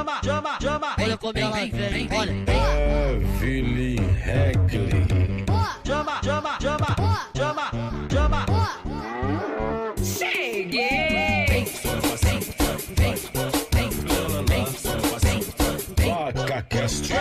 Olha como ela vem, olha. Evelyn Heckley. Cheguei! VacaCast.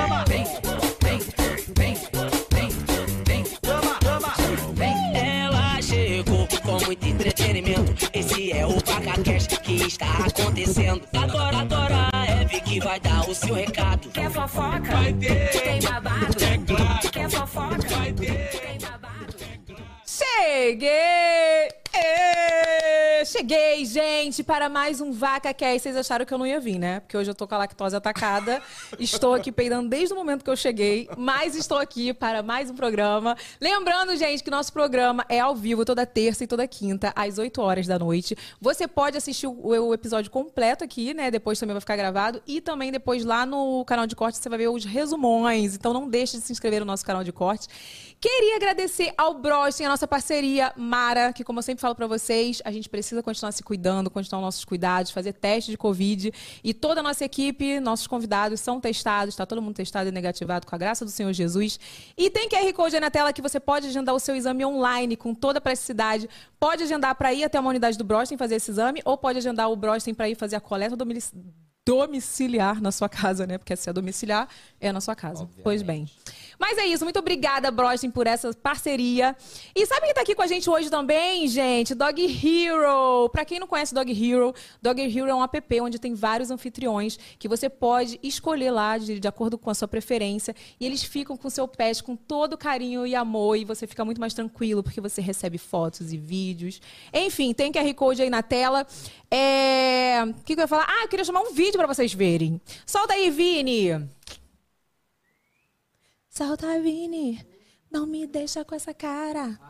Ela chegou com muito entretenimento. Esse é o VacaCast que está acontecendo. Agora é Eve que vai dar o seu recado. Quer fofoca? Vai ter. Tem babado? É claro. Quer fofoca? Vai ter. Tem babado? Cheguei! Cheguei, gente, para mais um VacaCast. Vocês acharam que eu não ia vir, né? Porque hoje eu tô com a lactose atacada. Estou aqui peidando desde o momento que eu cheguei, mas estou aqui para mais um programa. Lembrando, gente, que nosso programa é ao vivo toda terça e toda quinta, às 8 horas da noite. Você pode assistir o episódio completo aqui, né? Depois também vai ficar gravado. E também depois lá no canal de corte você vai ver os resumões. Então não deixe de se inscrever no nosso canal de corte. Queria agradecer ao Brostin, a nossa parceria Mara, que como eu sempre falo pra vocês, a gente precisa continuar se cuidando, continuar nossos cuidados, fazer teste de Covid. E toda a nossa equipe, nossos convidados são testados, tá todo mundo testado e negativado com a graça do Senhor Jesus. E tem QR Code aí na tela que você pode agendar o seu exame online com toda a praticidade. Pode agendar para ir até uma unidade do Brostin fazer esse exame, ou pode agendar o Brostin para ir fazer a coleta domiciliar na sua casa, né? Porque se é domiciliar, é na sua casa. Obviamente. Pois bem. Mas é isso. Muito obrigada, Brostin, por essa parceria. E sabe quem tá aqui com a gente hoje também, gente? Dog Hero. Pra quem não conhece Dog Hero é um app onde tem vários anfitriões que você pode escolher lá de acordo com a sua preferência. E eles ficam com o seu pet com todo carinho e amor. E você fica muito mais tranquilo porque você recebe fotos e vídeos. Enfim, tem QR Code aí na tela. O que eu ia falar? Eu queria chamar um vídeo pra vocês verem. Solta aí, Vini. Solta, Vini. Não me deixa com essa cara.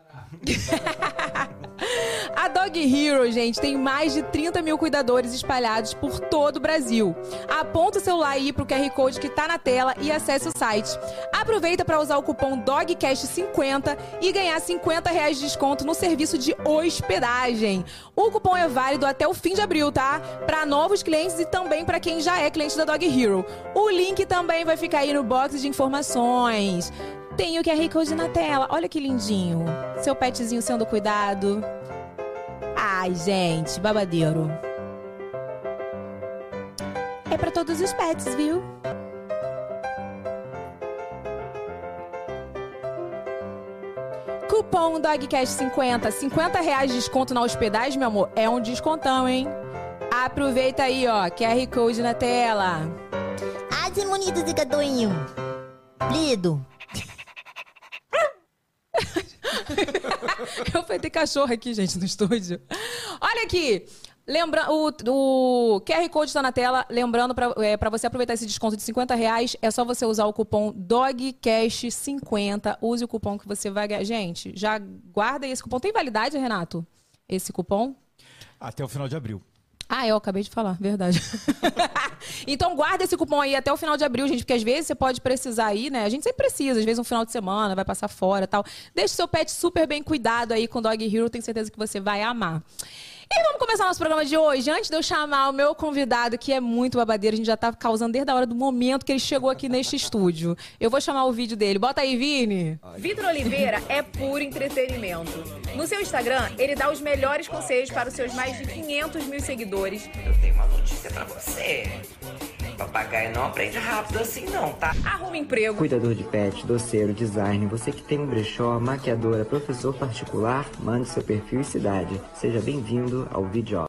A Dog Hero, gente, tem mais de 30 mil cuidadores espalhados por todo o Brasil. Aponta o celular aí pro QR Code que tá na tela e acesse o site. Aproveita para usar o cupom DOGCAST50 e ganhar R$50 de desconto no serviço de hospedagem. O cupom é válido até o fim de abril, tá? Para novos clientes e também para quem já é cliente da Dog Hero. O link também vai ficar aí no box de informações. Tem o QR Code na tela. Olha que lindinho. Seu petzinho sendo cuidado. Ai, gente, babadeiro. É pra todos os pets, viu? Cupom DOGCAST50. R$50 de desconto na hospedagem, meu amor. É um descontão, hein? Aproveita aí, ó. QR Code na tela. Ai, que bonito esse gatinho. Lido. Eu fui ter cachorro aqui, gente, no estúdio. Olha aqui. O QR Code está na tela. Lembrando, para você aproveitar esse desconto de R$50, é só você usar o cupom DOGCAST50. Use o cupom que você vai ganhar. Gente, já guarda esse cupom. Tem validade, Renato? Esse cupom? Até o final de abril. Eu acabei de falar, verdade. Então guarda esse cupom aí até o final de abril, gente, porque às vezes você pode precisar aí, né? A gente sempre precisa, às vezes um final de semana, vai passar fora e tal. Deixe seu pet super bem cuidado aí com o Dog Hero, tenho certeza que você vai amar. E vamos começar nosso programa de hoje. Antes de eu chamar o meu convidado, que é muito babadeiro, a gente já tá causando desde a hora do momento que ele chegou aqui neste estúdio. Eu vou chamar o vídeo dele. Bota aí, Vini. Vitor Oliveira é puro entretenimento. No seu Instagram, ele dá os melhores conselhos para os seus mais de 500 mil seguidores. Eu tenho uma notícia pra você. Papagaio não aprende rápido assim não, tá? Arruma emprego. Cuidador de pet, doceiro, designer, você que tem um brechó, maquiadora, professor particular, mande seu perfil e cidade. Seja bem-vindo ao VJob.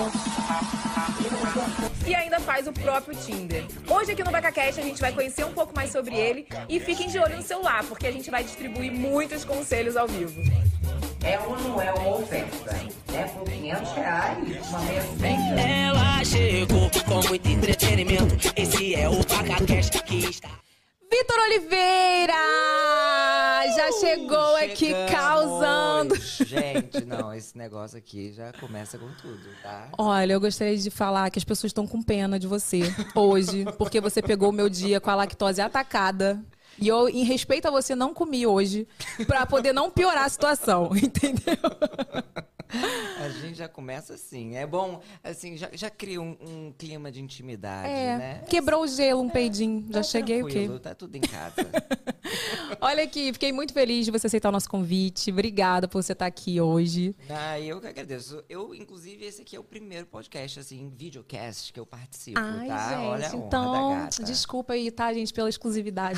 E ainda faz o próprio Tinder. Hoje aqui no VacaCast a gente vai conhecer um pouco mais sobre ele e fiquem de olho no celular, porque a gente vai distribuir muitos conselhos ao vivo. É ou não é uma oferta? É por R$500, uma meia. Ela chegou com muito entretenimento. Esse é o VacaCast que está... Vitor Oliveira! Já chegou aqui Chegamos. causando. Gente, não, esse negócio aqui já começa com tudo, tá? Olha, eu gostaria de falar que as pessoas estão com pena de você hoje, porque você pegou o meu dia com a lactose atacada. E eu, em respeito a você, não comi hoje, pra poder não piorar a situação, entendeu? A gente já começa assim. É bom, assim, já cria um clima de intimidade, né? Quebrou o gelo, um peidinho. Já Tá cheguei, o quê? tranquilo, tá tudo em casa. Olha aqui, fiquei muito feliz de você aceitar o nosso convite. Obrigada por você estar aqui hoje. Eu que agradeço. Inclusive, esse aqui é o primeiro podcast, assim, videocast que eu participo, Ai, tá? gente, Olha a honra então, da gata. desculpa aí, tá, gente, pela exclusividade.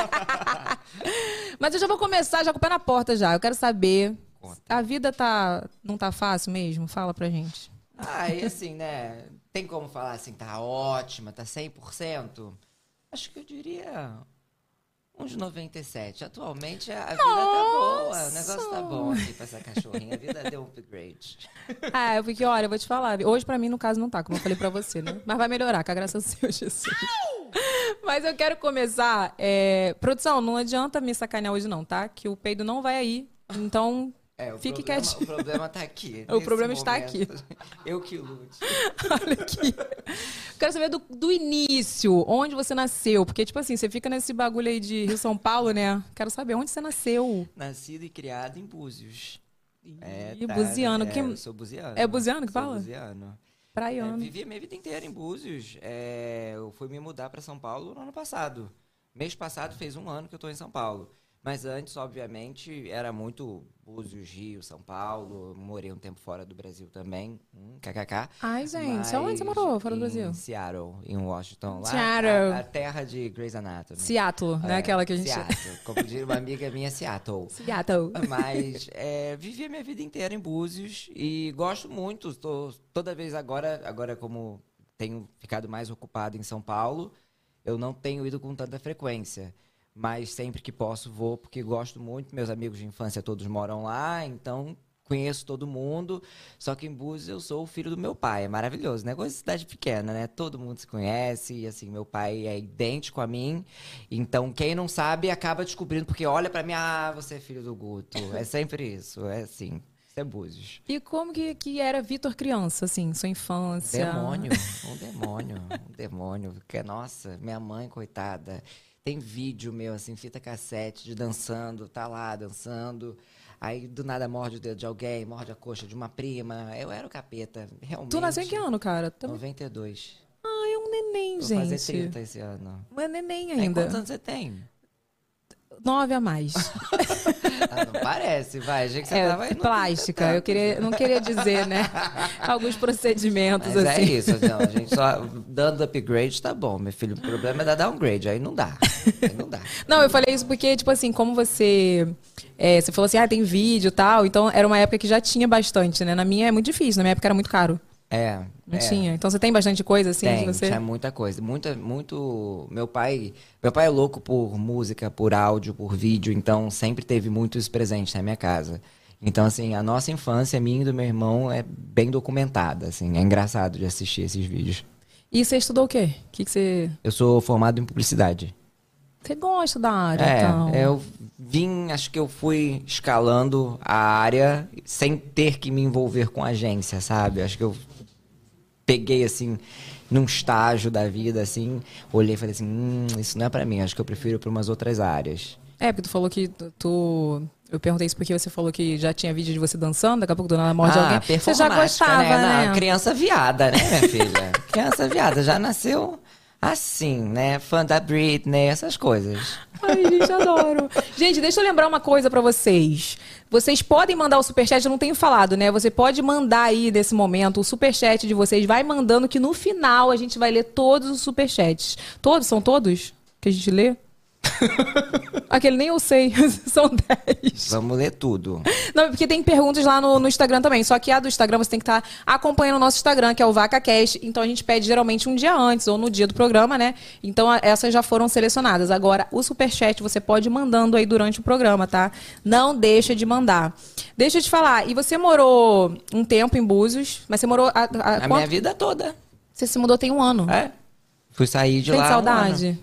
Mas eu já vou começar, já com o pé na porta já. Eu quero saber, a vida não tá fácil mesmo? Fala pra gente. E assim, né? Tem como falar assim, tá ótima, tá 100%? Acho que eu diria uns 97. Atualmente a vida tá boa, o negócio tá bom aqui pra essa cachorrinha. A vida deu um upgrade. Porque, olha, eu vou te falar. Hoje, pra mim, no caso, não tá, como eu falei pra você, né? Mas vai melhorar, com a graça do Senhor Jesus. Mas eu quero começar. Produção, não adianta me sacanear hoje, não, tá? Que o peido não vai aí. Então, fique quietinho. O problema tá aqui. O problema está aqui. Eu que lute. Olha aqui. Quero saber do início, onde você nasceu. Porque, tipo assim, você fica nesse bagulho aí de Rio São Paulo, né? Quero saber onde você nasceu. Nascido e criado em Búzios. Buziano. Eu sou buziano. É buziano que sou fala? Buziano. Praiano. Vivi a minha vida inteira em Búzios. Eu fui me mudar para São Paulo no ano passado. Mês passado fez 1 ano que eu tô em São Paulo. Mas antes, obviamente, era muito Búzios, Rio, São Paulo. Morei um tempo fora do Brasil também. KKK. Ai, gente. Onde você morou fora do Brasil? Em Seattle, em Washington. Lá, Seattle. a terra de Grey's Anatomy. Seattle, né? Aquela que a gente... Seattle. Como diria uma amiga minha, Seattle. Seattle. Mas vivi a minha vida inteira em Búzios e gosto muito. Toda vez agora como tenho ficado mais ocupado em São Paulo, eu não tenho ido com tanta frequência. Mas sempre que posso vou, porque gosto muito. Meus amigos de infância todos moram lá, então conheço todo mundo. Só que em Búzios eu sou o filho do meu pai. É maravilhoso, né? Coisa de cidade pequena, né? Todo mundo se conhece. E assim, meu pai é idêntico a mim. Então, quem não sabe acaba descobrindo, porque olha pra mim, você é filho do Guto. É sempre isso, é assim. Isso é Búzios. E como que era Vitor criança, assim, sua infância? Um demônio. Porque, nossa, minha mãe, coitada... Tem vídeo meu, assim, fita cassete de dançando, tá lá dançando. Aí, do nada, morde o dedo de alguém, morde a coxa de uma prima. Eu era o capeta, realmente. Tu nasceu em que ano, cara? 92. É um neném, Vou gente. fazer 30 esse ano. Não é neném ainda. Quantos anos você tem? 9 a mais. Não parece, vai. Achei que você tava aí. Plástica. Não queria dizer, né? Alguns procedimentos, mas assim. É isso, não. A gente só dando upgrade tá bom, meu filho. O problema é dar downgrade, aí não dá. Não, eu falei isso porque, tipo assim, como você falou assim, tem vídeo e tal, então era uma época que já tinha bastante, né? Na minha é muito difícil, na minha época era muito caro. Não tinha. Então você tem bastante coisa, assim, de você? Tinha muita coisa. Muito... Meu pai é louco por música, por áudio, por vídeo, então sempre teve muitos presentes na minha casa. Então, assim, a nossa infância, minha e do meu irmão, é bem documentada, assim. É engraçado de assistir esses vídeos. E você estudou o quê? Que você... Eu sou formado em publicidade. Você gosta da área, então? Eu acho que eu fui escalando a área sem ter que me envolver com agência, sabe? Acho que eu peguei, assim, num estágio da vida, assim, olhei e falei assim, isso não é pra mim, acho que eu prefiro ir pra umas outras áreas. Porque tu falou que eu perguntei isso porque você falou que já tinha vídeo de você dançando, daqui a pouco do nada morde alguém. Você já gostava, né? Não, criança viada, né, minha filha? Criança viada, já nasceu assim, né? Fã da Britney, essas coisas. Ai, gente, adoro. Gente, deixa eu lembrar uma coisa pra vocês. Vocês podem mandar o superchat, eu não tenho falado, né? Você pode mandar aí, nesse momento, o superchat de vocês. Vai mandando que no final a gente vai ler todos os superchats. Todos? São todos que a gente lê? Aquele nem eu sei, são 10. Vamos ler tudo. Não, porque tem perguntas lá no Instagram também. Só que a do Instagram você tem que estar acompanhando o nosso Instagram, que é o VacaCast. Então a gente pede geralmente um dia antes ou no dia do programa, né? Então essas já foram selecionadas. Agora, o superchat você pode ir mandando aí durante o programa, tá? Não deixa de mandar. Deixa eu te falar, e você morou um tempo em Búzios, mas você morou... A minha vida toda. Você se mudou tem um ano. Fui sair de lá. Tem saudade?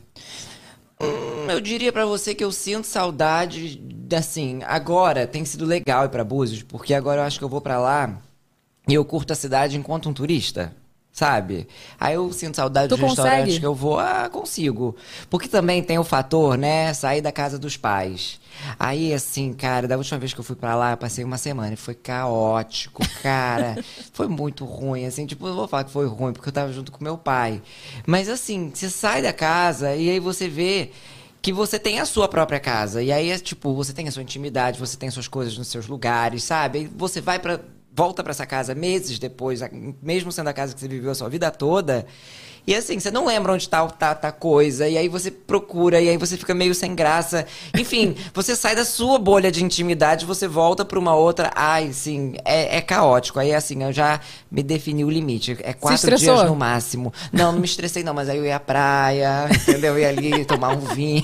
Eu diria pra você que eu sinto saudade, assim, agora tem sido legal ir pra Búzios, porque agora eu acho que eu vou pra lá e eu curto a cidade enquanto um turista. sabe? Aí eu sinto saudade Tu dos restaurantes consegue? que eu vou, consigo. Porque também tem o fator, né, sair da casa dos pais. Aí, assim, cara, da última vez que eu fui pra lá, eu passei uma semana e foi caótico, cara. Foi muito ruim, assim, tipo, eu não vou falar que foi ruim, porque eu tava junto com meu pai. Mas, assim, você sai da casa e aí você vê que você tem a sua própria casa. E aí, tipo, você tem a sua intimidade, você tem suas coisas nos seus lugares, sabe? Aí você volta pra essa casa meses depois, mesmo sendo a casa que você viveu a sua vida toda. E assim, você não lembra onde tá coisa, e aí você procura, e aí você fica meio sem graça. Enfim, você sai da sua bolha de intimidade, você volta pra uma outra. Ai, sim, é caótico. Aí assim, eu já me defini o limite. É 4 dias no máximo. Não me estressei não, mas aí eu ia à praia, entendeu? Eu ia ali tomar um vinho.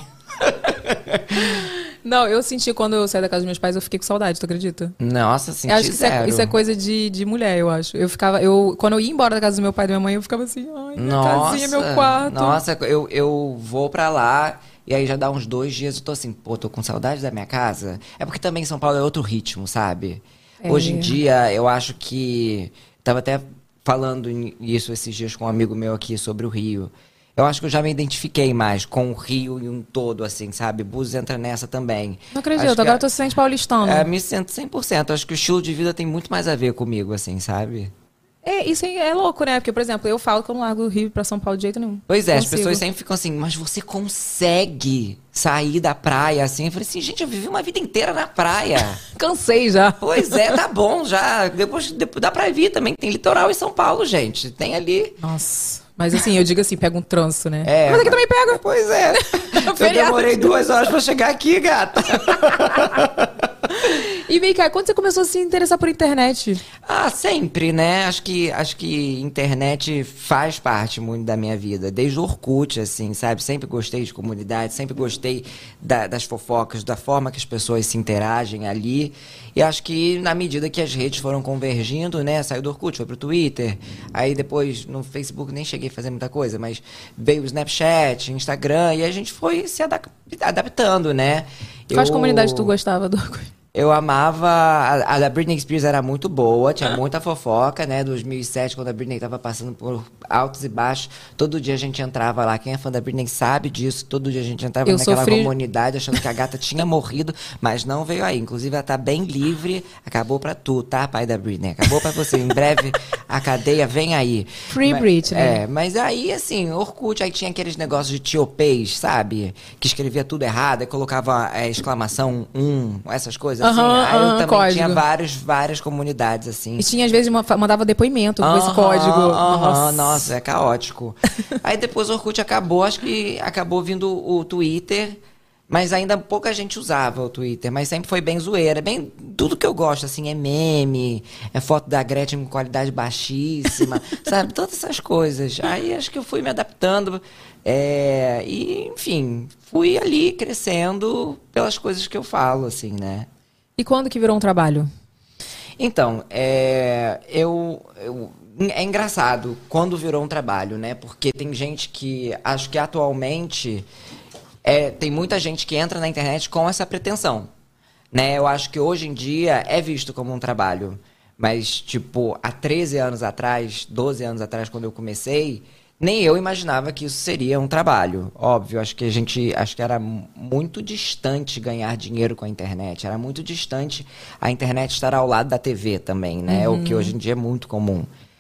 Não, eu senti quando eu saí da casa dos meus pais, eu fiquei com saudade, tu acredita? Nossa, senti Eu acho que zero. isso é coisa de mulher, eu acho. Quando eu ia embora da casa do meu pai e da minha mãe, eu ficava assim, ai, minha casinha, meu quarto. Nossa, eu vou pra lá e aí já dá uns 2 dias eu tô assim, pô, tô com saudade da minha casa. É porque também São Paulo é outro ritmo, sabe? Hoje em dia, eu acho que... Tava até falando isso esses dias com um amigo meu aqui sobre o Rio. Eu acho que eu já me identifiquei mais com o Rio e um todo, assim, sabe? Búzios entra nessa também. Não acredito, agora tu se sente paulistano. Me sinto 100%. Acho que o estilo de vida tem muito mais a ver comigo, assim, sabe? Isso é louco, né? Porque, por exemplo, eu falo que eu não largo do Rio pra São Paulo de jeito nenhum. Pois é, as Consigo. pessoas sempre ficam assim, mas você consegue sair da praia, assim? Eu falei assim, gente, eu vivi uma vida inteira na praia. Cansei já. Pois é, tá bom já. Depois dá pra vir também. Tem litoral em São Paulo, gente. Tem ali. Nossa. Mas assim, eu digo assim, pega um trânsito, né? É, mas aqui também pega. Pois é. Eu demorei 2 horas pra chegar aqui, gata. E vem cá, quando você começou a se interessar por internet? Sempre, né? Acho que internet faz parte muito da minha vida. Desde o Orkut, assim, sabe? Sempre gostei de comunidade, sempre gostei das fofocas, da forma que as pessoas se interagem ali. E acho que na medida que as redes foram convergindo, né? Saiu do Orkut, foi pro Twitter. Aí depois no Facebook nem cheguei a fazer muita coisa, mas veio o Snapchat, Instagram, e a gente foi se adaptando, né? Quais comunidades tu gostava do Orkut? Eu amava... A da Britney Spears era muito boa, tinha muita fofoca, né? 2007, quando a Britney tava passando por altos e baixos. Todo dia a gente entrava lá. Quem é fã da Britney sabe disso. Todo dia a gente entrava naquela comunidade achando que a gata tinha morrido, mas não veio aí. Inclusive, ela tá bem livre. Acabou pra tu, tá, pai da Britney? Acabou pra você. Em breve, a cadeia vem aí. Free Britney. Mas aí, assim, Orkut, aí tinha aqueles negócios de tiopês, sabe? Que escrevia tudo errado, aí colocava exclamação essas coisas. Assim, aí eu também código. tinha várias comunidades, assim. E tinha, às vezes, mandava depoimento com esse código. Nossa, é caótico. Aí depois o Orkut acabou, acho que acabou vindo o Twitter, mas ainda pouca gente usava o Twitter, mas sempre foi bem zoeira. Bem, tudo que eu gosto, assim, é meme, é foto da Gretchen com qualidade baixíssima, sabe? Todas essas coisas. Aí acho que eu fui me adaptando. E, enfim, fui ali crescendo pelas coisas que eu falo, assim, né? E quando que virou um trabalho? Então, é engraçado quando virou um trabalho, né? Porque tem gente que, acho que atualmente, tem muita gente que entra na internet com essa pretensão, né? Eu acho que hoje em dia é visto como um trabalho. Mas, tipo, há 13 anos atrás, 12 anos atrás, quando eu comecei... Nem eu imaginava que isso seria um trabalho. Óbvio, acho que era muito distante ganhar dinheiro com a internet. Era muito distante a internet estar ao lado da TV também, né? O que hoje em dia é muito comum.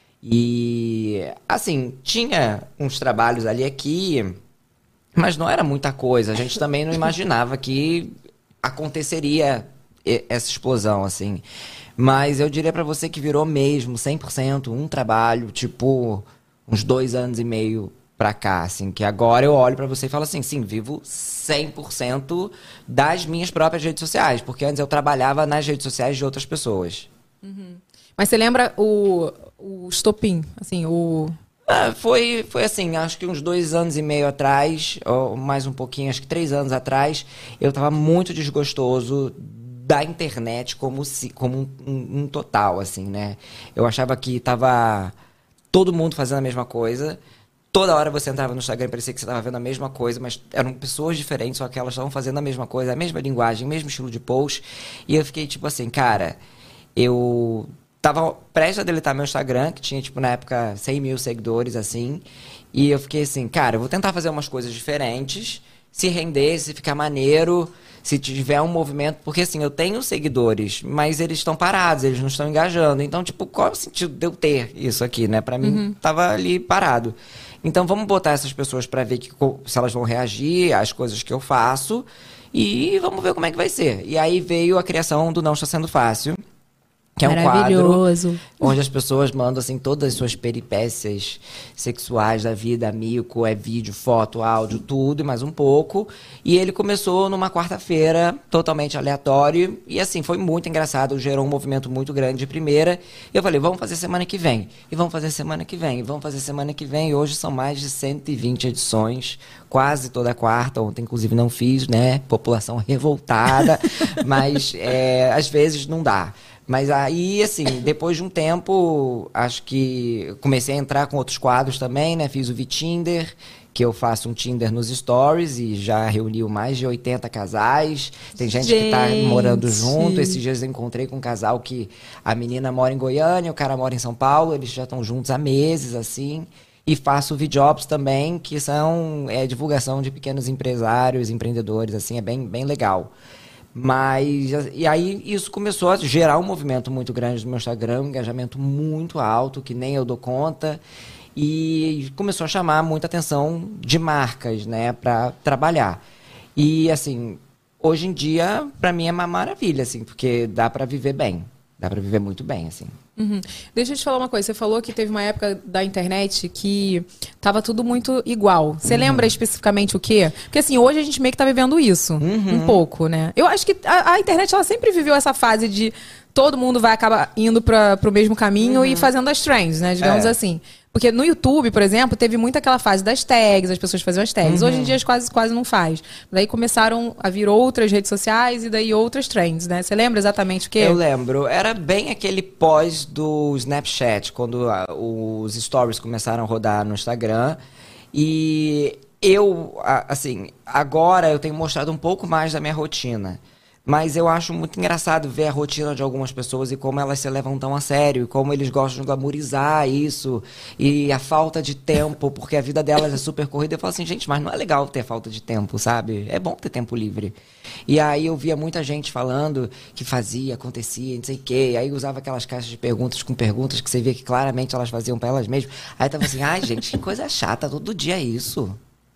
E, assim, tinha uns trabalhos ali aqui, mas não era muita coisa. A gente também não imaginava que aconteceria essa explosão, assim. Mas eu diria pra você que virou mesmo 100% um trabalho, tipo... uns 2 anos e meio pra cá, assim, que agora eu olho pra você e falo assim, sim, vivo 100% das minhas próprias redes sociais, porque antes eu trabalhava nas redes sociais de outras pessoas. Mas você lembra o estopim, assim, Foi assim, acho que uns 2 anos e meio atrás, ou mais um pouquinho, acho que 3 anos atrás, eu tava muito desgostoso da internet como um total, assim, né? Eu achava que tava... todo mundo fazendo a mesma coisa. Toda hora você entrava no Instagram e parecia que você estava vendo a mesma coisa, mas eram pessoas diferentes, só que elas estavam fazendo a mesma coisa, a mesma linguagem, o mesmo estilo de post. E eu fiquei tipo assim, cara, eu tava prestes a deletar meu Instagram, que tinha, tipo, na época, 100 mil seguidores, assim. E eu fiquei assim, cara, eu vou tentar fazer umas coisas diferentes, se render, se ficar maneiro, se tiver um movimento. Porque, assim, eu tenho seguidores, mas eles estão parados, eles não estão engajando. Então, tipo, qual é o sentido de eu ter isso aqui, né? Pra mim, tava ali parado. Então, vamos botar essas pessoas pra ver se elas vão reagir às coisas que eu faço. E vamos ver como é que vai ser. E aí veio a criação do Não Está Sendo Fácil, que é um quadro onde as pessoas mandam, assim, todas as suas peripécias sexuais da vida, mico, vídeo, foto, áudio, tudo e mais um pouco. E ele começou numa quarta-feira, totalmente aleatório. E, assim, foi muito engraçado, gerou um movimento muito grande de primeira. E eu falei, vamos fazer semana que vem. E vamos fazer semana que vem. E vamos fazer semana que vem. E hoje são mais de 120 edições, quase toda quarta. Ontem, inclusive, não fiz, né? População revoltada. Mas, às vezes, não dá. Mas aí, assim, depois de um tempo, acho que comecei a entrar com outros quadros também, né? Fiz o VTinder, que eu faço um Tinder nos stories e já reuniu mais de 80 casais. Tem gente que tá morando junto. Esses dias eu encontrei com um casal que a menina mora em Goiânia, o cara mora em São Paulo, eles já estão juntos há meses, assim. E faço V-Jobs também, que são divulgação de pequenos empresários, empreendedores, assim, é bem legal. Mas, e aí isso começou a gerar um movimento muito grande no meu Instagram, um engajamento muito alto, que nem eu dou conta. E começou a chamar muita atenção de marcas, né, para trabalhar. E, assim, hoje em dia, para mim é uma maravilha, assim, porque dá para viver bem. Dá para viver muito bem, assim. Deixa eu te falar uma coisa. Você falou que teve uma época da internet que tava tudo muito igual. Você lembra especificamente o quê? Porque, assim, hoje a gente meio que tá vivendo isso. Um pouco, né? Eu acho que a internet, ela sempre viveu essa fase de todo mundo vai acabar indo pro mesmo caminho e fazendo as trends, né? Digamos assim. Porque no YouTube, por exemplo, teve muito aquela fase das tags, as pessoas faziam as tags. Hoje em dia quase não faz. Daí começaram a vir outras redes sociais e daí outras trends, né? Você lembra exatamente o quê? Eu lembro. Era bem aquele pós do Snapchat, quando os stories começaram a rodar no Instagram. E eu, assim, agora eu tenho mostrado um pouco mais da minha rotina. Mas eu acho muito engraçado ver a rotina de algumas pessoas e como elas se levam tão a sério, e como eles gostam de glamourizar isso, e a falta de tempo, porque a vida delas é super corrida. Eu falo assim, gente, mas não é legal ter falta de tempo, sabe? É bom ter tempo livre. E aí eu via muita gente falando que fazia, acontecia, não sei o quê. E aí usava aquelas caixas de perguntas com perguntas que você via que claramente elas faziam pra elas mesmas. Aí eu tava assim, ai, gente, que coisa chata, todo dia é isso.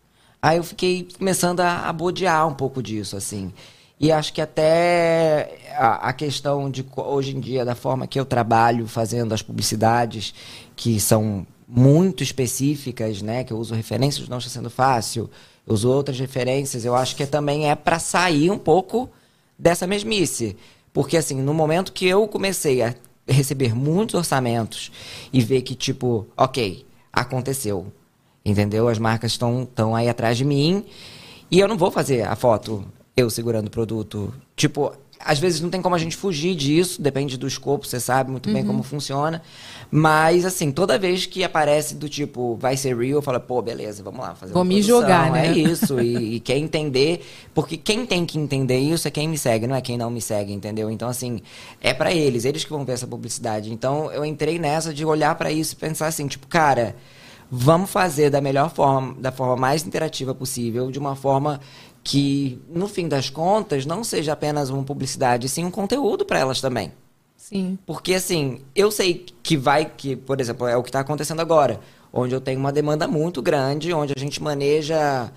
Aí eu fiquei começando a bodear um pouco disso, assim. E acho que até a questão de, hoje em dia, da forma que eu trabalho fazendo as publicidades, que são muito específicas, né? Que eu uso referências, não está sendo fácil. Eu uso outras referências. Eu acho que também é para sair um pouco dessa mesmice. Porque, assim, no momento que eu comecei a receber muitos orçamentos e ver que, tipo, ok, aconteceu. Entendeu? As marcas estão aí atrás de mim e eu não vou fazer a foto eu segurando o produto. Tipo, às vezes não tem como a gente fugir disso, depende do escopo, você sabe muito bem como funciona. Mas, assim, toda vez que aparece do tipo, vai ser real, eu falo, pô, beleza, vamos lá fazer Vou uma me produção, jogar, né? É isso, e quer entender, porque quem tem que entender isso é quem me segue, não é quem não me segue, entendeu? Então, assim, é pra eles que vão ver essa publicidade. Então, eu entrei nessa de olhar pra isso e pensar assim, tipo, cara, vamos fazer da melhor forma, da forma mais interativa possível, de uma forma que, no fim das contas, não seja apenas uma publicidade, sim um conteúdo para elas também. Sim. Porque, assim, eu sei que, por exemplo, é o que está acontecendo agora, onde eu tenho uma demanda muito grande, onde a gente maneja,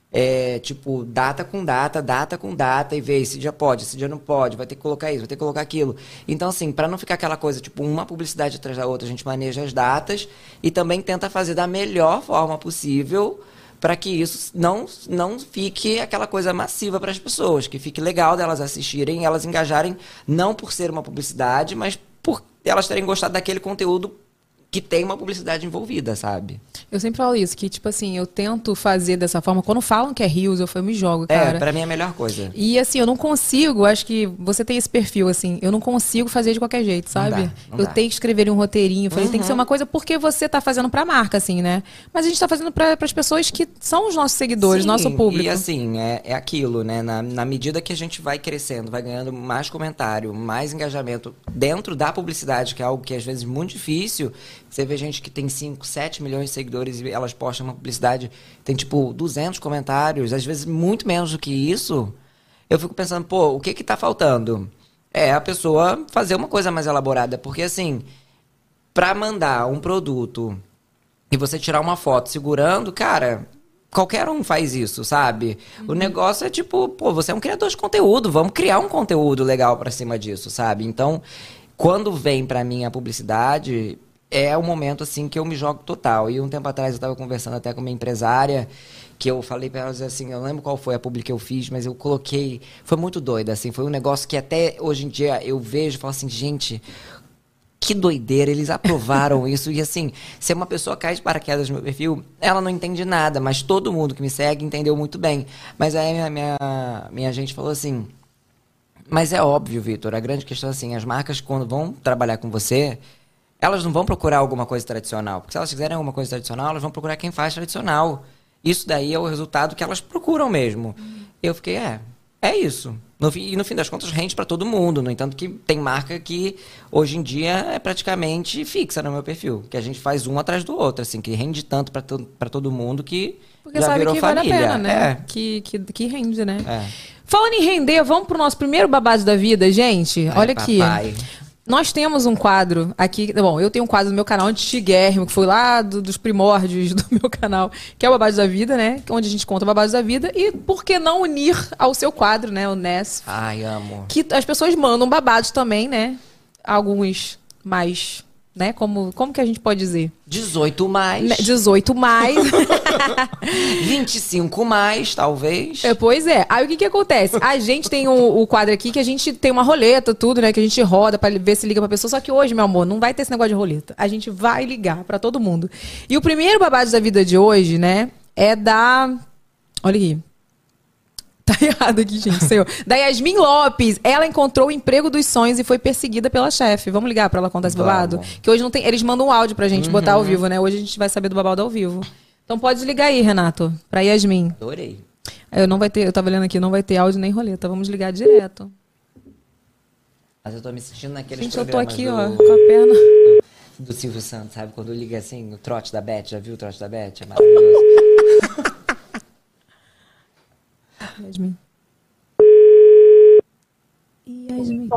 tipo, data com data, e vê esse dia pode, esse dia não pode, vai ter que colocar isso, vai ter que colocar aquilo. Então, assim, para não ficar aquela coisa, tipo, uma publicidade atrás da outra, a gente maneja as datas e também tenta fazer da melhor forma possível para que isso não fique aquela coisa massiva para as pessoas, que fique legal delas assistirem, elas engajarem, não por ser uma publicidade, mas por elas terem gostado daquele conteúdo que tem uma publicidade envolvida, sabe? Eu sempre falo isso, que, tipo assim, eu tento fazer dessa forma. Quando falam que é Reels, eu me jogo, cara. Pra mim é a melhor coisa. E, assim, eu não consigo, acho que você tem esse perfil, assim, eu não consigo fazer de qualquer jeito, sabe? Não eu dá. tenho que escrever um roteirinho, tem que ser uma coisa porque você tá fazendo pra marca, assim, né? Mas a gente tá fazendo pras pessoas que são os nossos seguidores, Sim, nosso público. E assim, é aquilo, né? Na medida que a gente vai crescendo, vai ganhando mais comentário, mais engajamento dentro da publicidade, que é algo que às vezes é muito difícil. Você vê gente que tem 5, 7 milhões de seguidores e elas postam uma publicidade, tem tipo 200 comentários, às vezes muito menos do que isso. Eu fico pensando, pô, o que que tá faltando? É a pessoa fazer uma coisa mais elaborada, porque assim, pra mandar um produto e você tirar uma foto segurando, cara, qualquer um faz isso, sabe? O negócio é tipo, pô, você é um criador de conteúdo, vamos criar um conteúdo legal pra cima disso, sabe? Então, quando vem pra mim a publicidade, é o momento, assim, que eu me jogo total. E um tempo atrás eu tava conversando até com uma empresária, que eu falei pra ela, assim, eu não lembro qual foi a publi que eu fiz, mas eu coloquei, foi muito doida, assim, foi um negócio que até hoje em dia eu vejo e falo assim, gente, que doideira, eles aprovaram isso. E assim, se uma pessoa cai de paraquedas no meu perfil, ela não entende nada, mas todo mundo que me segue entendeu muito bem. Mas aí a minha gente falou assim, mas é óbvio, Vitor, a grande questão é assim, as marcas quando vão trabalhar com você, elas não vão procurar alguma coisa tradicional. Porque se elas quiserem alguma coisa tradicional, elas vão procurar quem faz tradicional. Isso daí é o resultado que elas procuram mesmo. Eu fiquei, é isso. E no fim das contas rende para todo mundo. No entanto que tem marca que hoje em dia é praticamente fixa no meu perfil. Que a gente faz um atrás do outro, assim, que rende tanto para todo mundo que Porque já sabe virou que família. vale a pena, né? Que rende, né? Falando em render, vamos pro nosso primeiro babado da vida, gente. Olha aqui. Papai. Nós temos um quadro aqui. Bom, eu tenho um quadro no meu canal antiguérrimo, que foi lá dos primórdios do meu canal, que é o Babados da Vida, né? Onde a gente conta Babados da Vida. E por que não unir ao seu quadro, né? O NES. Ai, amo. Que as pessoas mandam babados também, né? Alguns mais, né? Como que a gente pode dizer? 18 mais. 18 mais. 25 mais, talvez. Pois é. Aí o que acontece? A gente tem o quadro aqui que a gente tem uma roleta, tudo, né? Que a gente roda pra ver se liga pra pessoa. Só que hoje, meu amor, não vai ter esse negócio de roleta. A gente vai ligar pra todo mundo. E o primeiro babado da vida de hoje, né? É da... Olha aqui. Tá errado aqui, gente. Senhor. Da Yasmin Lopes. Ela encontrou o emprego dos sonhos e foi perseguida pela chefe. Vamos ligar pra ela contar esse babado? Que hoje não tem... Eles mandam um áudio pra gente botar ao vivo, né? Hoje a gente vai saber do babado ao vivo. Então pode desligar aí, Renato. Pra Yasmin. Adorei. Não vai ter... Eu tava lendo aqui, não vai ter áudio nem roleta. Vamos ligar direto. Mas eu tô me sentindo naqueles gente, eu tô aqui, ó, do... com a perna... Do Silvio Santos, sabe? Quando liga assim, o trote da Beth. Já viu o trote da Beth? É maravilhoso. Yasmin. Yasmin.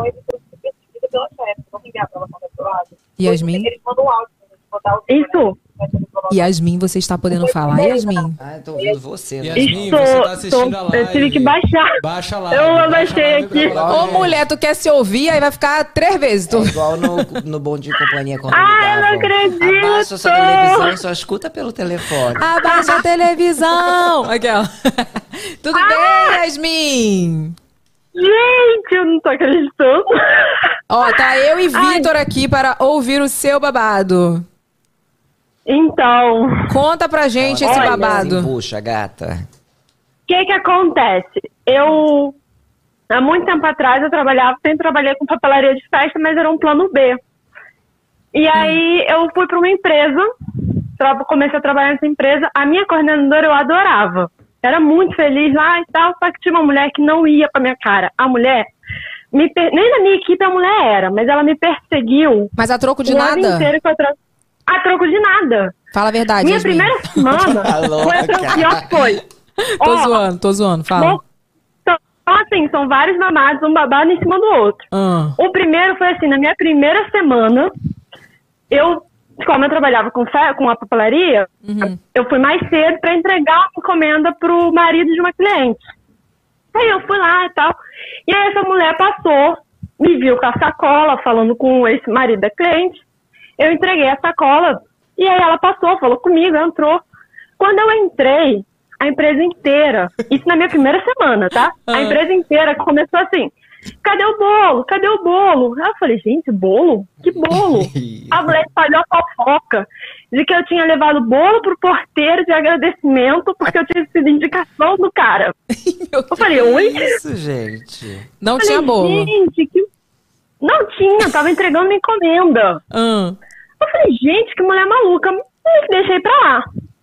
Yasmin. Isso. Yasmin, você está podendo falar, Yasmin? Ah, eu tô ouvindo você. Yasmin, você tá assistindo a live. Eu tive que baixar. Baixa a live. Eu baixa abaixei a live aqui. pra falar Ô, com a mulher, tu quer se ouvir, aí vai ficar 3 vezes. Tu... É igual no Bom Dia e Companhia quando Eu ligavam. não acredito. Abaixa sua televisão e só escuta pelo telefone. Abaixa a televisão. Aquela. Tudo bem, Yasmin? Gente, eu não tô acreditando. Ó, tá eu e Vitor aqui para ouvir o seu babado. Então, Conta pra gente esse Olha, babado. Puxa, gata. o que acontece? Há muito tempo atrás, sempre trabalhei com papelaria de festa, mas era um plano B. E aí, eu fui para uma empresa, comecei a trabalhar nessa empresa. A minha coordenadora eu adorava. Era muito feliz lá e tal, só que tinha uma mulher que não ia com a minha cara. A mulher, nem na minha equipe a mulher era, mas ela me perseguiu. Mas a troco de o ano nada? inteiro que eu a troco de nada. Fala a verdade, Minha Yasmin. primeira semana foi a pior que foi. Tô zoando, fala. Então, assim, são vários babados, um babado em cima do outro. O primeiro foi assim, na minha primeira semana, como eu trabalhava com a papelaria, eu fui mais cedo para entregar uma encomenda pro marido de uma cliente. Aí eu fui lá e tal. E aí essa mulher passou, me viu com a sacola, falando com esse marido da cliente. Eu entreguei a sacola e aí ela passou, falou comigo, entrou. Quando eu entrei, a empresa inteira, isso na minha primeira semana, tá? A empresa inteira começou assim, cadê o bolo? Cadê o bolo? Aí eu falei, gente, bolo? Que bolo? A mulher espalhou a fofoca de que eu tinha levado bolo pro porteiro de agradecimento porque eu tinha sido indicação do cara. Eu falei, oi? Isso, gente. Não tinha bolo. Gente, não tinha, eu tava entregando uma encomenda. Eu falei, gente, que mulher maluca. Deixei pra lá.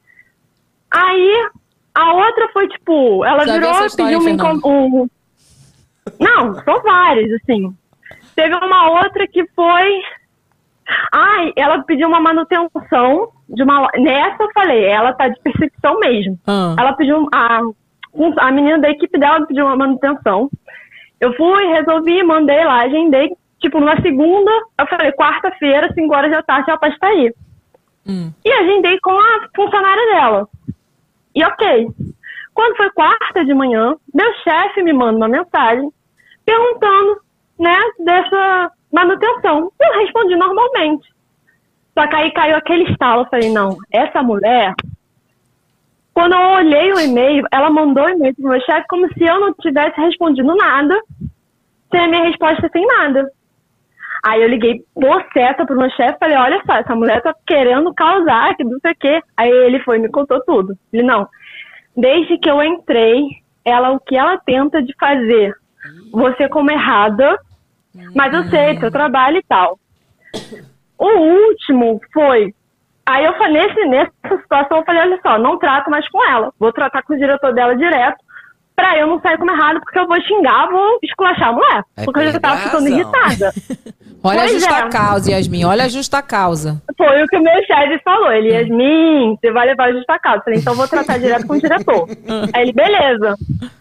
Aí, a outra foi, tipo, ela virou e pediu uma encomenda. Não, são várias, assim. Teve uma outra que foi... Ai, ela pediu uma manutenção de uma... Nessa eu falei, ela tá de percepção mesmo. Ela pediu... A menina da equipe dela pediu uma manutenção. Eu fui, resolvi, mandei lá, agendei. Tipo, numa segunda, eu falei, quarta-feira, 5 horas da tarde, ela pode estar aí. E agendei com a funcionária dela. E ok. Quando foi quarta de manhã, meu chefe me manda uma mensagem perguntando, né, dessa manutenção. Eu respondi normalmente. Só que aí caiu aquele estalo. Eu falei, não, essa mulher... Quando eu olhei o e-mail, ela mandou o e-mail pro meu chefe como se eu não tivesse respondido nada, sem a minha resposta, sem nada. Aí eu liguei possessa pro meu chefe e falei, olha só, essa mulher tá querendo causar, que não sei o quê. Aí ele foi e me contou tudo. Ele, não, desde que eu entrei, o que ela tenta de fazer, você como errada, mas eu sei, seu trabalho e tal. O último foi... Aí eu falei, nessa situação, eu falei, olha só, não trato mais com ela. Vou tratar com o diretor dela direto, pra eu não sair como errado, porque eu vou xingar, vou esculachar a mulher. Porque eu já tava ficando irritada. Olha a justa causa, Yasmin, olha a justa causa. Foi o que o meu chefe falou. Ele, Yasmin, você vai levar a justa causa. Eu falei, então eu vou tratar direto com o diretor. Aí ele, beleza.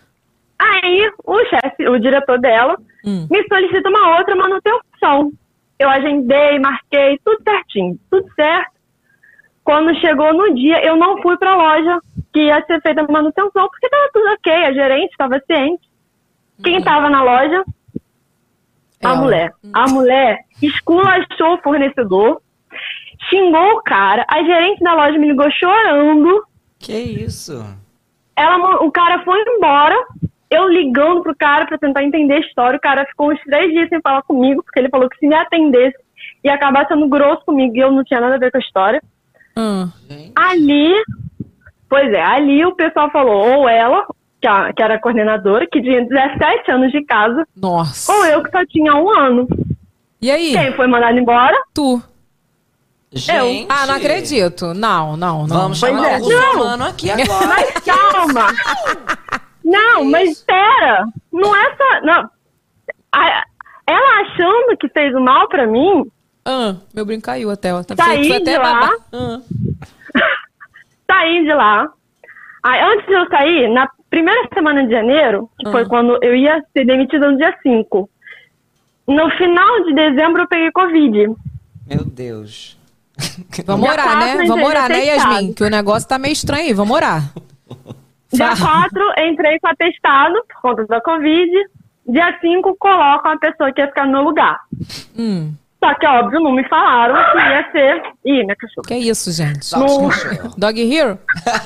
Aí o diretor dela, me solicita uma outra manutenção. Eu agendei, marquei, tudo certinho, tudo certo. Quando chegou no dia, eu não fui pra loja que ia ser feita a manutenção, porque tava tudo ok, a gerente estava ciente. Quem tava na loja? A mulher. A mulher esculachou o fornecedor, xingou o cara, a gerente da loja me ligou chorando. Que isso? O cara foi embora, eu ligando pro cara pra tentar entender a história, o cara ficou uns 3 dias sem falar comigo, porque ele falou que se me atendesse ia acabar sendo grosso comigo e eu não tinha nada a ver com a história. Ali o pessoal falou, ou ela, que era a coordenadora, que tinha 17 anos de casa, nossa, ou eu que só tinha 1 ano. E aí? Quem foi mandado embora? Tu. Gente. Ah, não acredito. Não. Vamos chamar o fulano aqui agora. Mas calma. Não, mas espera. Não é só... Não. Ela achando que fez o mal pra mim... meu brinco caiu até. Saí de lá. Saí de lá. Aí, antes de eu sair, na primeira semana de janeiro, que foi quando eu ia ser demitida no dia 5, no final de dezembro eu peguei Covid. Meu Deus. Vamos orar, né? Vamos orar, né, Yasmin? Que o negócio tá meio estranho aí. Vamos orar. Dia 4, entrei com atestado por conta da Covid. Dia 5, colocam a pessoa que ia ficar no meu lugar. Só que, óbvio, não me falaram que ia ser... Ih, minha cachorra. Que isso, gente? Dog Hero?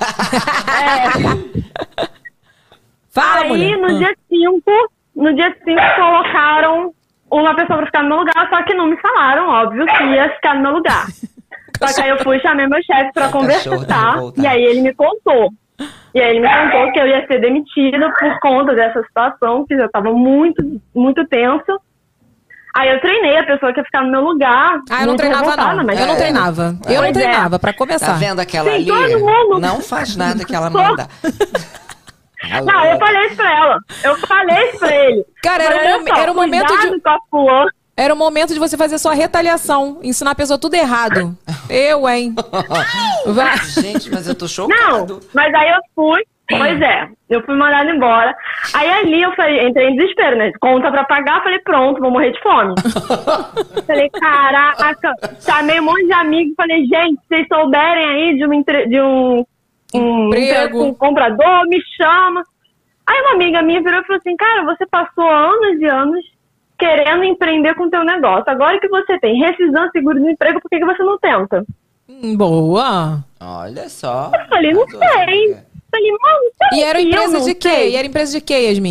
Fala, aí, mulher. no dia 5, colocaram uma pessoa pra ficar no meu lugar, só que não me falaram, óbvio, que ia ficar no meu lugar. Só que aí eu fui, chamei meu chefe pra conversar, e aí ele me contou. E aí ele me contou que eu ia ser demitida por conta dessa situação, que já tava muito, muito tenso. Aí eu treinei a pessoa que ia ficar no meu lugar. Eu não treinava, não. Mas eu não treinava. Eu não treinava, pra começar. Tá vendo aquela ali? Não faz nada que ela manda. Não, eu falei isso pra ela. Eu falei isso pra ele. Cara, era um momento de... Era o momento de você fazer sua retaliação. Ensinar a pessoa tudo errado. Hein? Vai. Gente, mas eu tô chocado. Não, mas aí eu fui. Pois é, eu fui mandada embora. Aí ali eu falei, entrei em desespero, né? Conta pra pagar, falei, pronto, vou morrer de fome. Falei, caraca, chamei um monte de amigos, falei, gente, se vocês souberem aí de um emprego com um comprador, me chama. Aí uma amiga minha virou e falou assim, cara, você passou anos e anos querendo empreender com o teu negócio. Agora que você tem rescisão, seguro de emprego, por que você não tenta? Boa. Olha só. Eu falei, não sei. Falei, mano, e era empresa de quê? E era empresa de quê, Yasmin?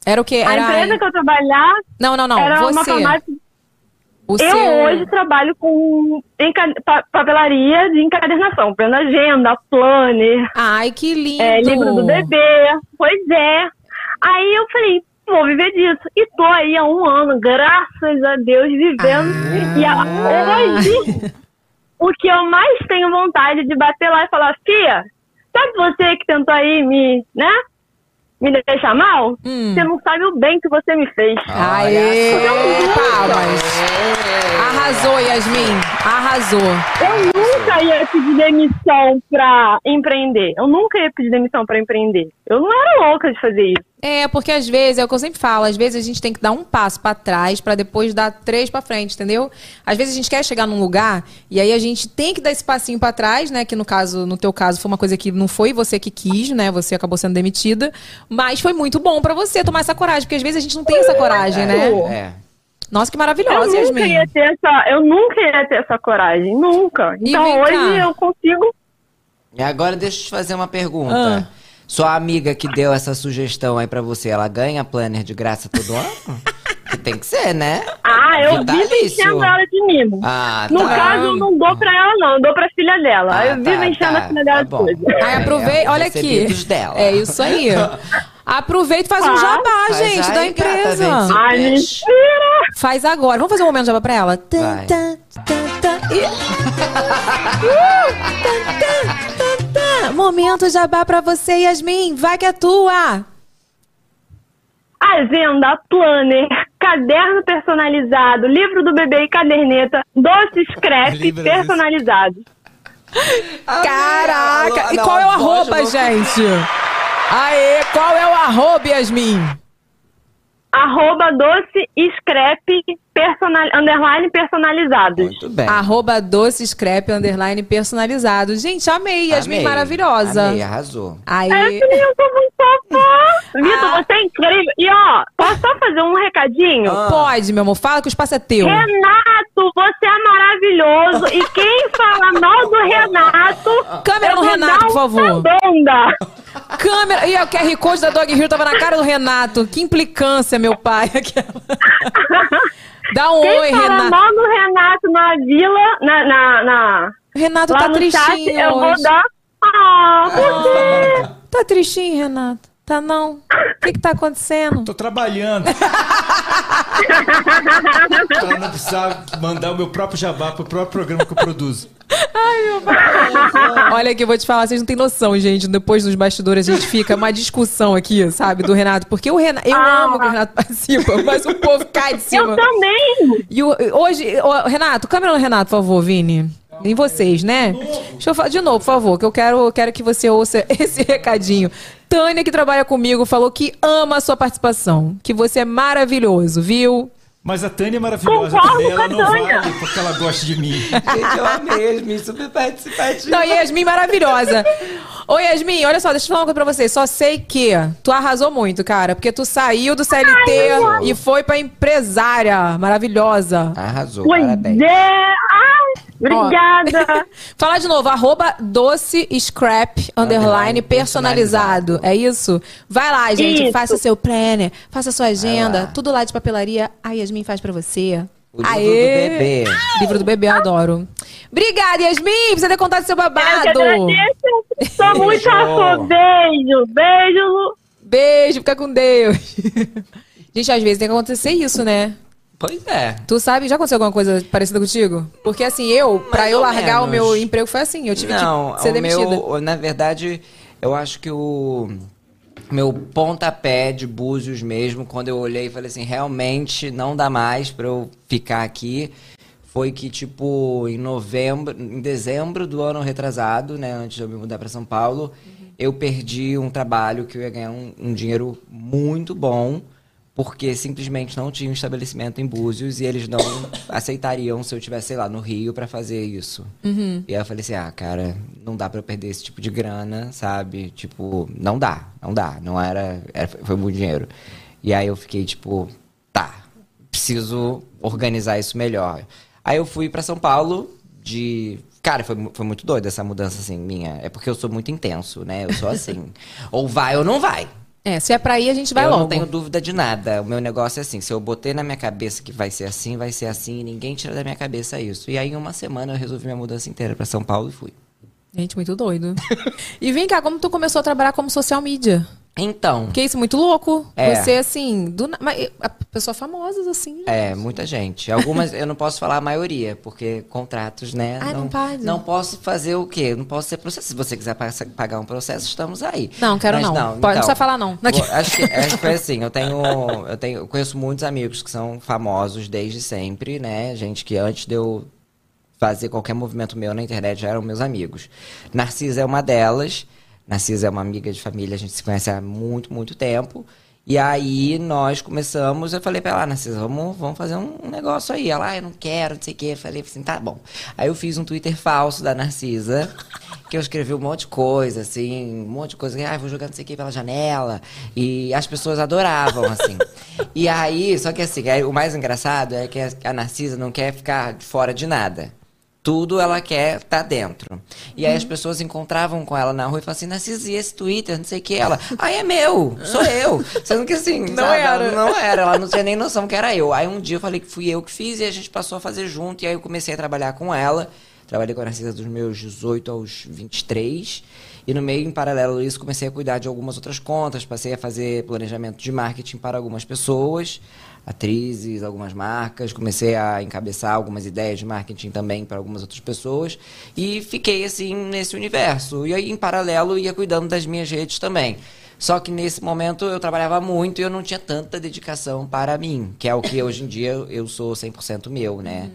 Era o quê? A empresa que eu trabalhava Não. era uma Você. farmácia. O Eu seu... hoje trabalho com papelaria de encadernação, vendo agenda, planner, Ai, que lindo. livro do bebê. Pois é. Aí eu falei, vou viver disso. E tô aí há 1 ano, graças a Deus, vivendo. Hoje, o que eu mais tenho vontade de bater lá e falar, Fia, sabe você que tentou aí me deixar mal? Você não sabe o bem que você me fez. Aê! Palmas! Arrasou, Yasmin. Arrasou. Eu nunca ia pedir demissão pra empreender. Eu não era louca de fazer isso. É, porque às vezes, é o que eu sempre falo, às vezes a gente tem que dar um passo pra trás pra depois dar 3 pra frente, entendeu? Às vezes a gente quer chegar num lugar e aí a gente tem que dar esse passinho pra trás, né? Que no teu caso, foi uma coisa que não foi você que quis, né? Você acabou sendo demitida, mas foi muito bom pra você tomar essa coragem, porque às vezes a gente não tem essa coragem, né? Nossa, que maravilhosa, Yasmin. Eu nunca ia ter essa coragem, nunca. Então hoje eu consigo. E agora deixa eu te fazer uma pergunta. Sua amiga que deu essa sugestão aí pra você, ela ganha planner de graça todo ano? Que tem que ser, né? Eu vivo enchendo ela de mimo. No caso, eu não dou pra ela, não. Eu dou pra filha dela. Eu vivo enchendo a filha dela de coisa. Aí aproveita, olha aqui. Dela. É isso aí. Aproveita e faz um jabá, gente, da empresa. Ai, mentira! Faz agora. Vamos fazer um momento de jabá pra ela? Vai. Momento jabá pra você, Yasmin. Vai que é tua. Agenda, planner, caderno personalizado, livro do bebê e caderneta, doce scrap personalizado. Caraca! E qual é o arroba, gente? Aê, qual é o arroba, Yasmin? @doce scrap _ personalizados. Muito bem. @doce_scrap _ personalizado. Gente, amei, Yasmin, maravilhosa. Amei, arrasou. Aê. Eu tô muito fofo. Vitor, você é incrível. E ó, posso só fazer um recadinho? Pode, meu amor, fala que o espaço é teu. Renato, você é maravilhoso. E quem fala mal do Renato... Câmera no Renato, por favor. Banda. Câmera. E o QR Code da Dog Hero tava na cara do Renato. Que implicância, meu pai. Dá um oi, Renato. Quem fala mal do Renato na vila, Renato lá tá no tristinho chat, eu vou hoje. dar... por quê? Tá tristinho, Renato? Tá não? O que tá acontecendo? Tô trabalhando. Pra não precisar mandar o meu próprio jabá pro próprio programa que eu produzo. Ai, meu pai. Olha aqui, eu vou te falar, vocês não têm noção, gente. Depois dos bastidores a gente fica uma discussão aqui, sabe, do Renato. Porque o Renato, eu amo que o Renato participa, mas o povo cai de cima. Eu também. E hoje, Renato, câmera no Renato, por favor, Vini. Em vocês, né? Deixa eu falar de novo, por favor, que eu quero que você ouça esse recadinho. Tânia, que trabalha comigo, falou que ama a sua participação, que você é maravilhoso, viu? Mas a Tânia é maravilhosa Concordo também, ela com não a Tânia. vale porque ela gosta de mim. Gente, eu amei Yasmin, super participativa. Não, Yasmin maravilhosa. Ô, Yasmin, olha só, deixa eu falar uma coisa pra você. Só sei que tu arrasou muito, cara, porque tu saiu do CLT e foi pra empresária maravilhosa. Arrasou, Pois parabéns. é. Obrigada. Fala de novo, @doce scrap _ personalizado. É isso? Vai lá, gente, Isso. faça seu planner, faça sua agenda, lá. tudo lá de papelaria. A Yasmin faz pra você. O livro do bebê. Livro do bebê, eu adoro. Obrigada, Yasmin, por você ter contado seu Eu que babado. agradeço. Tô muito fofo. Beijo. Beijo. Beijo, fica com Deus. Gente, às vezes tem que acontecer isso, né? Pois é. Tu sabe, já aconteceu alguma coisa parecida contigo? Porque assim, pra eu largar o meu emprego foi assim, eu tive que ser demitida. Na verdade, eu acho que o meu pontapé de Búzios mesmo, quando eu olhei e falei assim, realmente não dá mais pra eu ficar aqui, foi que, tipo, em dezembro do ano retrasado, né, antes de eu me mudar pra São Paulo, eu perdi um trabalho que eu ia ganhar um dinheiro muito bom, porque simplesmente não tinha um estabelecimento em Búzios e eles não aceitariam se eu estivesse, sei lá, no Rio pra fazer isso. E aí eu falei assim, cara, não dá pra eu perder esse tipo de grana, sabe? Tipo, não dá. Foi muito dinheiro. E aí eu fiquei tipo, preciso organizar isso melhor. Aí eu fui pra São Paulo Cara, foi muito doido essa mudança, assim, minha. É porque eu sou muito intenso, né? Eu sou assim. Ou vai ou não vai. Se é pra ir, a gente vai eu logo. não tenho dúvida de nada. O meu negócio é assim, se eu botei na minha cabeça que vai ser assim, e ninguém tira da minha cabeça isso. E aí, em uma semana, eu resolvi minha mudança inteira pra São Paulo e fui. Gente, muito doido. E vem cá, como tu começou a trabalhar como social media? Então... Porque isso é muito louco. Você, assim... Mas a pessoa famosa, assim... muita gente. Algumas, eu não posso falar a maioria, porque contratos, né? Não pode. Não posso fazer o quê? Não posso ser processo. Se você quiser pagar um processo, estamos aí. Não, quero não. Pode, não precisa falar não. Acho que foi assim, eu conheço muitos amigos que são famosos desde sempre, né? Gente que antes de eu fazer qualquer movimento meu na internet já eram meus amigos. Narcisa é uma delas. Narcisa é uma amiga de família, a gente se conhece há muito, muito tempo. E aí nós começamos, eu falei pra ela, Narcisa, vamos fazer um negócio aí. Ela, eu não quero, não sei o quê. Eu falei assim, tá bom. Aí eu fiz um Twitter falso da Narcisa, que eu escrevi um monte de coisa, assim, um monte de coisa. Vou jogar não sei o quê pela janela. E as pessoas adoravam, assim. E aí, só que assim, o mais engraçado é que a Narcisa não quer ficar de fora de nada. Tudo ela quer tá dentro. E aí as pessoas encontravam com ela na rua e falavam assim, Narcisa, e esse Twitter, não sei o que. Ela, é meu, sou eu. Sendo que assim, não era. Não era, ela não tinha nem noção que era eu. Aí um dia eu falei que fui eu que fiz e a gente passou a fazer junto. E aí eu comecei a trabalhar com ela. Trabalhei com a Narcisa dos meus 18 aos 23. E no meio, em paralelo a isso, comecei a cuidar de algumas outras contas. Passei a fazer planejamento de marketing para algumas pessoas. Atrizes, algumas marcas, comecei a encabeçar algumas ideias de marketing também para algumas outras pessoas e fiquei assim nesse universo. E aí, em paralelo, ia cuidando das minhas redes também. Só que nesse momento eu trabalhava muito e eu não tinha tanta dedicação para mim, que é o que hoje em dia eu sou 100% meu, né?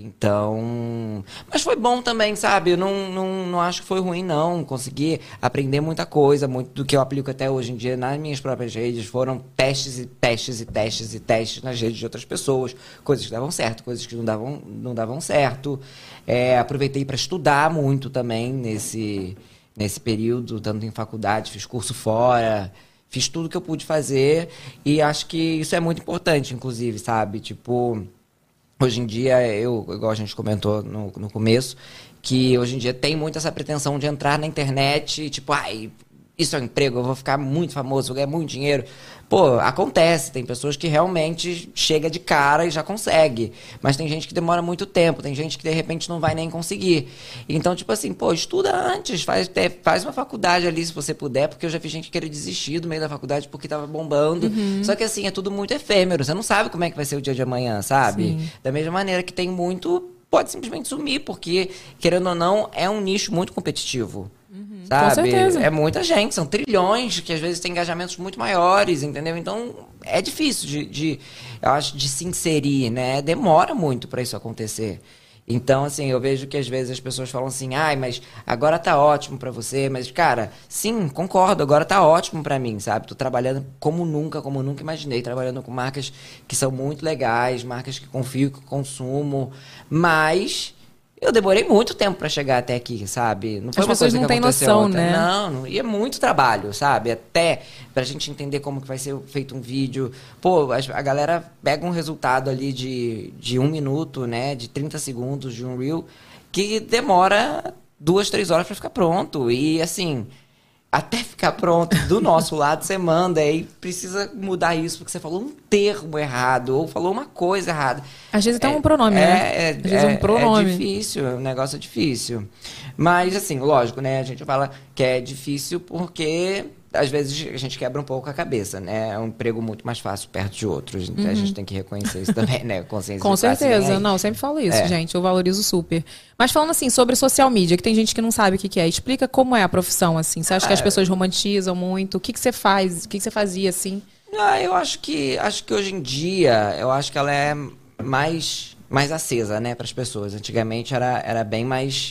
Então... Mas foi bom também, sabe? Eu não acho que foi ruim, não. Consegui aprender muita coisa, muito do que eu aplico até hoje em dia nas minhas próprias redes. Foram testes e testes e testes e testes nas redes de outras pessoas. Coisas que davam certo, coisas que não davam certo. Aproveitei para estudar muito também nesse período, tanto em faculdade, fiz curso fora... Fiz tudo que eu pude fazer e acho que isso é muito importante, inclusive, sabe? Tipo... Hoje em dia, igual a gente comentou no começo, que hoje em dia tem muito essa pretensão de entrar na internet, tipo, isso é um emprego, eu vou ficar muito famoso, vou ganhar muito dinheiro. Pô, acontece, tem pessoas que realmente chega de cara e já consegue. Mas tem gente que demora muito tempo, tem gente que de repente não vai nem conseguir. Então, tipo assim, estuda antes, faz uma faculdade ali se você puder, porque eu já vi gente que queria desistir do meio da faculdade porque tava bombando. Só que assim, é tudo muito efêmero, você não sabe como é que vai ser o dia de amanhã, sabe? Sim. Da mesma maneira que tem muito, pode simplesmente sumir, porque, querendo ou não, é um nicho muito competitivo. Sabe? Com certeza. É muita gente, são trilhões que às vezes tem engajamentos muito maiores, entendeu? Então é difícil eu acho, de se inserir, né? Demora muito para isso acontecer. Então, assim, eu vejo que às vezes as pessoas falam assim, mas agora tá ótimo para você, mas, cara, sim, concordo, agora tá ótimo para mim, sabe? Tô trabalhando como nunca imaginei, trabalhando com marcas que são muito legais, marcas que confio, que consumo, mas... Eu demorei muito tempo pra chegar até aqui, sabe? Não foi uma coisa que aconteceu. As pessoas não têm noção, né? Não, e é muito trabalho, sabe? Até pra gente entender como que vai ser feito um vídeo. Pô, a galera pega um resultado ali de 1 minuto, né? De 30 segundos de um reel, que demora 2, 3 horas pra ficar pronto. E, assim... Até ficar pronto do nosso lado, você manda e precisa mudar isso, porque você falou um termo errado ou falou uma coisa errada. Às vezes até um pronome, né? Às vezes um pronome. É difícil, o negócio é difícil. Mas, assim, lógico, né? A gente fala que é difícil porque, às vezes, a gente quebra um pouco a cabeça, né? É um emprego muito mais fácil perto de outros. Então, a gente tem que reconhecer isso também, né? Consciência Com de classe, certeza. né? Não, eu sempre falo isso, gente. Eu valorizo super. Mas falando, assim, sobre social media, que tem gente que não sabe o que é. Explica como é a profissão, assim. Você acha que as pessoas romantizam muito? O que você faz? O que você fazia, assim? Eu acho que hoje em dia, eu acho que ela é mais acesa, né, para as pessoas. Antigamente era bem mais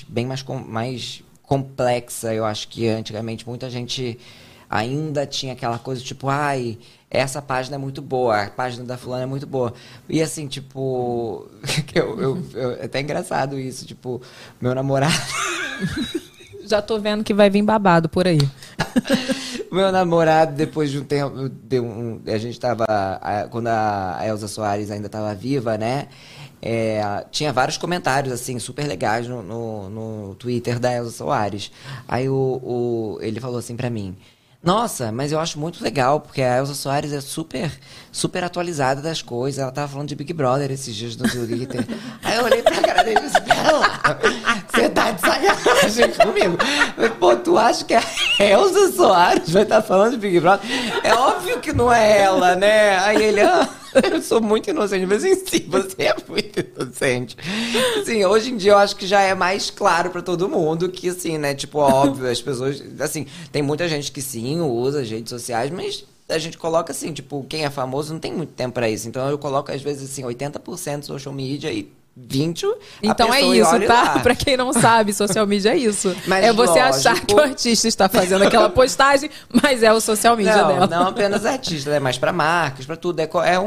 complexa. Eu acho que antigamente muita gente ainda tinha aquela coisa tipo, essa página é muito boa, a página da fulana é muito boa. E assim, tipo, é até engraçado isso, tipo, meu namorado... Já tô vendo que vai vir babado por aí. Meu namorado, depois de um tempo, a gente tava, quando a Elza Soares ainda estava viva, né? Tinha vários comentários, assim, super legais no Twitter da Elza Soares. Aí ele falou assim pra mim, Nossa, mas eu acho muito legal, porque a Elza Soares é super atualizada das coisas. Ela tava falando de Big Brother esses dias no Twitter. Aí eu olhei pra cara dele e disse, pera lá, você tá de sacanagem comigo? Pô, tu acha que a Elza Soares vai estar falando de Big Brother? É óbvio que não é ela, né? Aí ele, eu sou muito inocente. Mas sim, você é muito inocente. Assim, hoje em dia eu acho que já é mais claro pra todo mundo que, assim, né? Tipo, óbvio, as pessoas... Assim, tem muita gente que sim, usa as redes sociais, mas a gente coloca assim, tipo, quem é famoso não tem muito tempo pra isso. Então eu coloco, às vezes, assim, 80% social media e 20%. Então é isso, tá? Pra quem não sabe, social media é isso. Mas é você lógico... achar que o artista está fazendo aquela postagem, mas é o social media dela. Não apenas artista, é mais pra marcas, pra tudo. É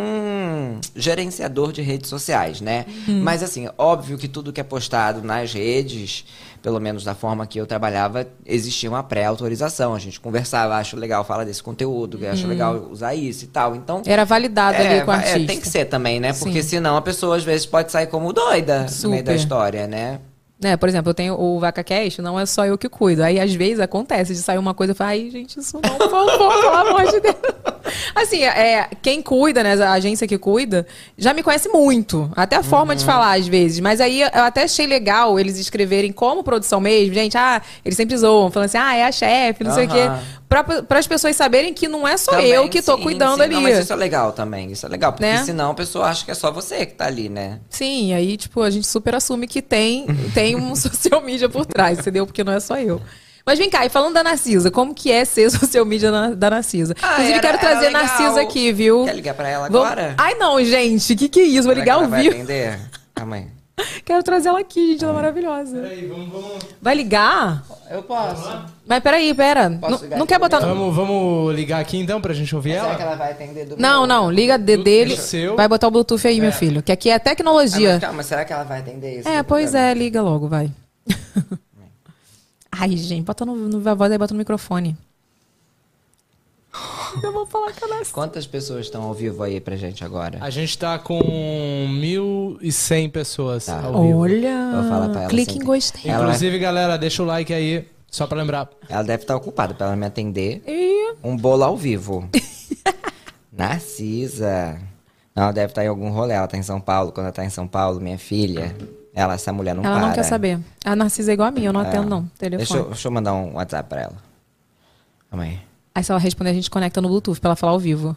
um gerenciador de redes sociais, né? Mas assim, óbvio que tudo que é postado nas redes, pelo menos da forma que eu trabalhava, existia uma pré-autorização. A gente conversava, acho legal falar desse conteúdo, acho legal usar isso e tal. Então, era validado ali com o artista. Tem que ser também, né? Porque senão a pessoa às vezes pode sair como doida no meio da história, né? Por exemplo, eu tenho o VacaCast, não é só eu que cuido. Aí, às vezes, acontece de sair uma coisa e falar, ai, gente, isso não, por favor, pelo amor de Deus. Assim, quem cuida, né, a agência que cuida, já me conhece muito. Até a forma de falar, às vezes. Mas aí, eu até achei legal eles escreverem como produção mesmo. Gente, eles sempre zoam, falando assim, é a chefe, não sei o quê. Para as pessoas saberem que não é só também, eu que tô cuidando ali. Não, mas isso é legal também. Isso é legal, porque né? senão a pessoa acha que é só você que tá ali, né? Sim, aí, tipo, a gente super assume que tem um social media por trás, entendeu? Porque não é só eu. Mas vem cá, e falando da Narcisa, como que é ser social media da Narcisa? Inclusive, quero trazer a Narcisa aqui, viu? Quer ligar pra ela agora? Ai, não, gente, que é isso? Vou ligar ao vivo. Vai atender? Calma aí. Quero trazer ela aqui, gente, ela é maravilhosa. Peraí, vamos... Vai ligar? Eu posso. Mas pera. Não quer botar... Vamos ligar aqui então pra gente ouvir ela? Será que ela vai atender do Não, liga dele. Vai botar o Bluetooth aí, meu filho. Que aqui é tecnologia. Mas calma, será que ela vai atender isso? Pois é, liga logo, vai. Ai, gente, bota no voz aí, bota no microfone. Eu vou falar com ela. Quantas pessoas estão ao vivo aí pra gente agora? A gente tá com 1.100 pessoas ao vivo. Olha, vou falar pra ela clique assim, em gostei. Inclusive, galera, deixa o like aí, só pra lembrar. Ela deve estar ocupada pra ela me atender. Um bolo ao vivo. Narcisa. Não, ela deve estar em algum rolê. Ela tá em São Paulo. Quando ela tá em São Paulo, minha filha... Essa mulher não para. Ela não quer saber. A Narcisa é igual a mim, eu não atendo, não. Telefone. Deixa eu mandar um WhatsApp pra ela. Calma aí. Aí se ela responder, a gente conecta no Bluetooth pra ela falar ao vivo.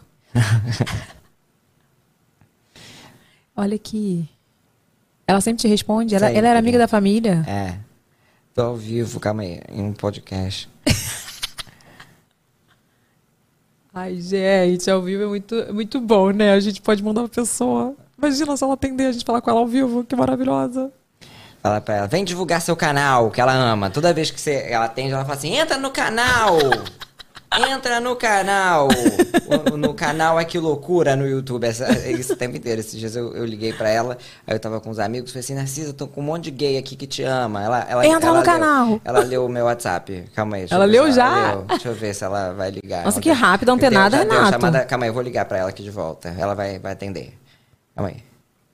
Olha aqui. Ela sempre te responde. Ela era amiga da família. Tô ao vivo, calma aí. Em um podcast. Ai, gente, ao vivo é muito bom, né? A gente pode mandar uma pessoa... Imagina se ela atender, a gente falar com ela ao vivo, que maravilhosa. Fala pra ela, vem divulgar seu canal, que ela ama. Toda vez que ela atende, ela fala assim, entra no canal! Entra no canal! No canal É Que Loucura no YouTube, esse tempo inteiro. Esses dias eu liguei pra ela, aí eu tava com os amigos, falei assim, Narcisa, tô com um monte de gay aqui que te ama. Entra no canal! Ela leu o meu WhatsApp, calma aí. Ela leu já? Deixa eu ver se ela vai ligar. Nossa, que rápido, não tem nada, Renato. Calma aí, eu vou ligar pra ela aqui de volta. Ela vai atender. Calma aí.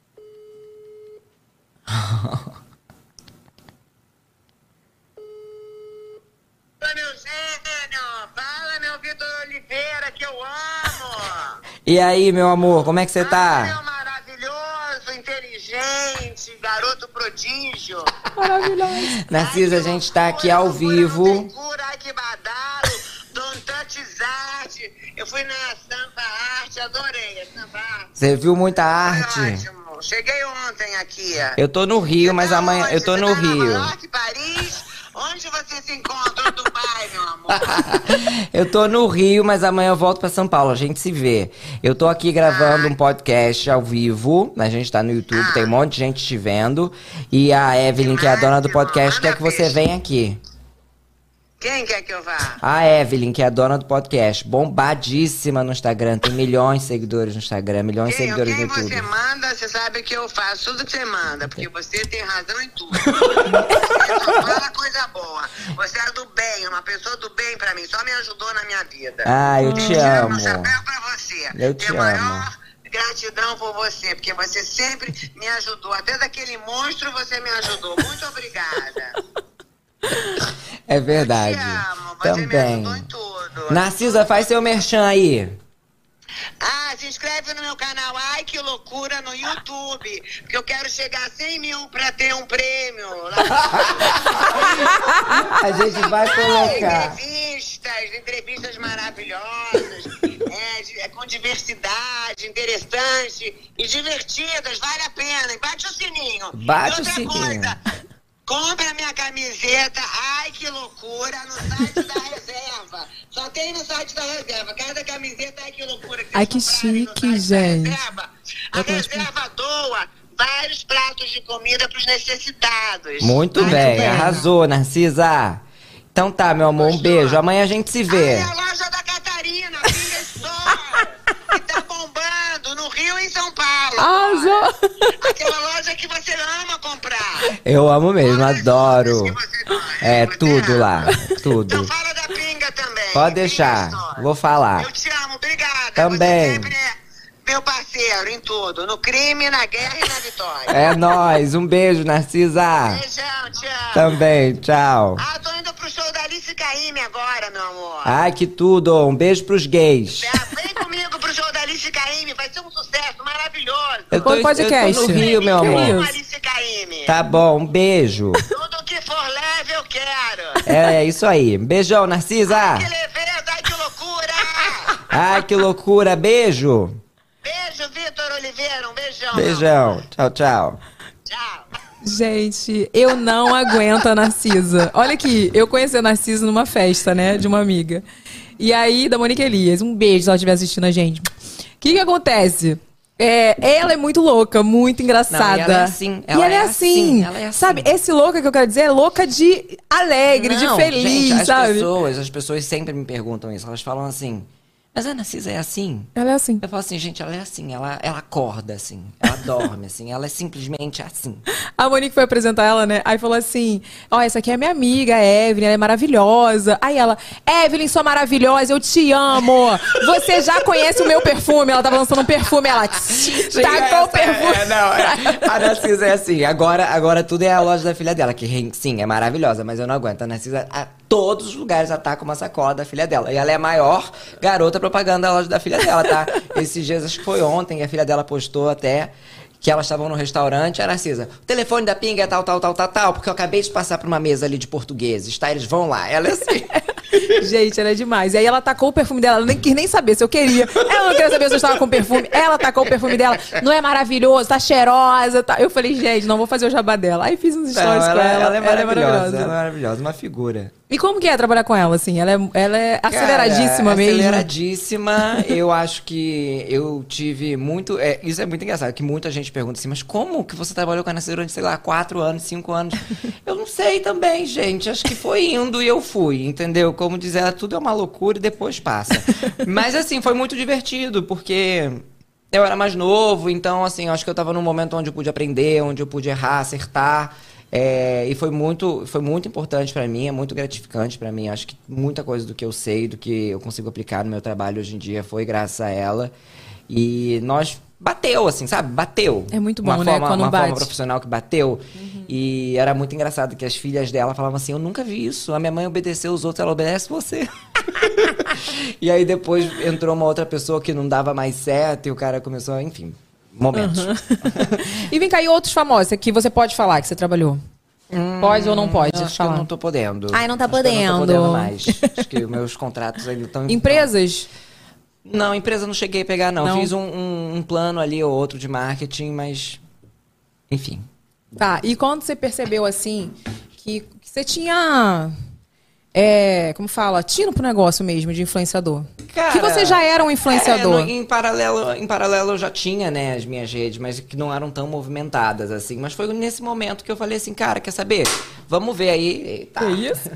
Fala, meu gênio! Fala, meu Vitor Oliveira, que eu amo! E aí, meu amor, como é que você tá? Meu maravilhoso, inteligente, garoto prodígio! Maravilhoso! Narcisa, a gente tá aqui ao vivo. Ai, que badalo! Don't touch art! Eu fui na Sampa Arte, adorei a Sampa Arte. Você viu muita arte? Ótimo. Cheguei ontem aqui. Eu tô no Rio, mas amanhã... Eu tô no Rio. Nova York, Paris? Onde você se encontra? Dubai, meu amor? Eu tô no Rio, mas amanhã eu volto pra São Paulo. A gente se vê. Eu tô aqui gravando um podcast ao vivo. A gente tá no YouTube, tem um monte de gente te vendo. E a Evelyn, que é a dona do podcast, quer que você venha aqui. Quem quer que eu vá? A Evelyn, que é a dona do podcast, bombadíssima no Instagram, tem milhões de seguidores no Instagram, milhões de seguidores no YouTube. Quem você manda, você sabe que eu faço tudo que você manda, porque você tem razão em tudo. Você só fala coisa boa. Você é do bem, uma pessoa do bem pra mim, só me ajudou na minha vida. Ah, eu te amo. Um chapéu pra você. Eu te amo. Maior gratidão por você, porque você sempre me ajudou. Até daquele monstro você me ajudou. Muito obrigada. É verdade. Eu te amo, você também. me ajudou em tudo. Narcisa, faz seu merchan aí. Ah, se inscreve no meu canal Ai Que Loucura no YouTube, porque eu quero chegar a 100 mil pra ter um prêmio. A gente vai colocar. Entrevistas maravilhosas, com diversidade, interessante e divertidas, vale a pena. E bate o sininho. Bate e o sininho. Coisa, compra minha camiseta, Ai Que Loucura, no site da Reserva. Só tem no site da Reserva. Cada camiseta, Ai Que Loucura. Ai, que chique, gente. A Reserva doa vários pratos de comida para os necessitados. Muito bem, arrasou, Narcisa. Então tá, meu amor, um beijo. Amanhã a gente se vê. A loja da Catarina, Pinga Store, que tá bombando no Rio e em São Paulo. Arrasou. Aquela loja que você ama comprar. Eu amo mesmo, adoro. É, tudo lá, tudo. Então fala da Pinga também. Pode deixar, vou falar. Eu te amo, obrigada. Também. Você sempre é meu parceiro em tudo, no crime, na guerra e na vitória. É nóis, um beijo, Narcisa. Beijão, te amo. Também, tchau. Ah, tô indo pro show da Alice Caymmi agora, meu amor. Ai, que tudo, um beijo pros gays. Vem comigo pro show da Alice Caymmi, vai ser um sucesso maravilhoso. Eu tô no Rio, meu amor. Alice Caymmi. Tá bom, um beijo. Tudo que for leve eu quero. É isso aí. Beijão, Narcisa. Que leveza, ai que loucura. Ai, que loucura, beijo. Beijo, Vitor Oliveira, um beijão. Beijão, tchau, tchau. Gente, eu não aguento a Narcisa. Olha aqui, eu conheci a Narcisa numa festa, né, de uma amiga. E aí, da Monique Elias. Um beijo se ela estiver assistindo a gente. O que acontece? Ela é muito louca, muito engraçada. Não, ela é assim. Ela é assim. Ela é assim. Sabe, esse louca que eu quero dizer é louca de alegre, de feliz, gente, sabe? As pessoas sempre me perguntam isso. Elas falam assim, mas a Narcisa é assim? Ela é assim. Eu falo assim, gente, ela é assim. Ela acorda assim. Ela dorme assim. Ela é simplesmente assim. A Monique foi apresentar ela, né? Aí falou assim, ó, essa aqui é minha amiga, a Evelyn, ela é maravilhosa. Aí ela, Evelyn, sou maravilhosa, eu te amo. Você já conhece o meu perfume? Ela tava lançando um perfume, ela tacou o perfume. A Narcisa é assim. Agora tudo é a loja da filha dela, que sim, é maravilhosa, mas eu não aguento. A Narcisa, todos os lugares ela tá com uma sacola da filha dela. E ela é a maior garota propaganda da loja da filha dela, tá? Esses dias, acho que foi ontem, a filha dela postou até que elas estavam no restaurante, a Narcisa, o telefone da Pinga é tal, porque eu acabei de passar por uma mesa ali de portugueses, tá? Eles vão lá. Ela é assim. Gente, ela é demais. E aí ela tacou o perfume dela, ela nem quis nem saber se eu queria. Ela não queria saber se eu estava com perfume. Ela tacou o perfume dela. Não é maravilhoso, tá cheirosa, tá? Eu falei, gente, não vou fazer o jabá dela. Aí fiz uns stories com ela. Ela é maravilhosa. Ela é maravilhosa, uma figura. E como que é trabalhar com ela, assim? Ela é aceleradíssima mesmo? Aceleradíssima. Eu acho que eu tive muito... isso é muito engraçado, que muita gente pergunta assim, mas como que você trabalhou com a Narcisa durante, sei lá, 4 anos, 5 anos? Eu não sei também, gente. Acho que foi indo e eu fui, entendeu? Como diz ela, tudo é uma loucura e depois passa. Mas, assim, foi muito divertido, porque... eu era mais novo, então, assim, acho que eu tava num momento onde eu pude aprender, onde eu pude errar, acertar. E foi muito importante pra mim, é muito gratificante pra mim. Acho que muita coisa do que eu sei, do que eu consigo aplicar no meu trabalho hoje em dia foi graças a ela. E nós bateu, assim, sabe? Bateu. É muito bom, né? Quando uma bate. forma profissional que bateu. Uhum. E era muito engraçado que as filhas dela falavam assim, eu nunca vi isso. A minha mãe obedeceu os outros, ela obedece você. E aí depois entrou uma outra pessoa que não dava mais certo e o cara começou, enfim... momentos. Uhum. E vem cá, e outros famosos que você pode falar que você trabalhou? Pode ou não pode? Acho que eu não tô podendo. Ai, não tá acho que eu não tô podendo mais. podendo. Acho que os meus contratos ainda estão... Empresas? Não, empresa não cheguei a pegar, não. Não? Fiz um plano ali ou outro de marketing, mas... enfim. Tá, e quando você percebeu, assim, que você tinha... como fala? Tino pro negócio mesmo, de influenciador. Cara, que você já era um influenciador. Em paralelo eu já tinha, né, as minhas redes, mas que não eram tão movimentadas, assim. Mas foi nesse momento que eu falei assim, cara, quer saber? Vamos ver aí. Tá. Que isso?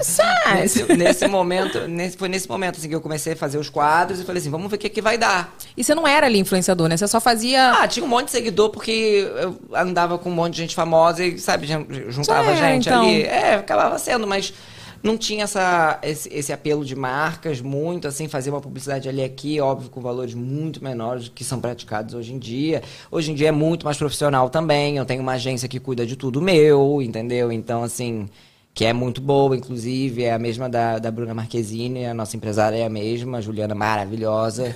Foi nesse momento, assim, que eu comecei a fazer os quadros e falei assim, vamos ver o que vai dar. E você não era ali influenciador, né? Você só fazia... tinha um monte de seguidor, porque eu andava com um monte de gente famosa e, sabe, juntava gente então. ali. Acabava sendo, mas... não tinha esse apelo de marcas muito, assim, fazer uma publicidade ali aqui, óbvio, com valores muito menores do que são praticados hoje em dia. Hoje em dia é muito mais profissional também, eu tenho uma agência que cuida de tudo meu, entendeu? Então, assim, que é muito boa, inclusive, é a mesma da Bruna Marquezine, a nossa empresária é a mesma, a Juliana maravilhosa.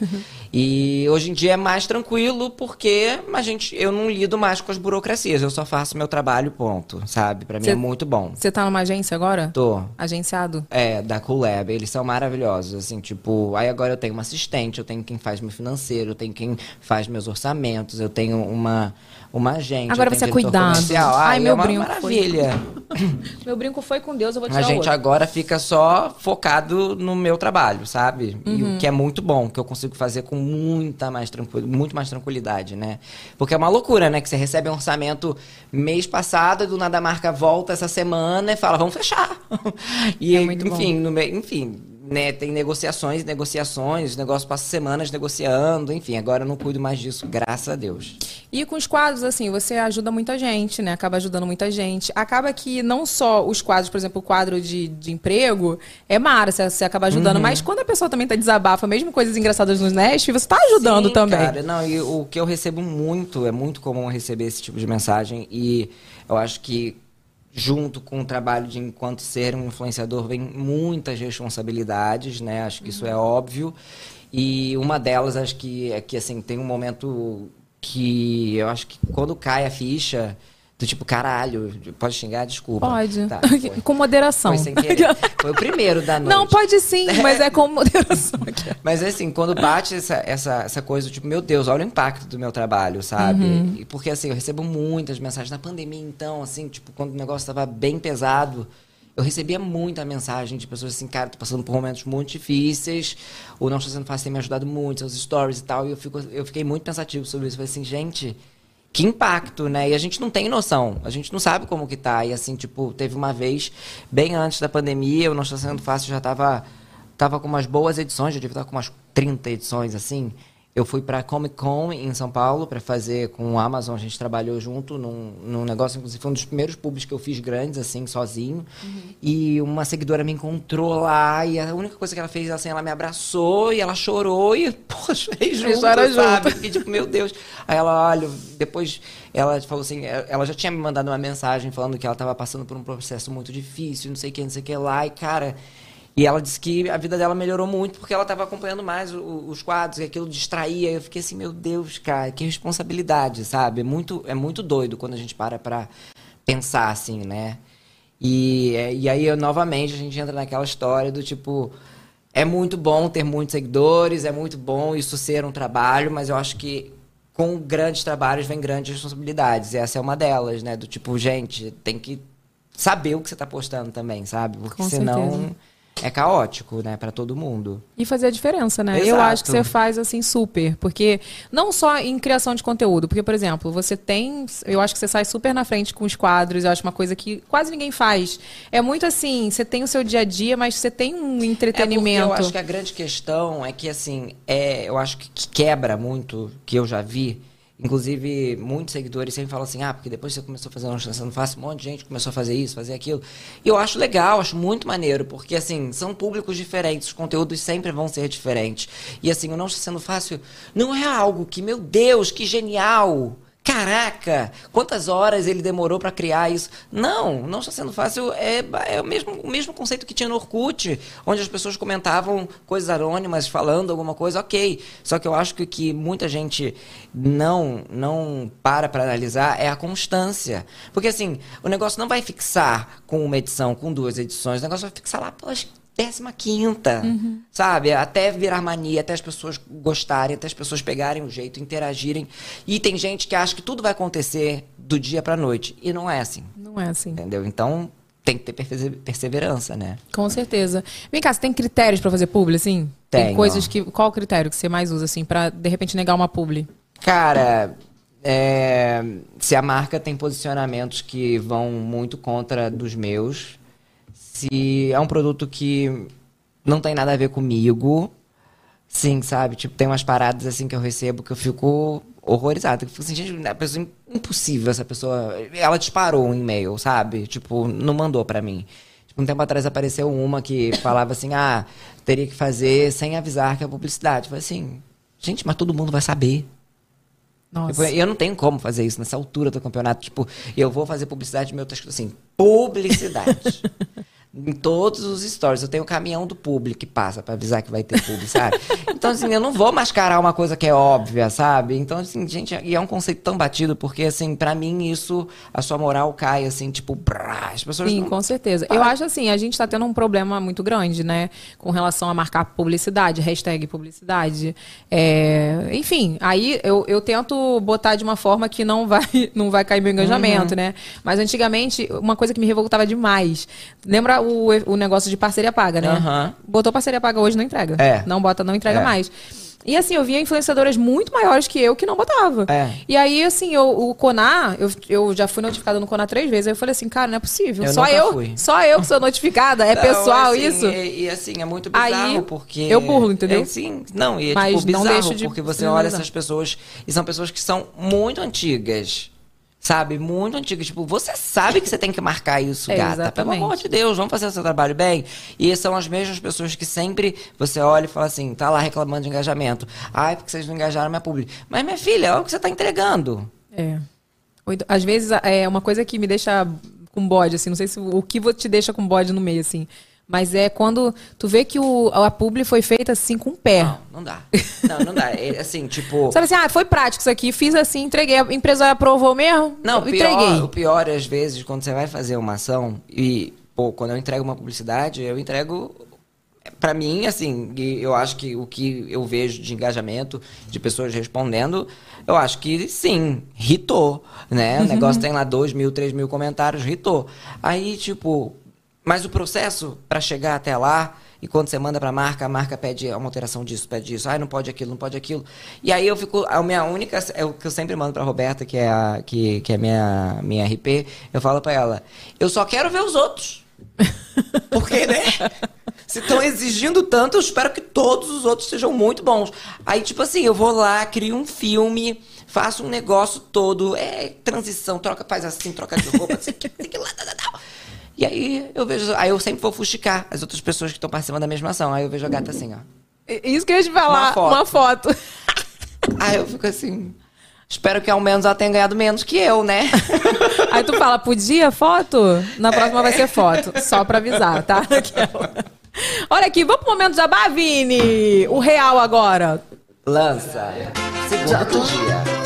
E hoje em dia é mais tranquilo porque eu não lido mais com as burocracias, eu só faço meu trabalho, ponto, sabe? Pra mim é muito bom. Você tá numa agência agora? Tô. Agenciado? É, da Coolab, eles são maravilhosos, assim, tipo, aí agora eu tenho uma assistente, eu tenho quem faz meu financeiro, eu tenho quem faz meus orçamentos, eu tenho uma agente. Agora você é cuidado. Ai, meu é uma brinco maravilha. Meu brinco foi com Deus, eu vou tirar A gente outro. agora fica só focado no meu trabalho, sabe? E o que é muito bom, que eu consigo fazer com muito mais tranquilidade, né? Porque é uma loucura, né? Que você recebe um orçamento mês passado, e do nada a marca volta essa semana e fala, vamos fechar. E, enfim, né? Tem negociações, o negócio passa semanas negociando, enfim, agora eu não cuido mais disso, graças a Deus. E com os quadros, assim, você ajuda muita gente, né? Acaba ajudando muita gente. Acaba que não só os quadros, por exemplo, o quadro de emprego, é mara, você acaba ajudando, mas quando a pessoa também tá desabafa, mesmo coisas engraçadas nos Nest, você tá ajudando também. Cara, não, e o que eu recebo muito, é muito comum receber esse tipo de mensagem, e eu acho que junto com o trabalho de enquanto ser um influenciador vem muitas responsabilidades, né? Acho que isso é óbvio. E uma delas, acho que é que assim, tem um momento que eu acho que quando cai a ficha, do tipo, caralho, pode xingar? Desculpa. Pode. Tá, com moderação. Foi sem querer. Foi o primeiro da noite. Não, pode sim, mas é com moderação. Mas assim, quando bate essa coisa, tipo, meu Deus, olha o impacto do meu trabalho, sabe? E porque assim, eu recebo muitas mensagens. Na pandemia, então, assim, tipo, quando o negócio estava bem pesado, eu recebia muita mensagem de pessoas assim, cara, tô passando por momentos muito difíceis, o Não Está Sendo Fácil tem me ajudado muito, seus stories e tal, e eu fiquei muito pensativo sobre isso. Eu falei assim, gente, que impacto, né? E a gente não tem noção, a gente não sabe como que tá. E assim, tipo, teve uma vez, bem antes da pandemia, o Não Está Sendo Fácil já tava com umas boas edições, já devia estar com umas 30 edições, assim. Eu fui pra Comic Con em São Paulo para fazer com o Amazon, a gente trabalhou junto num negócio, inclusive foi um dos primeiros públicos que eu fiz grandes, assim, sozinho. E uma seguidora me encontrou lá e a única coisa que ela fez, assim, ela me abraçou e ela chorou e, pô, chorei junto, sabe? Fiquei tipo, meu Deus. Aí ela, olha, depois ela falou assim, ela já tinha me mandado uma mensagem falando que ela tava passando por um processo muito difícil, não sei o que lá, e cara... E ela disse que a vida dela melhorou muito porque ela estava acompanhando mais os quadros, e aquilo distraía. Eu fiquei assim, meu Deus, cara, que responsabilidade, sabe? É muito doido quando a gente para pensar assim, né? E aí, novamente, a gente entra naquela história do tipo... É muito bom ter muitos seguidores, é muito bom isso ser um trabalho, mas eu acho que com grandes trabalhos vem grandes responsabilidades. E essa é uma delas, né? Do tipo, gente, tem que saber o que você está postando também, sabe? Porque senão... certeza. É caótico, né, pra todo mundo. E fazer a diferença, né? Exato. Eu acho que você faz, assim, super. Porque não só em criação de conteúdo. Porque, por exemplo, você tem... Eu acho que você sai super na frente com os quadros. Eu acho uma coisa que quase ninguém faz. É muito assim, você tem o seu dia a dia, mas você tem um entretenimento. Eu acho que a grande questão é que, assim, eu acho que quebra muito, que eu já vi... Inclusive, muitos seguidores sempre falam assim, porque depois que você começou a fazer Não Está Sendo Fácil, um monte de gente começou a fazer isso, fazer aquilo. E eu acho legal, acho muito maneiro, porque, assim, são públicos diferentes, os conteúdos sempre vão ser diferentes. E, assim, o Não Está Sendo Fácil não é algo que, meu Deus, que genial! Caraca, quantas horas ele demorou para criar isso? Não Está Sendo Fácil é o mesmo conceito que tinha no Orkut, onde as pessoas comentavam coisas anônimas, falando alguma coisa, ok. Só que eu acho que muita gente não para analisar é a constância. Porque, assim, o negócio não vai fixar com uma edição, com 2 edições, o negócio vai fixar lá pelas 15ª, sabe? Até virar mania, até as pessoas gostarem, até as pessoas pegarem o jeito, interagirem. E tem gente que acha que tudo vai acontecer do dia pra noite. E não é assim. Não é assim. Entendeu? Então, tem que ter perseverança, né? Com certeza. Vem cá, você tem critérios pra fazer publi, assim? Tenho. Tem coisas que... Qual o critério que você mais usa, assim, pra, de repente, negar uma publi? Cara... se a marca tem posicionamentos que vão muito contra dos meus... Se é um produto que não tem nada a ver comigo, sim, sabe? Tipo, tem umas paradas assim que eu recebo que eu fico horrorizado. Eu fico assim, gente, a pessoa, impossível essa pessoa. Ela disparou um e-mail, sabe? Tipo, não mandou pra mim. Tipo, um tempo atrás apareceu uma que falava assim, teria que fazer sem avisar que é publicidade. Eu falei assim, gente, mas todo mundo vai saber. Nossa. Tipo, eu não tenho como fazer isso nessa altura do campeonato. Tipo, eu vou fazer publicidade, meu tá escrito assim, publicidade. Em todos os stories. Eu tenho o caminhão do publi que passa pra avisar que vai ter publi, sabe? Então, assim, eu não vou mascarar uma coisa que é óbvia, sabe? Então, assim, gente, e é um conceito tão batido, porque, assim, pra mim, isso, a sua moral cai, assim, tipo, brá, as pessoas Sim, não... com certeza. Eu acho assim, a gente tá tendo um problema muito grande, né? Com relação a marcar publicidade, hashtag publicidade. Enfim, aí eu tento botar de uma forma que não vai cair meu engajamento, né? Mas antigamente, uma coisa que me revoltava demais. Lembra o negócio de parceria paga, né? Botou parceria paga hoje, não entrega. Não bota, não entrega mais. E assim, eu via influenciadoras muito maiores que eu que não botava. E aí, assim, o Conar, eu já fui notificada no Conar 3 vezes. Aí eu falei assim, cara, não é possível. Só eu que sou notificada. É não, pessoal assim, isso? E assim, é muito bizarro, aí, porque... eu burlo, entendeu? Sim, não, e é mas tipo bizarro, não deixo de porque você olha essas pessoas, e são pessoas que são muito antigas. Sabe? Muito antigo. Tipo, você sabe que você tem que marcar isso, gata. Exatamente. Pelo amor de Deus, vamos fazer o seu trabalho bem. E são as mesmas pessoas que sempre você olha e fala assim, tá lá reclamando de engajamento. Ai, porque vocês não engajaram minha publi. Mas, minha filha, olha o que você tá entregando. Às vezes, é uma coisa que me deixa com bode, assim. Não sei se o que te deixa com bode no meio, assim. Mas é quando tu vê que a publi foi feita assim com o pé. Não dá. Não dá. É, assim, tipo... Sabe assim, foi prático isso aqui, fiz assim, entreguei. A empresa aprovou mesmo? Não, entreguei. O pior é, às vezes, quando você vai fazer uma ação e, pô, quando eu entrego uma publicidade, eu entrego... Pra mim, assim, eu acho que o que eu vejo de engajamento, de pessoas respondendo, eu acho que sim, hitou, né? O negócio tem lá 2 mil, 3 mil comentários, hitou. Aí, tipo... Mas o processo para chegar até lá, e quando você manda para a marca pede uma alteração disso, pede isso. Ai, não pode aquilo, não pode aquilo. E aí eu fico... A minha única... É o que eu sempre mando para a Roberta, que é que é minha RP. Eu falo para ela, eu só quero ver os outros. Porque, né? Se estão exigindo tanto, eu espero que todos os outros sejam muito bons. Aí, tipo assim, eu vou lá, crio um filme... Faço um negócio todo, transição, faz assim, troca de roupa, assim, lá. E aí eu vejo, aí eu sempre vou fuxicar as outras pessoas que estão participando da mesma ação. Aí eu vejo a gata assim, ó. Isso que eu ia te falar, uma foto. Aí eu fico assim, espero que ao menos ela tenha ganhado menos que eu, né? Aí tu fala, podia foto? Na próxima vai ser foto, só pra avisar, tá? Olha aqui, vamos pro momento Jabá, Vini. O real agora. Lança. Segundo dia.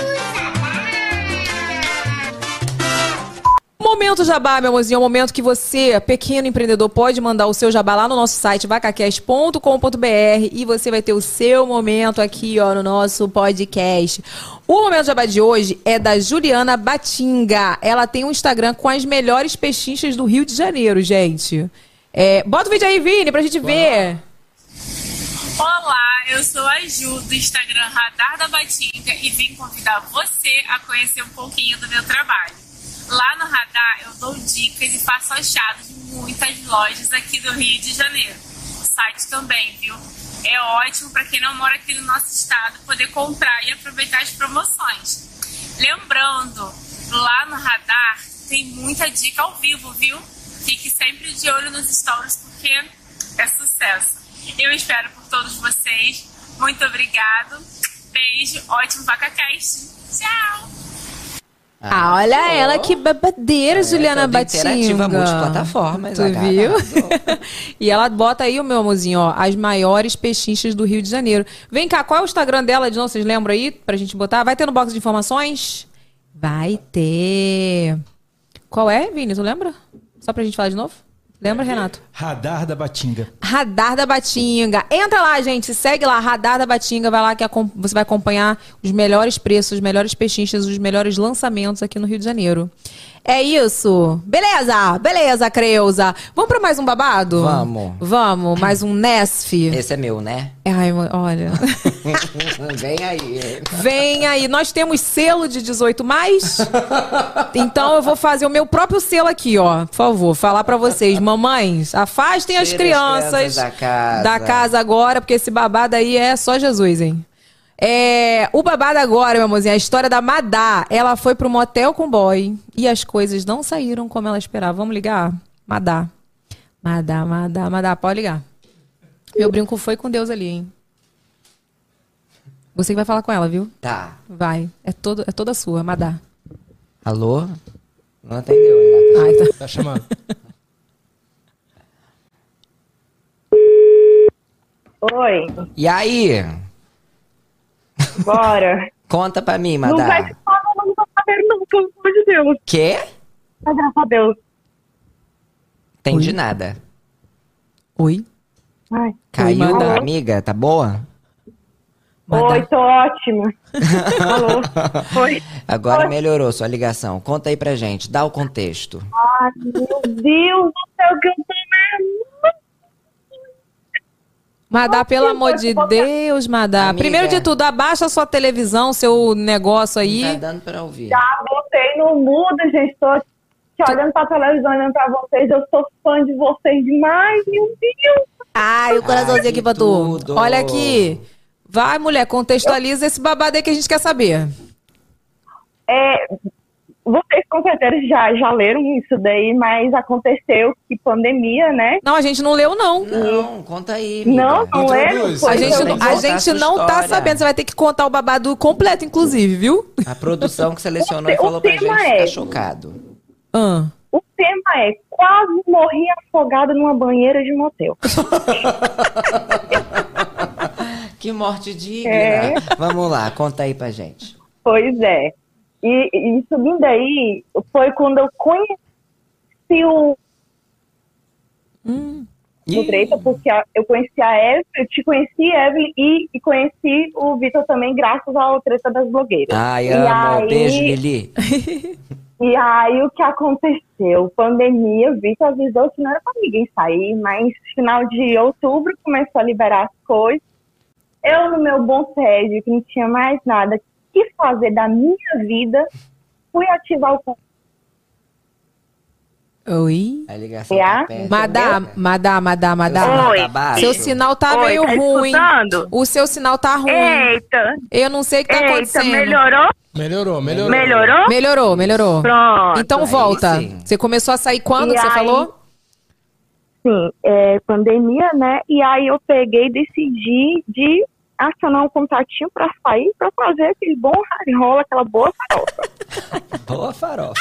Momento Jabá, meu amorzinho, é o momento que você, pequeno empreendedor, pode mandar o seu jabá lá no nosso site vacacast.com.br e você vai ter o seu momento aqui, ó, no nosso podcast. O momento Jabá de hoje é da Juliana Batinga. Ela tem um Instagram com as melhores pechinchas do Rio de Janeiro, gente. Bota o vídeo aí, Vini, pra gente ver. Olá, eu sou a Ju do Instagram Radar da Batinga e vim convidar você a conhecer um pouquinho do meu trabalho. Lá no Radar eu dou dicas e faço achados de muitas lojas aqui do Rio de Janeiro. O site também, viu? É ótimo para quem não mora aqui no nosso estado poder comprar e aproveitar as promoções. Lembrando, lá no Radar tem muita dica ao vivo, viu? Fique sempre de olho nos stories porque é sucesso. Eu espero por todos vocês. Muito obrigado. Beijo. Ótimo VacaCast. Tchau. Olha ela, que babadeira, Juliana Batinga. Interativa multiplataformas. Tu viu? E ela bota aí, o meu amorzinho, ó, as maiores pechinchas do Rio de Janeiro. Vem cá, qual é o Instagram dela de novo? Vocês lembram aí? Pra gente botar? Vai ter no box de informações? Vai ter. Qual é, Vini? Tu lembra? Só pra gente falar de novo? Lembra, Renato? Radar da Batinga. Radar da Batinga. Entra lá, gente. Segue lá, Radar da Batinga. Vai lá que você vai acompanhar os melhores preços, os melhores pechinchas, os melhores lançamentos aqui no Rio de Janeiro. É isso. Beleza, Creuza. Vamos pra mais um babado? Vamos. Mais um Nesf. Esse é meu, né? Ai, olha. Vem aí. Nós temos selo de 18+. Então eu vou fazer o meu próprio selo aqui, ó. Por favor, falar pra vocês. Mamães, afastem as crianças da casa agora, porque esse babado aí é só Jesus, hein? O babado agora, meu amorzinho, é a história da Madá. Ela foi pro motel com boy e as coisas não saíram como ela esperava. Vamos ligar? Madá, pode ligar. Meu brinco foi com Deus ali, hein? Você que vai falar com ela, viu? Tá. Vai. É toda sua, Madá. Alô? Não atendeu ainda. Ai, tá. Tá chamando. Oi. E aí? Bora. Conta pra mim, Não vai Madá. te falar o nome do padeiro, não, pelo amor de Deus. Quê? Mas graças a Deus. Entendi nada. Oi? Ai. Caiu, Madá. amiga? Tá boa? Oi, tô ótima. Alô? Oi. Agora Oi. melhorou sua ligação. Conta aí pra gente. Dá o contexto. Ai, meu Deus do céu, que eu tô nervosa. Madá, pelo amor de Deus, Madá. Amiga. Primeiro de tudo, abaixa a sua televisão, seu negócio aí. Não tá dando pra ouvir. Já botei no mudo, gente. Tô aqui olhando pra televisão, olhando pra vocês. Eu sou fã de vocês demais, meu Deus. Ai, o coraçãozinho aqui pra tu. Tudo. Olha aqui. Vai, mulher, contextualiza esse babado aí que a gente quer saber. Vocês com certeza já leram isso daí, mas aconteceu que pandemia, né? Não, a gente não leu, não. Não, conta aí, amiga. Não leram? Introduz. A Pois gente, eu não- vou a contar gente a não sua tá história. sabendo. Você vai ter que contar o babado completo, inclusive, viu? A produção que selecionou O e falou pra gente tema ficar é- chocado. O tema é quase morri afogada numa banheira de motel. Que morte digna. É. Vamos lá, conta aí pra gente. Pois é. E subindo aí, foi quando eu conheci o treta, porque eu conheci a Evelyn, eu te conheci, Evelyn, e conheci o Vitor também, graças ao treta das blogueiras. Ai, E amo. aí- Beijo, Lili. E aí, o que aconteceu? Pandemia, o Vitor avisou que não era pra ninguém sair, mas final de outubro começou a liberar as coisas. Eu, no meu bom tédio, que não tinha mais nada que fazer da minha vida, fui ativar o Oi? A ligação É? tá perto. Madá. Oi. Seu sinal tá Oi, meio tá ruim. escutando? O seu sinal tá ruim. Eita! Eu não sei o que tá Eita, acontecendo. melhorou? Melhorou. Melhorou? Melhorou. Pronto. Então Aí volta. sim. Você começou a sair quando E que você aí- falou? Sim, pandemia, né? E aí eu peguei e decidi de acionar um contatinho pra sair, pra fazer aquele bom hard roll, aquela boa farofa. Boa farofa.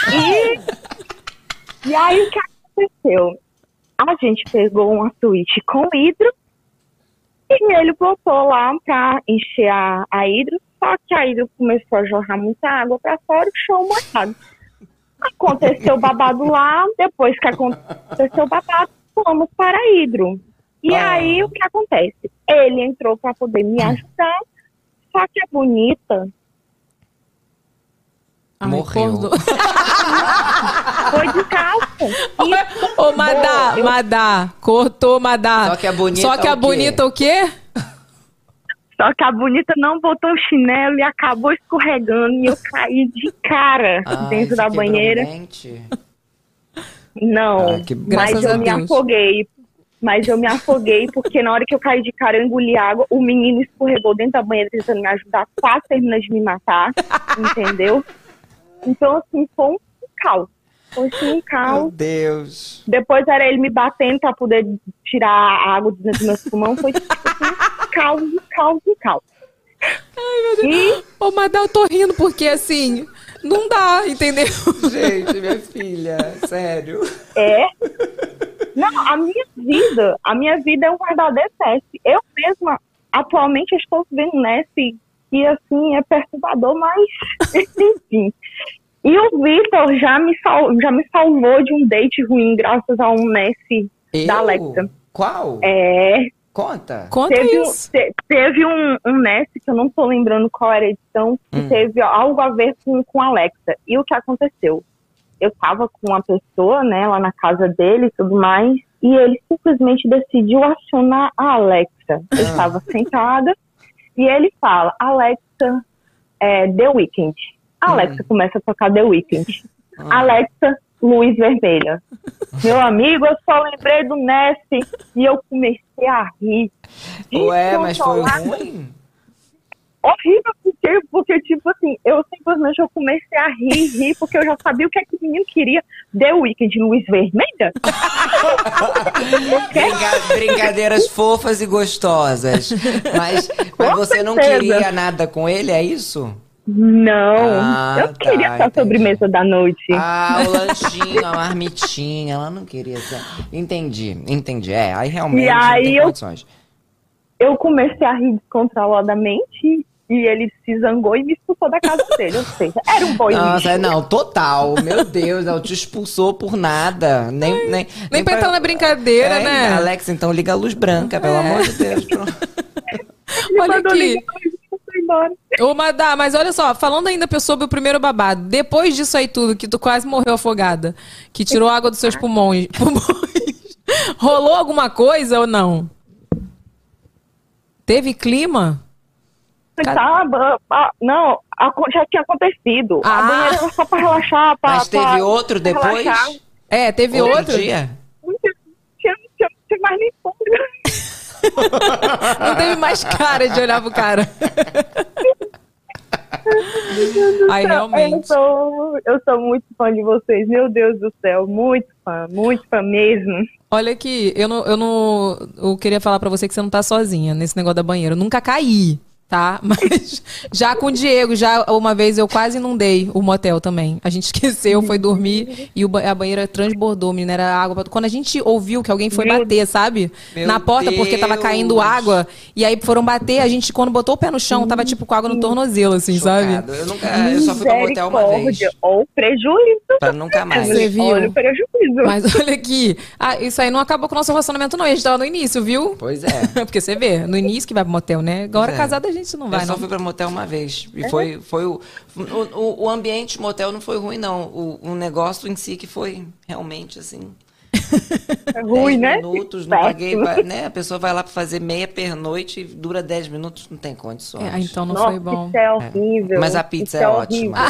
E aí o que aconteceu? A gente pegou uma suíte com hidro e ele botou lá pra encher a hidro, só que a hidro começou a jorrar muita água pra fora e o show molhado. Aconteceu o babado lá, depois que aconteceu o babado, fomos para a hidro. E aí o que acontece? Ele entrou pra poder me ajudar, só que a bonita Morreu. foi de calça. Ô, Madá, cortou, Madá. Só que a bonita Só que a o quê? bonita o quê? Só que a bonita não botou o chinelo e acabou escorregando e eu caí de cara Ai, dentro você da quebrou banheira. o dente? Não, Ah, que- mas Graças a eu me Deus. afoguei. Mas eu me afoguei porque na hora que eu caí de cara eu engoli água, o menino escorregou dentro da banheira tentando me ajudar, quase terminando de me matar, entendeu? Então assim, foi um caos. Foi assim, um Meu caos. Deus. Depois era ele me batendo pra poder tirar a água de dentro dos meus pulmões. Foi tipo assim, caos. Ô, Madá, eu tô rindo porque assim, não dá, entendeu? Gente, minha filha, sério. Não, a minha vida é um verdadeiro teste. Eu mesma, atualmente, estou vivendo nesse que, assim, é perturbador, mas, enfim. E o Vitor já me salvou de um date ruim graças a um Nessie da Alexa. Qual? Conta. Teve um Nessie, que eu não tô lembrando qual era a edição, que teve algo a ver com a Alexa. E o que aconteceu? Eu tava com uma pessoa, né, lá na casa dele e tudo mais, e ele simplesmente decidiu acionar a Alexa. Eu estava sentada, e ele fala, Alexa, The Weeknd. A Alexa começa a tocar The Weeknd. Alexa, luz vermelha. Meu amigo, eu só lembrei do Nessie, e eu comecei a rir. Ué, mas foi Descontrolada. ruim? horrível, porque, tipo assim, eu simplesmente eu comecei a rir, porque eu já sabia o que é que o menino queria. The Weeknd, Luz Vermelha? Brincadeiras fofas e gostosas. Mas você não queria nada com ele, é isso? Não, eu queria essa sobremesa da noite. O lanchinho, a marmitinha, ela não queria. Entendi. Aí realmente e aí não tem condições. Eu comecei a rir descontroladamente e ele se zangou e me expulsou da casa dele. Ou seja, era um boi lixo. Não, total. Meu Deus, ela te expulsou por nada. Nem pra entrar na brincadeira, né? Alex, então liga a luz branca, pelo amor de Deus. Olha aqui. Ô, Madá, mas olha só, falando ainda sobre o primeiro babado, depois disso aí tudo, que tu quase morreu afogada, que tirou água dos seus pulmões, rolou alguma coisa ou não? Teve clima? Não, já tinha acontecido. A banheira era só pra relaxar. Mas teve outro depois? Relaxar. Teve outro? Dia? Não tinha mais nem fundo. Não teve mais cara de olhar pro cara. Aí realmente. Eu sou muito fã de vocês, meu Deus do céu, muito fã mesmo. Olha aqui, eu queria falar pra você que você não tá sozinha nesse negócio da banheira. Eu nunca caí, tá? Mas já com o Diego, já uma vez eu quase inundei o motel também. A gente esqueceu, foi dormir e a banheira transbordou, menina, era água. Quando a gente ouviu que alguém foi bater, sabe? Na porta, porque tava caindo água. E aí foram bater, a gente, quando botou o pé no chão, tava tipo com água no tornozelo, assim, sabe? Eu só fui pra motel uma vez. Ou prejuízo. Pra nunca mais. Você viu? Olha o prejuízo. Mas olha aqui, isso aí não acabou com o nosso relacionamento, não. A gente tava no início, viu? Pois é. Porque você vê, no início que vai pro motel, né? Agora casada a gente não vai, eu não. só fui pra motel uma vez. E foi o ambiente motel não foi ruim, não. O negócio em si que foi realmente, assim... É ruim, 10 minutos, não paguei, né? A pessoa vai lá pra fazer meia pernoite e dura 10 minutos, não tem condições. Então não foi bom. Isso é horrível. Mas a pizza é ótima.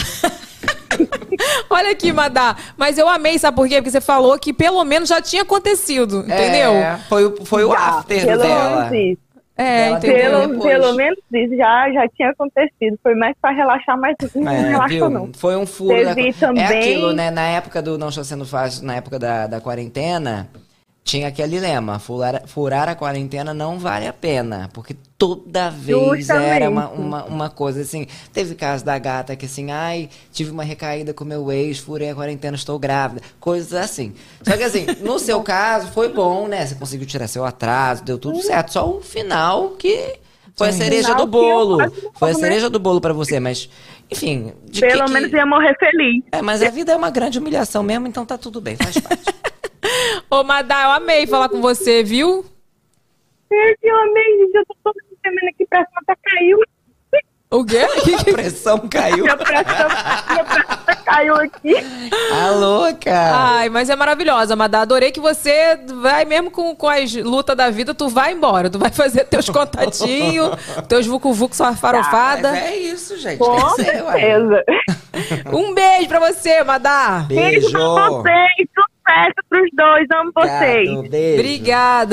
Olha aqui, Madá, mas eu amei, sabe por quê? Porque você falou que pelo menos já tinha acontecido, entendeu? Foi o after dela. Pelo menos isso já tinha acontecido. Foi mais pra relaxar, mas não relaxou, não. Foi um furo. Também... É aquilo, né? Na época do Não Está Sendo Fácil, na época da quarentena, tinha aquele lema: furar a quarentena não vale a pena. Porque toda vez era uma coisa assim. Teve caso da gata que assim, tive uma recaída com meu ex, furei a quarentena, estou grávida. Coisas assim. Só que assim, no seu caso, foi bom, né? Você conseguiu tirar seu atraso, deu tudo certo. Só o final que foi a cereja do bolo. Foi a cereja do bolo pra você, mas... Enfim... Pelo menos ia morrer feliz. Mas a vida é uma grande humilhação mesmo, então tá tudo bem, faz parte. Ô, Madá, eu amei falar com você, viu? Eu amei, gente. Eu tô toda semana aqui pra cima, caiu. O quê? A pressão caiu. Minha pressão caiu aqui. A louca. Ai, mas é maravilhosa, Madá. Adorei que você vai, mesmo com as lutas da vida, tu vai embora. Tu vai fazer teus contatinhos, teus vucu-vucu, sua farofada. É isso, gente. Com certeza. Um beijo pra você, Madá. Beijo pra vocês. Sucesso pros dois. Amo vocês. Beijo. Obrigada.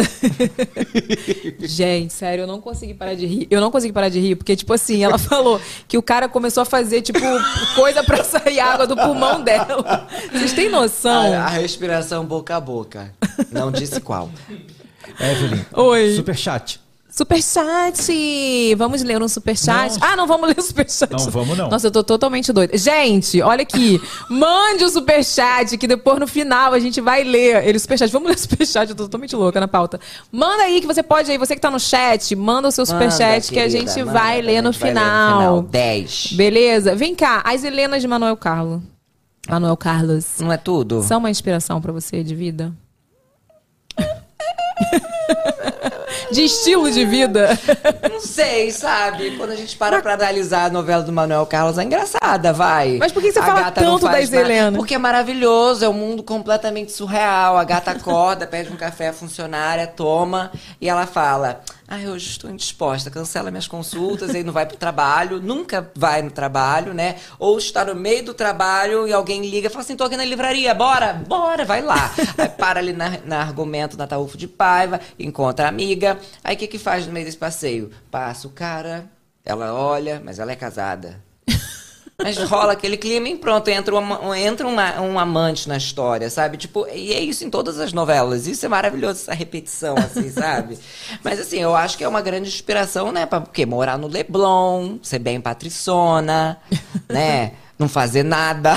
Gente, sério, eu não consegui parar de rir. Eu não consegui parar de rir, porque, tipo assim, ela falou que o cara começou a fazer, tipo, coisa pra sair água do pulmão dela. Vocês têm noção? A respiração boca a boca. Não disse qual. Evelyn. Oi. Superchat. Superchat! Vamos ler um superchat? Não vamos ler o superchat. Não, vamos não. Nossa, eu tô totalmente doida. Gente, olha aqui. Mande o superchat, que depois no final a gente vai ler ele. Superchat. Vamos ler o superchat, eu tô totalmente louca na pauta. Manda aí que você pode aí, você que tá no chat, manda o seu superchat que a gente vai ler no final. 10. Beleza? Vem cá, as Helenas de Manuel Carlos. Manuel Carlos. Não é tudo? São uma inspiração pra você de vida? De estilo de vida? Não sei, sabe? Quando a gente para pra analisar a novela do Manuel Carlos, é engraçada, vai. Mas por que você fala tanto das Helenas? Porque é maravilhoso, é um mundo completamente surreal. A gata acorda, pede um café à funcionária, toma, e ela fala... hoje estou indisposta, cancela minhas consultas, aí não vai pro trabalho, nunca vai no trabalho, né? Ou está no meio do trabalho e alguém liga e fala assim, tô aqui na livraria, bora, vai lá. Aí para ali na Argumento, na Ataúfo de Paiva, encontra a amiga. Aí o que faz no meio desse passeio? Passa o cara Ela olha, mas ela é casada. Mas rola aquele clima e pronto, entra um amante na história, sabe? Tipo, e é isso em todas as novelas. Isso é maravilhoso, essa repetição, assim, sabe? Mas assim, eu acho que é uma grande inspiração, né? Pra quê? Morar no Leblon, ser bem patriçona, né? Não fazer nada.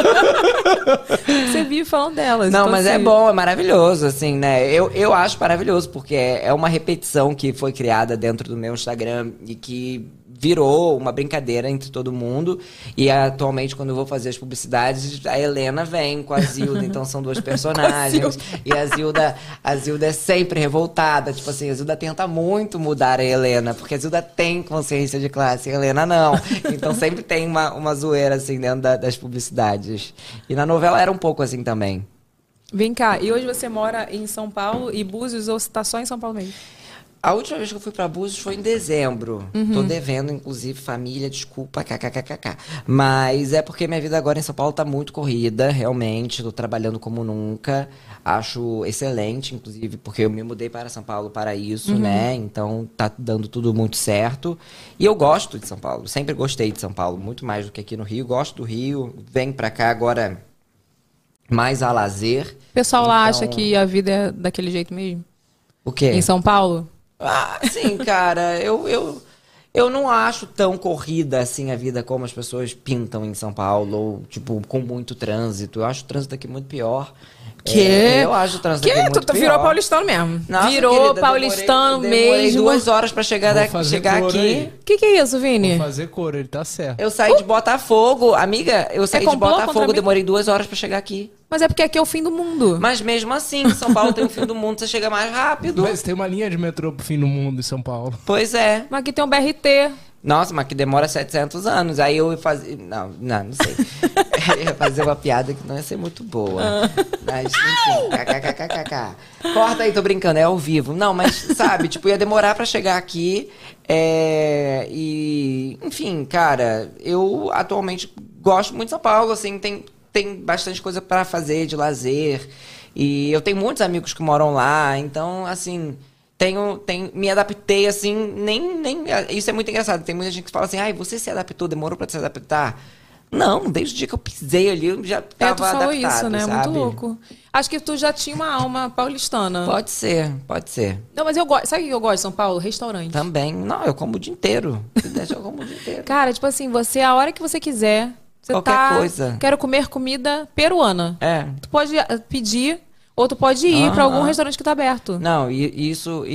Você vive falando delas. Não, então, mas assim... é bom, é maravilhoso, assim, né? Eu acho maravilhoso, porque é uma repetição que foi criada dentro do meu Instagram e que virou uma brincadeira entre todo mundo. E atualmente, quando eu vou fazer as publicidades, a Helena vem com a Zilda. Então, são duas personagens. E a Zilda é sempre revoltada. Tipo assim, a Zilda tenta muito mudar a Helena, porque a Zilda tem consciência de classe, a Helena não. Então, sempre tem uma zoeira, assim, dentro das publicidades. E na novela era um pouco assim também. Vem cá, e hoje você mora em São Paulo e Búzios, ou você tá só em São Paulo mesmo? A última vez que eu fui pra Búzios foi em dezembro. Tô devendo, inclusive, família, desculpa, kkkk. Mas é porque minha vida agora em São Paulo tá muito corrida, realmente. Tô trabalhando como nunca. Acho excelente, inclusive, porque eu me mudei para São Paulo para isso, né? Então tá dando tudo muito certo. E eu gosto de São Paulo, sempre gostei de São Paulo, muito mais do que aqui no Rio. Gosto do Rio, venho pra cá agora mais a lazer. O pessoal lá acha que a vida é daquele jeito mesmo? O quê? Em São Paulo? Ah, sim, cara, eu não acho tão corrida assim a vida como as pessoas pintam em São Paulo, ou, tipo, com muito trânsito. Eu acho o trânsito aqui muito pior. Eu acho o trânsito aqui muito Tu pior. virou paulistano mesmo. Nossa, virou querida, paulistano demorei mesmo. 2 horas pra chegar aqui. O que é isso, Vini? Vou fazer cor, ele tá certo. Eu saí de Botafogo, amiga, eu saí de Botafogo, demorei 2 horas pra chegar aqui. Mas é porque aqui é o fim do mundo. Mas mesmo assim, São Paulo tem o fim do mundo, você chega mais rápido. Mas tem uma linha de metrô pro fim do mundo em São Paulo. Pois é. Mas aqui tem um BRT. Nossa, mas que demora 700 anos. Aí eu ia fazer... Não sei. Eu ia fazer uma piada que não ia ser muito boa. Mas, enfim, kkkk. Corta aí, tô brincando, é ao vivo. Não, mas, sabe, tipo, ia demorar pra chegar aqui. E, enfim, cara, eu atualmente gosto muito de São Paulo, assim, tem bastante coisa pra fazer de lazer. E eu tenho muitos amigos que moram lá, então, assim... me adaptei assim, isso é muito engraçado. Tem muita gente que fala assim, ai, você se adaptou, demorou pra se adaptar. Não, desde o dia que eu pisei ali, eu já tava tu falou adaptado, isso, né? sabe? Muito louco. Acho que tu já tinha uma alma paulistana. Pode ser. Não, mas eu gosto. Sabe o que eu gosto de São Paulo? Restaurante. Também. Não, eu como o dia inteiro. Se deixa, eu como o dia inteiro. Cara, tipo assim, você, a hora que você quiser, você qualquer coisa. Quero comer comida peruana. Tu pode pedir... Ou tu pode ir pra algum restaurante que tá aberto. Não, e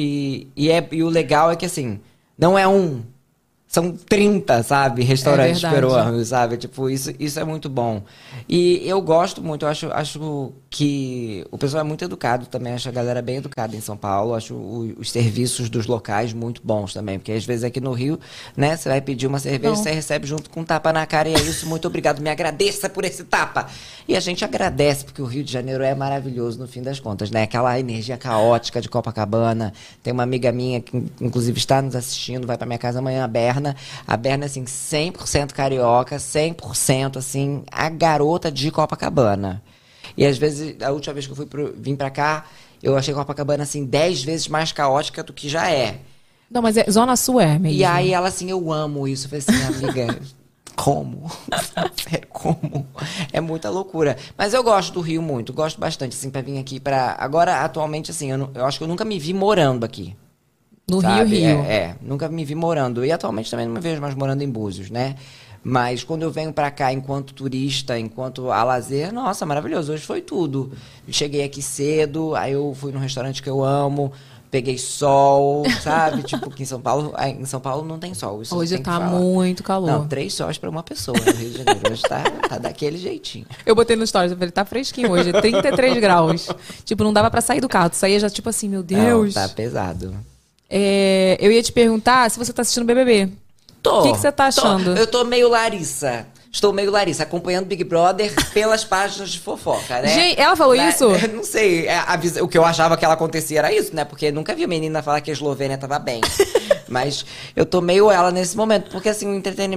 o legal é que, assim, não é são 30, sabe? Restaurantes peruanos, sabe? Tipo, isso é muito bom. E eu gosto muito, eu acho que o pessoal é muito educado também, acho a galera bem educada em São Paulo, acho os serviços dos locais muito bons também, porque às vezes aqui no Rio, né, você vai pedir uma cerveja, você recebe junto com um tapa na cara e é isso, muito obrigado, me agradeça por esse tapa. E a gente agradece, porque o Rio de Janeiro é maravilhoso no fim das contas, né? Aquela energia caótica de Copacabana. Tem uma amiga minha que, inclusive, está nos assistindo, vai pra minha casa amanhã, a Berna, assim, 100% carioca, 100%, assim, a garota de Copacabana. E às vezes, a última vez que eu vim pra cá, eu achei Copacabana, assim, 10 vezes mais caótica do que já é. Não, mas Zona Sul é mesmo. E aí ela, assim, eu amo isso. Eu falei assim, amiga, como? Como? É muita loucura. Mas eu gosto do Rio muito, gosto bastante, assim, pra vir aqui pra... Agora, atualmente, assim, eu acho que eu nunca me vi morando aqui. No sabe? Rio. Nunca me vi morando. E atualmente também não me vejo mais morando em Búzios, né? Mas quando eu venho pra cá enquanto turista, enquanto a lazer, nossa, maravilhoso. Hoje foi tudo. Cheguei aqui cedo, aí eu fui num restaurante que eu amo, peguei sol, sabe? Tipo, que em São Paulo não tem sol. Isso hoje tem tá que falar. muito calor. Não, 3 sóis pra uma pessoa no Rio de Janeiro. Hoje tá daquele jeitinho. Eu botei no stories, eu falei, tá fresquinho hoje, 33 graus. Tipo, não dava pra sair do carro. Tu saía já tipo assim, meu Deus. Não, tá pesado. Eu ia te perguntar se você tá assistindo BBB. Tô. O que você tá achando? Eu tô meio Larissa. Estou meio Larissa, acompanhando Big Brother pelas páginas de fofoca, né? Gente, ela falou isso? Não sei. O que eu achava que ela acontecia era isso, né? Porque nunca vi a menina falar que a Eslovênia tava bem. Mas eu tô meio ela nesse momento. Porque, assim, o entretenimento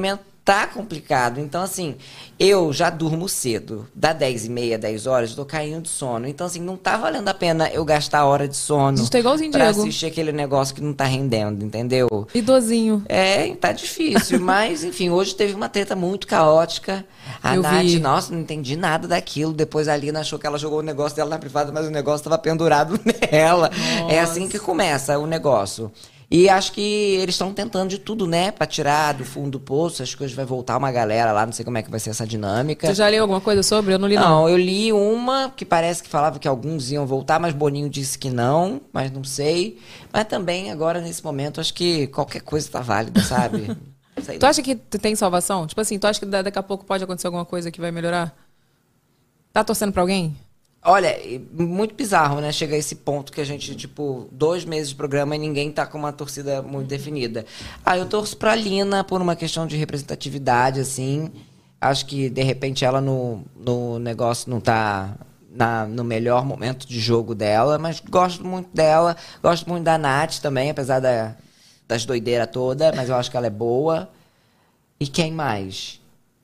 tá complicado. Então, assim, eu já durmo cedo. Dá 10h30, 10 horas, eu tô caindo de sono. Então, assim, não tá valendo a pena eu gastar a hora de sono Isso tá igualzinho, pra Diego. assistir aquele negócio que não tá rendendo, entendeu? Idosinho. Tá difícil. Mas, enfim, hoje teve uma treta muito caótica. A Eu Nath, vi. nossa, não entendi nada daquilo. Depois a Lina achou que ela jogou o negócio dela na privada, mas o negócio tava pendurado nela. É assim que começa o negócio. E acho que eles estão tentando de tudo, né? Pra tirar do fundo do poço. Acho que hoje vai voltar uma galera lá, não sei como é que vai ser essa dinâmica. Você já leu alguma coisa sobre? Eu não li, não. Não, eu li uma que parece que falava que alguns iam voltar, mas Boninho disse que não, mas não sei. Mas também, agora, nesse momento, acho que qualquer coisa tá válida, sabe? Sei Tu lá. acha que tem salvação? Tipo assim, tu acha que daqui a pouco pode acontecer alguma coisa que vai melhorar? Tá torcendo pra alguém? Olha, muito bizarro, né? Chega a esse ponto que a gente, tipo, 2 meses de programa e ninguém tá com uma torcida muito definida. Eu torço pra Lina por uma questão de representatividade, assim. Acho que, de repente, ela no negócio não tá no melhor momento de jogo dela, mas gosto muito dela. Gosto muito da Nath também, apesar das doideiras todas, mas eu acho que ela é boa. E quem mais?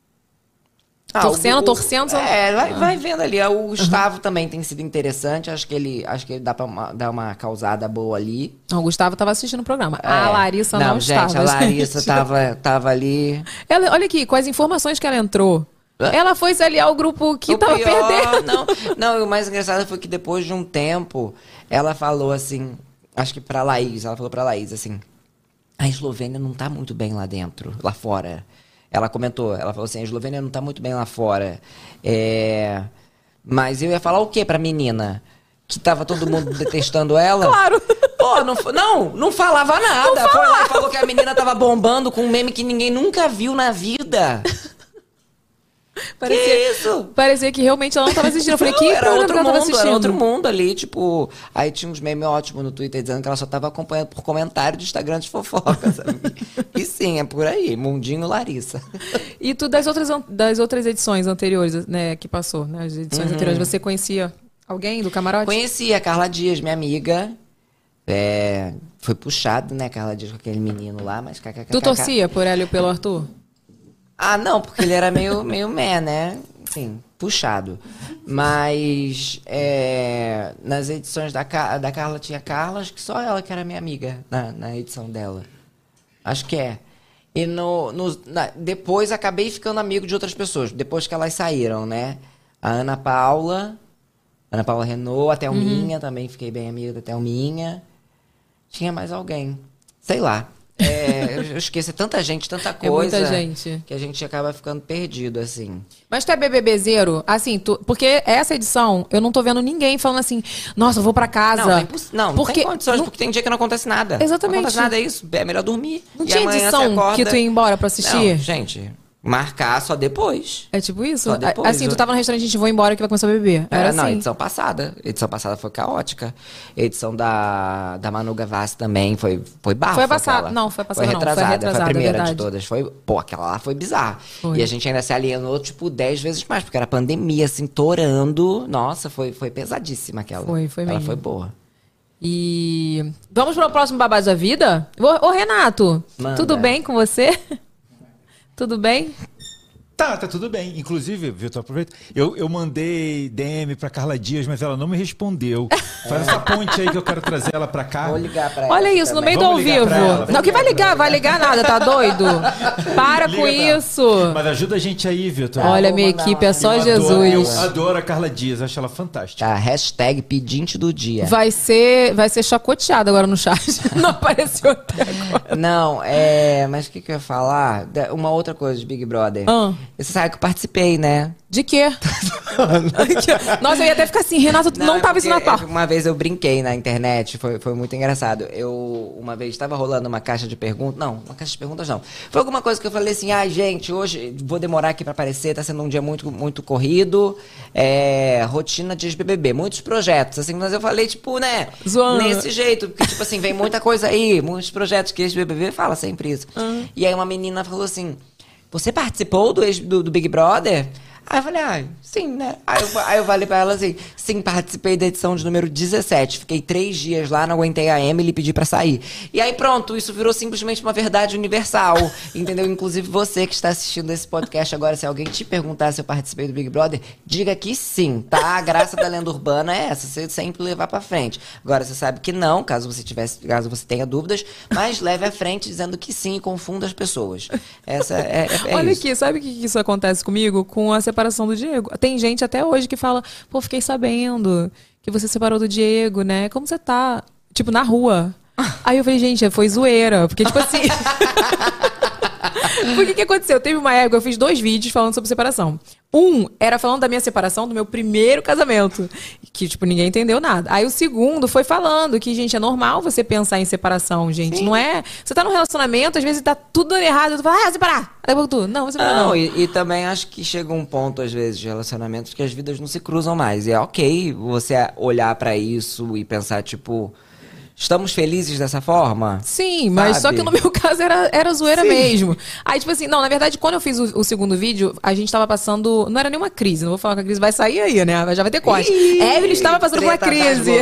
Torcendo. Vai vendo ali. O Gustavo também tem sido interessante. Acho que ele dá pra dar uma causada boa ali. Não, o Gustavo tava assistindo o programa. A Larissa não estava. Gente, a Larissa tava ali. Ela, olha aqui, com as informações que ela entrou. Ela foi se aliar ao grupo que tava perdendo. Não, o mais engraçado foi que depois de um tempo, ela falou assim, acho que pra Laís, ela falou pra Laís assim, a Eslovênia não tá muito bem lá dentro, lá fora. Ela comentou, ela falou assim, a Eslovênia não tá muito bem lá fora. Mas eu ia falar o quê pra menina? Que tava todo mundo detestando ela? Claro. Pô, não falava nada. Foi lá e falou que a menina tava bombando com um meme que ninguém nunca viu na vida. Parecia que realmente ela não tava assistindo. Eu falei, que era programa outro que ela tava mundo, assistindo? era outro mundo ali, tipo... Aí tinha uns memes ótimos no Twitter dizendo que ela só tava acompanhando por comentário do Instagram de fofoca, sabe? E sim, é por aí, Mundinho Larissa. E tu, das outras edições anteriores, né, que passou, né? As edições anteriores, você conhecia alguém do camarote? Conhecia a Carla Dias, minha amiga. Foi puxado, né, Carla Dias com aquele menino lá, mas... Tu torcia por ela e pelo Arthur? Não, porque ele era meio meh, né? Assim, puxado. Mas nas edições da Carla tinha Carla, acho que só ela que era minha amiga na edição dela. Acho que é. E depois acabei ficando amigo de outras pessoas, depois que elas saíram, né? A Ana Paula Renault, a Thelminha, também fiquei bem amiga da Thelminha. Tinha mais alguém. Sei lá. Eu esqueço, é tanta gente, tanta coisa. Muita gente. Que a gente acaba ficando perdido, assim. Mas tu é BBBzeiro? Assim, porque essa edição, eu não tô vendo ninguém falando assim, nossa, eu vou pra casa. Não tem condições, porque tem dia que não acontece nada. Exatamente. Não acontece nada, é isso. É melhor dormir. Não tinha edição que tu ia embora pra assistir? Não, gente... Marcar só depois. É tipo isso? Só depois. Assim, tu tava no restaurante, a gente vai embora que vai começar a beber. Era não, assim. edição passada. Edição passada foi caótica. Edição da Manu Gavassi também foi bafo. Foi passada. Não, foi passada foi não. Retrasada, foi a primeira verdade. de todas. Aquela lá foi bizarra. Foi. E a gente ainda se alienou, tipo, 10 vezes mais, porque era pandemia, assim, torando. Nossa, foi pesadíssima aquela. Foi mesmo. Ela foi boa. E vamos pro próximo Babado da Vida? Ô, Renato, Manda. Tudo bem com você? Tudo bem? Tá tudo bem. Inclusive, Vitor, aproveita. Eu mandei DM pra Carla Dias, mas ela não me respondeu. Faz essa ponte aí que eu quero trazer ela pra cá. Vou ligar pra ela. Olha isso, no meio do ao vivo. Não, que vai ligar nada, tá doido? Para com isso. Mas ajuda a gente aí, Vitor. Olha, minha equipe é só Jesus. Eu adoro a Carla Dias, acho ela fantástica. Tá, hashtag pedinte do dia. Vai ser chacoteado agora no chat. Não apareceu até agora. Não, mas o que eu ia falar? Uma outra coisa de Big Brother. Você sabe que eu participei, né? De quê? Nossa, eu ia até ficar assim, Renato, não tava isso na pauta. Uma vez eu brinquei na internet, foi muito engraçado. Uma vez estava rolando uma caixa de perguntas. Não, uma caixa de perguntas não. Foi alguma coisa que eu falei assim, gente, hoje vou demorar aqui pra aparecer, tá sendo um dia muito, muito corrido. Rotina de ex-BBB, muitos projetos, assim, mas eu falei, tipo, né? Zoando. Nesse jeito, porque, tipo assim, vem muita coisa aí, muitos projetos que ex-BBB fala sempre isso. E aí uma menina falou assim, você participou do Big Brother? Aí eu falei, sim, né? Aí eu falei pra ela assim, sim, participei da edição de número 17. Fiquei 3 dias lá, não aguentei a Emily e pedi pra sair. E aí pronto, isso virou simplesmente uma verdade universal, entendeu? Inclusive você que está assistindo esse podcast agora, se alguém te perguntar se eu participei do Big Brother, diga que sim, tá? A graça da lenda urbana é essa, você sempre levar pra frente. Agora, você sabe que não, caso você tenha dúvidas, mas leve à frente dizendo que sim e confunda as pessoas. Essa é Olha isso. aqui, sabe o que isso acontece comigo? Com a separação do Diego. Tem gente até hoje que fala, pô, fiquei sabendo que você separou do Diego, né? Como você tá? Tipo, na rua. Aí eu falei, gente, foi zoeira. Porque, tipo assim... Porque o que aconteceu? Teve uma época, eu fiz 2 vídeos falando sobre separação. Um era falando da minha separação do meu primeiro casamento. Que, tipo, ninguém entendeu nada. Aí o segundo foi falando que, gente, é normal você pensar em separação, gente. Sim. Não é... Você tá num relacionamento, às vezes tá tudo dando errado. Tu fala, separar. Aí tu, não, vou separar não. E também acho que chega um ponto, às vezes, de relacionamentos que as vidas não se cruzam mais. E é ok você olhar pra isso e pensar, tipo... Estamos felizes dessa forma? Sim, mas só que no meu caso era zoeira mesmo. Aí, tipo assim, não, na verdade, quando eu fiz o segundo vídeo, a gente tava passando... Não era nenhuma crise, não vou falar que a crise vai sair aí, né? Já vai ter corte. Evelyn estava passando por uma crise.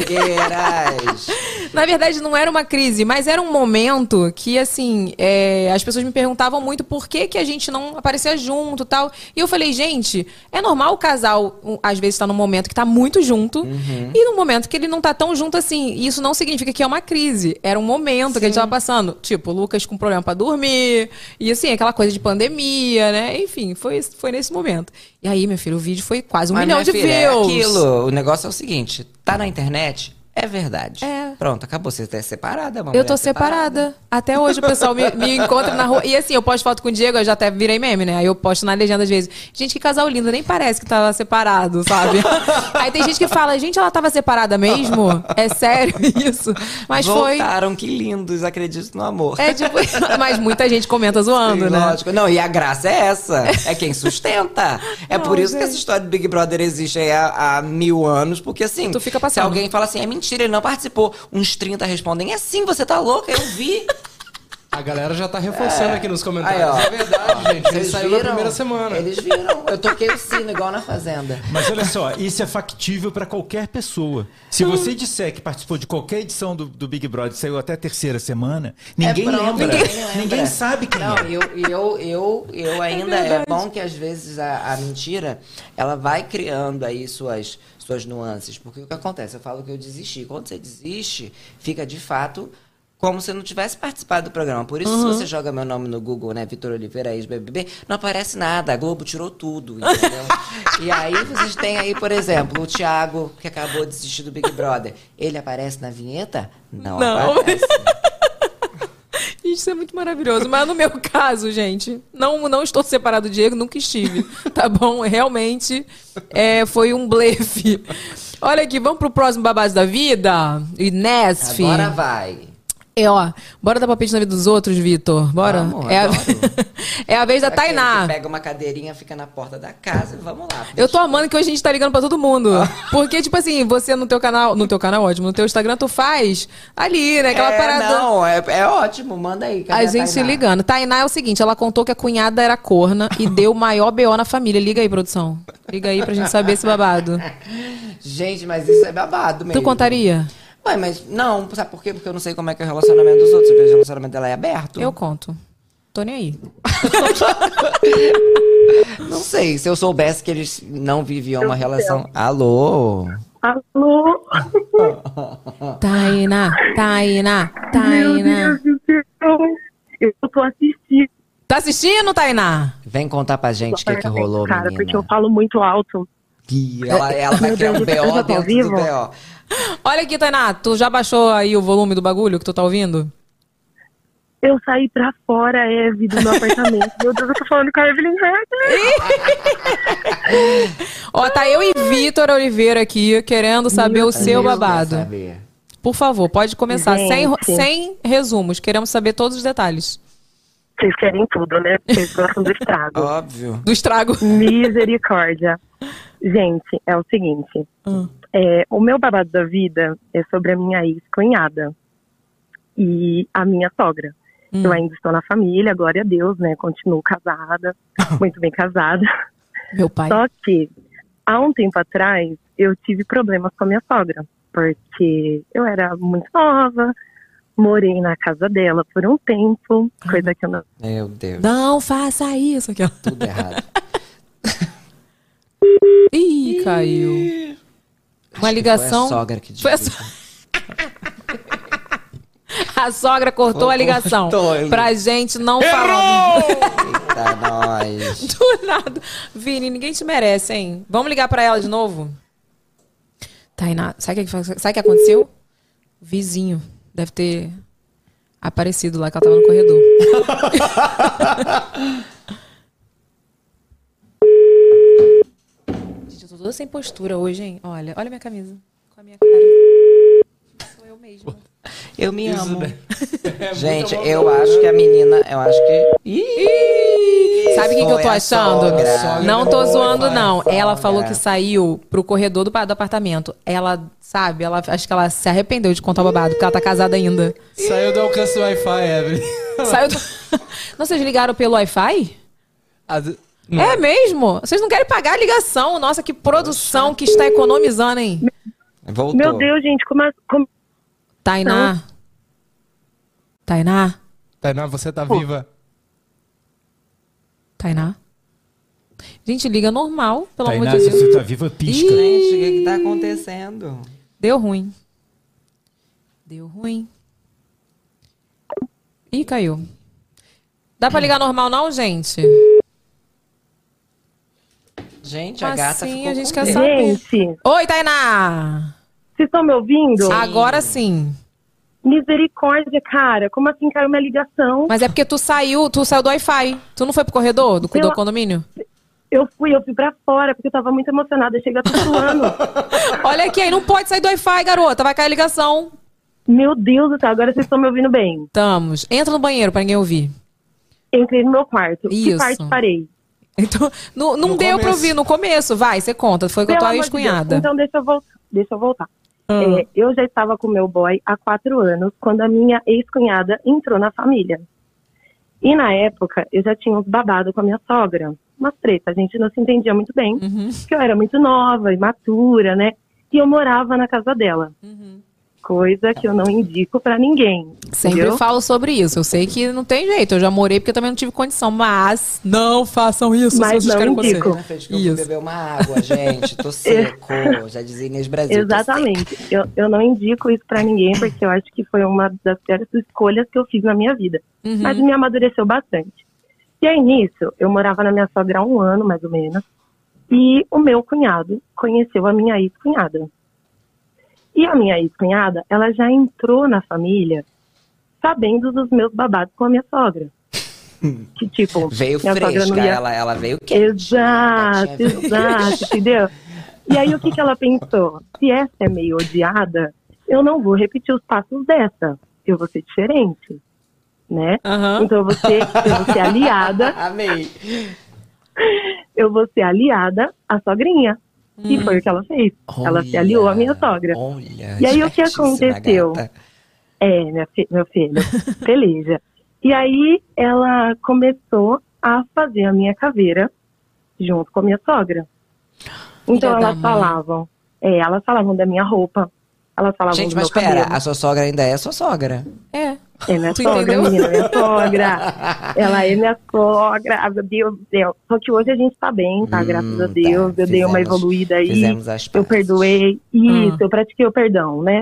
Na verdade, não era uma crise, mas era um momento que, assim, as pessoas me perguntavam muito por que a gente não aparecia junto e tal. E eu falei, gente, é normal o casal, às vezes, estar num momento que tá muito junto e num momento que ele não tá tão junto assim. E isso não significa que é uma crise. Era um momento que a gente tava passando. Tipo, o Lucas com problema pra dormir. E assim, aquela coisa de pandemia, né? Enfim, foi nesse momento. E aí, meu filho, o vídeo foi quase 1 milhão de views. É aquilo. O negócio é o seguinte. Tá na internet... É verdade. Pronto, acabou. Você tá separada, mamãe. Eu tô separada. Até hoje o pessoal me encontra na rua. E assim, eu posto foto com o Diego, eu já até virei meme, né? Aí eu posto na legenda às vezes. Gente, que casal lindo, nem parece que tava separado, sabe? Aí tem gente que fala, gente, ela tava separada mesmo? É sério isso? Mas voltaram, que lindos, acredito no amor. É tipo, mas muita gente comenta zoando, sim, né? Lógico. Não, e a graça é essa. É quem sustenta. É por isso que essa história do Big Brother existe aí há 1000 anos, porque assim, tu fica passando. Se alguém fala assim, é mentira, ele não participou. Uns 30 respondem, é sim, você tá louca, eu vi. A galera já tá reforçando aqui nos comentários. Aí, é verdade, gente. Ele saiu na primeira semana. Eles viram. Eu toquei o sino, igual na Fazenda. Mas olha só, isso é factível pra qualquer pessoa. Se você disser que participou de qualquer edição do Big Brother, saiu até a terceira semana, ninguém lembra. Ninguém sabe quem é. Eu ainda... É bom que às vezes a mentira, ela vai criando aí suas nuances. Porque o que acontece? Eu falo que eu desisti. Quando você desiste, fica de fato... como se eu não tivesse participado do programa. Por isso, se você joga meu nome no Google, né, Vitor Oliveira, ex-BBB, não aparece nada. A Globo tirou tudo, entendeu? E aí, vocês têm aí, por exemplo, o Thiago, que acabou de desistir do Big Brother. Ele aparece na vinheta? Não. Aparece. Isso é muito maravilhoso. Mas no meu caso, gente, não estou separado do Diego, nunca estive. Tá bom? Realmente foi um blefe. Olha aqui, vamos pro próximo babado da vida? Inesf. Agora vai. Bora dar palpite na vida dos outros, Vitor. Bora? Vamos, é a vez da Tainá. Pega uma cadeirinha, fica na porta da casa e vamos lá. Eu tô amando que hoje a gente tá ligando pra todo mundo. Porque, tipo assim, você no teu canal ótimo, no teu Instagram tu faz ali, né? Aquela parada. Não, é ótimo, manda aí. A gente se ligando. Tainá é o seguinte, ela contou que a cunhada era corna e deu o maior BO na família. Liga aí, produção. Liga aí pra gente saber esse babado. Gente, mas isso é babado mesmo. Tu contaria? Ué, mas não, sabe por quê? Porque eu não sei como é que é o relacionamento dos outros. Você vê, o relacionamento dela é aberto. Eu conto. Tô nem aí. Não sei, se eu soubesse que eles não viviam uma relação... Alô? Tainá. Eu tô assistindo. Tá assistindo, Tainá? Vem contar pra gente o que rolou, cara, menina. porque eu falo muito alto. Ela vai criar um BO dentro do BO. Olha aqui, Tainá, tu já baixou aí o volume do bagulho que tu tá ouvindo? Eu saí pra fora, Eve, do meu apartamento. Meu Deus, eu tô falando com a Evelyn Regler. Tá eu e Vitor Oliveira aqui, querendo saber o seu babado. Por favor, pode começar. Sem resumos, queremos saber todos os detalhes. Vocês querem tudo, né? Vocês gostam do estrago. Óbvio. Do estrago. Misericórdia. Gente, é o seguinte. O meu babado da vida é sobre a minha ex-cunhada e a minha sogra. Eu ainda estou na família, glória a Deus, né? Continuo casada, muito bem casada. Meu pai. Só que, há um tempo atrás, eu tive problemas com a minha sogra. Porque eu era muito nova, morei na casa dela por um tempo, coisa que eu não... Meu Deus. Não faça isso. Aqui, ó. Tudo errado. Ih, caiu. Uma ligação. Foi a sogra que Foi a A sogra cortou a ligação. Pra gente não falar. Eita, nós. Do nada. Vini, ninguém te merece, hein? Vamos ligar pra ela de novo? Tainá, sabe o que aconteceu? O vizinho deve ter aparecido lá, que ela tava no corredor. Gente, eu tô toda sem postura hoje, hein? Olha minha camisa. Com a minha cara. Sou eu mesma. Eu me amo. Gente, eu acho que a menina... Eu acho que... Sabe o que eu tô achando? Sogra. Não tô zoando, não. Ela falou que saiu pro corredor do apartamento. Ela, sabe, acho que ela se arrependeu de contar o babado, porque ela tá casada ainda. Saiu do alcance do Wi-Fi, Evelyn. Saiu do... Não, vocês ligaram pelo Wi-Fi? É mesmo? Vocês não querem pagar a ligação? Nossa, que produção que está economizando, hein? Voltou. Meu Deus, gente, como... Tainá? Tainá? Tainá, você tá viva? Tainá? Gente, liga normal, pelo Tainá, amor de Deus. se você tá viva, pisca. Gente, o que tá acontecendo? Deu ruim. Deu ruim. Ih, caiu. Dá pra ligar normal não, gente? Gente, a gata sim, ficou a gente com quer medo. saber. Gente, Oi, Tainá! vocês estão me ouvindo? Agora sim. Misericórdia, cara. Como assim caiu minha ligação? Mas é porque tu saiu do Wi-Fi. Tu não foi pro corredor do condomínio? Eu fui pra fora, porque eu tava muito emocionada. Chega tudo suando. Olha aqui, aí não pode sair do Wi-Fi, garota. Vai cair a ligação. Meu Deus do céu, agora vocês estão me ouvindo bem. Estamos. Entra no banheiro pra ninguém ouvir. Entrei no meu quarto. Isso. Que parte parei? Então, não deu pra ouvir no começo. Vai, você conta. Foi com a tua ex-cunhada. Então deixa eu voltar. Eu já estava com meu boy há 4 anos, quando a minha ex-cunhada entrou na família. E na época, eu já tinha uns babados com a minha sogra. Umas treta, a gente não se entendia muito bem. Porque eu era muito nova, imatura, né? E eu morava na casa dela. Coisa que eu não indico pra ninguém. Sempre entendeu? falo sobre isso. Eu sei que não tem jeito. Eu já morei porque eu também não tive condição. Mas não façam isso Mas se vocês não querem indico. você. Eu fui beber uma água, gente. Tô seco. Já dizia Inês Brasil. Exatamente. Eu não indico isso pra ninguém, porque eu acho que foi uma das piores escolhas que eu fiz na minha vida. Mas me amadureceu bastante. E aí, nisso, eu morava na minha sogra há 1 ano, mais ou menos. E o meu cunhado conheceu a minha ex-cunhada. E a minha ex-cunhada, ela já entrou na família sabendo dos meus babados com a minha sogra. Que tipo... Veio minha sogra fresca, não ia... ela veio quente. Exato, entendeu? E aí, o que ela pensou? Se essa é meio odiada, eu não vou repetir os passos dessa. Eu vou ser diferente, né? Então, eu vou ser aliada... Amei. Eu vou ser aliada à sogrinha. E foi o que ela fez. Ela se aliou à minha sogra. E aí, o que aconteceu? Gata. Meu filho, peleja. E aí, ela começou a fazer a minha caveira junto com a minha sogra. Então, elas falavam da minha roupa. Elas falavam Gente, do mas meu pera, cabelo. a sua sogra ainda é sua sogra? É. É minha Tu sogra, entendeu? menina, minha sogra. Ela é minha sogra, meu Deus do céu. Só que hoje a gente tá bem, tá? Graças a Deus. Eu dei uma evoluída aí. Fizemos as Eu perdoei. Isso, eu pratiquei o perdão, né?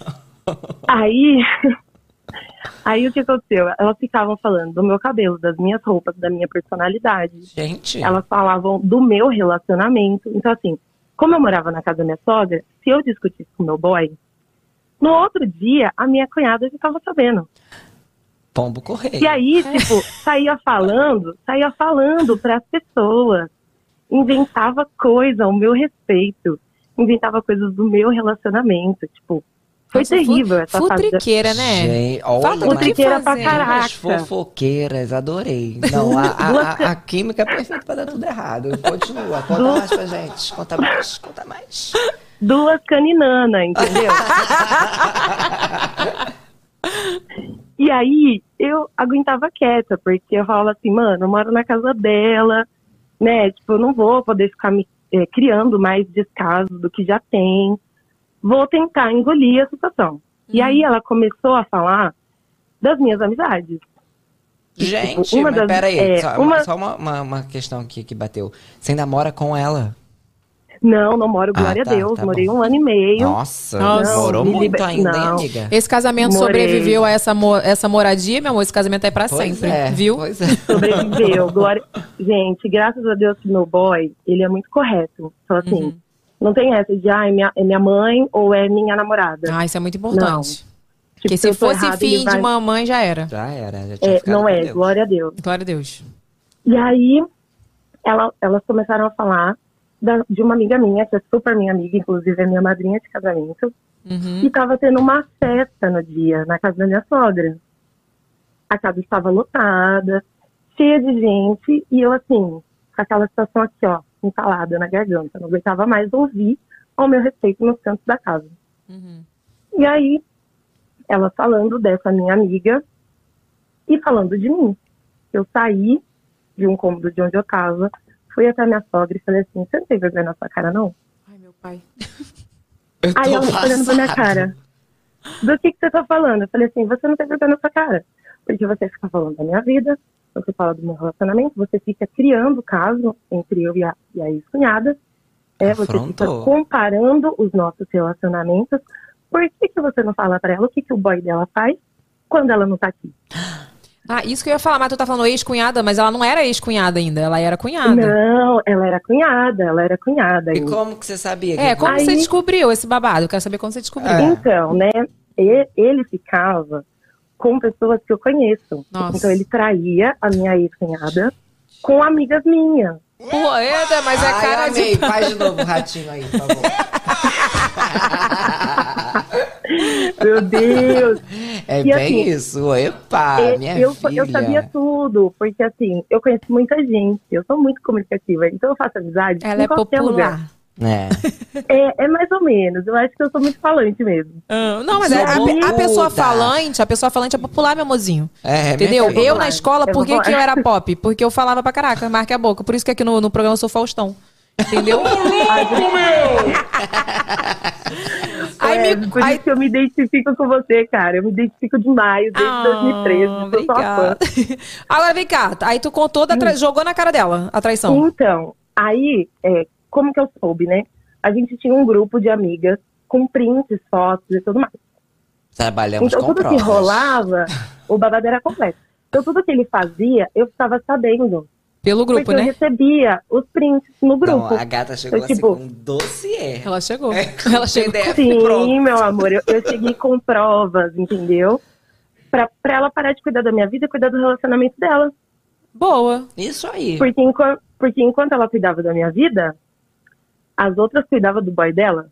Aí o que aconteceu? Elas ficavam falando do meu cabelo, das minhas roupas, da minha personalidade. Gente. Elas falavam do meu relacionamento. Então, assim, como eu morava na casa da minha sogra, se eu discutisse com o meu boy, no outro dia, a minha cunhada já estava sabendo. Pombo correio. E aí, tipo, saía falando para as pessoas. Inventava coisa ao meu respeito. Inventava coisas do meu relacionamento. Tipo, foi terrível essa fase. Futriqueira, né? Gente, olha, futriqueira pra as caraca. fofoqueiras, adorei. Não, a química é perfeita pra dar tudo errado. Continua, conta mais pra gente. Conta mais. 2 caninana, entendeu? E aí, eu aguentava quieta, porque eu falava assim, mano, eu moro na casa dela, né? Tipo, eu não vou poder ficar me criando mais descaso do que já tem. Vou tentar engolir a situação. E aí ela começou a falar das minhas amizades. Gente, tipo, mas peraí, só uma questão aqui que bateu. Você ainda mora com ela? Não moro, glória a Deus. Tá Morei bom. 1 ano e meio. Nossa, morou muito ainda, hein, amiga? Esse casamento sobreviveu a essa moradia, meu amor. Esse casamento é pra sempre, viu? Pois é. Sobreviveu. Gente, graças a Deus que meu boy, ele é muito correto. Então, assim, não tem essa de, é minha mãe ou é minha namorada. Isso é muito importante. Não. Porque se fosse filho de mamãe, já era. Já era, já tinha ficado não com é, Deus. glória a Deus. Glória a Deus. E aí, elas começaram a falar de uma amiga minha, que é super minha amiga, inclusive é minha madrinha de casamento, e tava tendo uma festa no dia, na casa da minha sogra. A casa estava lotada, cheia de gente, e eu assim, com aquela situação aqui, ó, entalada na garganta, não aguentava mais ouvir ao meu respeito nos cantos da casa. E aí, ela falando dessa minha amiga e falando de mim. Eu saí de um cômodo de onde eu tava, fui até a minha sogra e falei assim, você não tem vergonha na sua cara, não? Ai, meu pai. Aí ela ficou olhando pra minha cara. Do que você tá falando? Eu falei assim, você não tem vergonha na sua cara. Porque você fica falando da minha vida, você fala do meu relacionamento, você fica criando caso entre eu e a ex-cunhada. Você fica comparando os nossos relacionamentos. Por que você não fala pra ela o que o boy dela faz quando ela não tá aqui? Isso que eu ia falar, mas tu tá falando ex-cunhada, mas ela não era ex-cunhada ainda, ela era cunhada. Não, ela era cunhada. E como que você sabia? Como você descobriu esse babado? Eu quero saber como você descobriu. Então, né, ele ficava com pessoas que eu conheço. Nossa. Então ele traía a minha ex-cunhada com amigas minhas. Poeta, mas é cara amei. de... Faz de novo o ratinho aí, por favor. Meu Deus. É e, bem assim, isso. Epa, minha eu filha. sabia tudo, porque assim, eu conheço muita gente, eu sou muito comunicativa, então eu faço amizade Ela em é qualquer popular. lugar. É mais ou menos, eu acho que eu sou muito falante mesmo. Não, mas a pessoa falante é popular, meu mozinho. Entendeu? Eu na escola, por que eu era pop? Porque eu falava pra caraca, marque a boca. Por isso que aqui no programa eu sou Faustão. Entendeu? Por isso que eu me identifico com você, cara. Eu me identifico demais desde 2013. Obrigada. Agora vem cá, aí tu contou, jogou na cara dela a traição. Então, aí, como que eu soube, né? A gente tinha um grupo de amigas com prints, fotos e tudo mais. Trabalhamos então, com tudo provas. que rolava, o babado era completo. Então, tudo que ele fazia, eu ficava sabendo. Pelo grupo, porque né? eu recebia os prints no grupo. Não, a gata chegou então, assim tipo, com um dossiê. Ela chegou. Ela chegou. Sim, meu amor. Eu cheguei com provas, entendeu? Pra ela parar de cuidar da minha vida e cuidar do relacionamento dela. Boa. Isso aí. Porque enquanto ela cuidava da minha vida, as outras cuidavam do boy dela.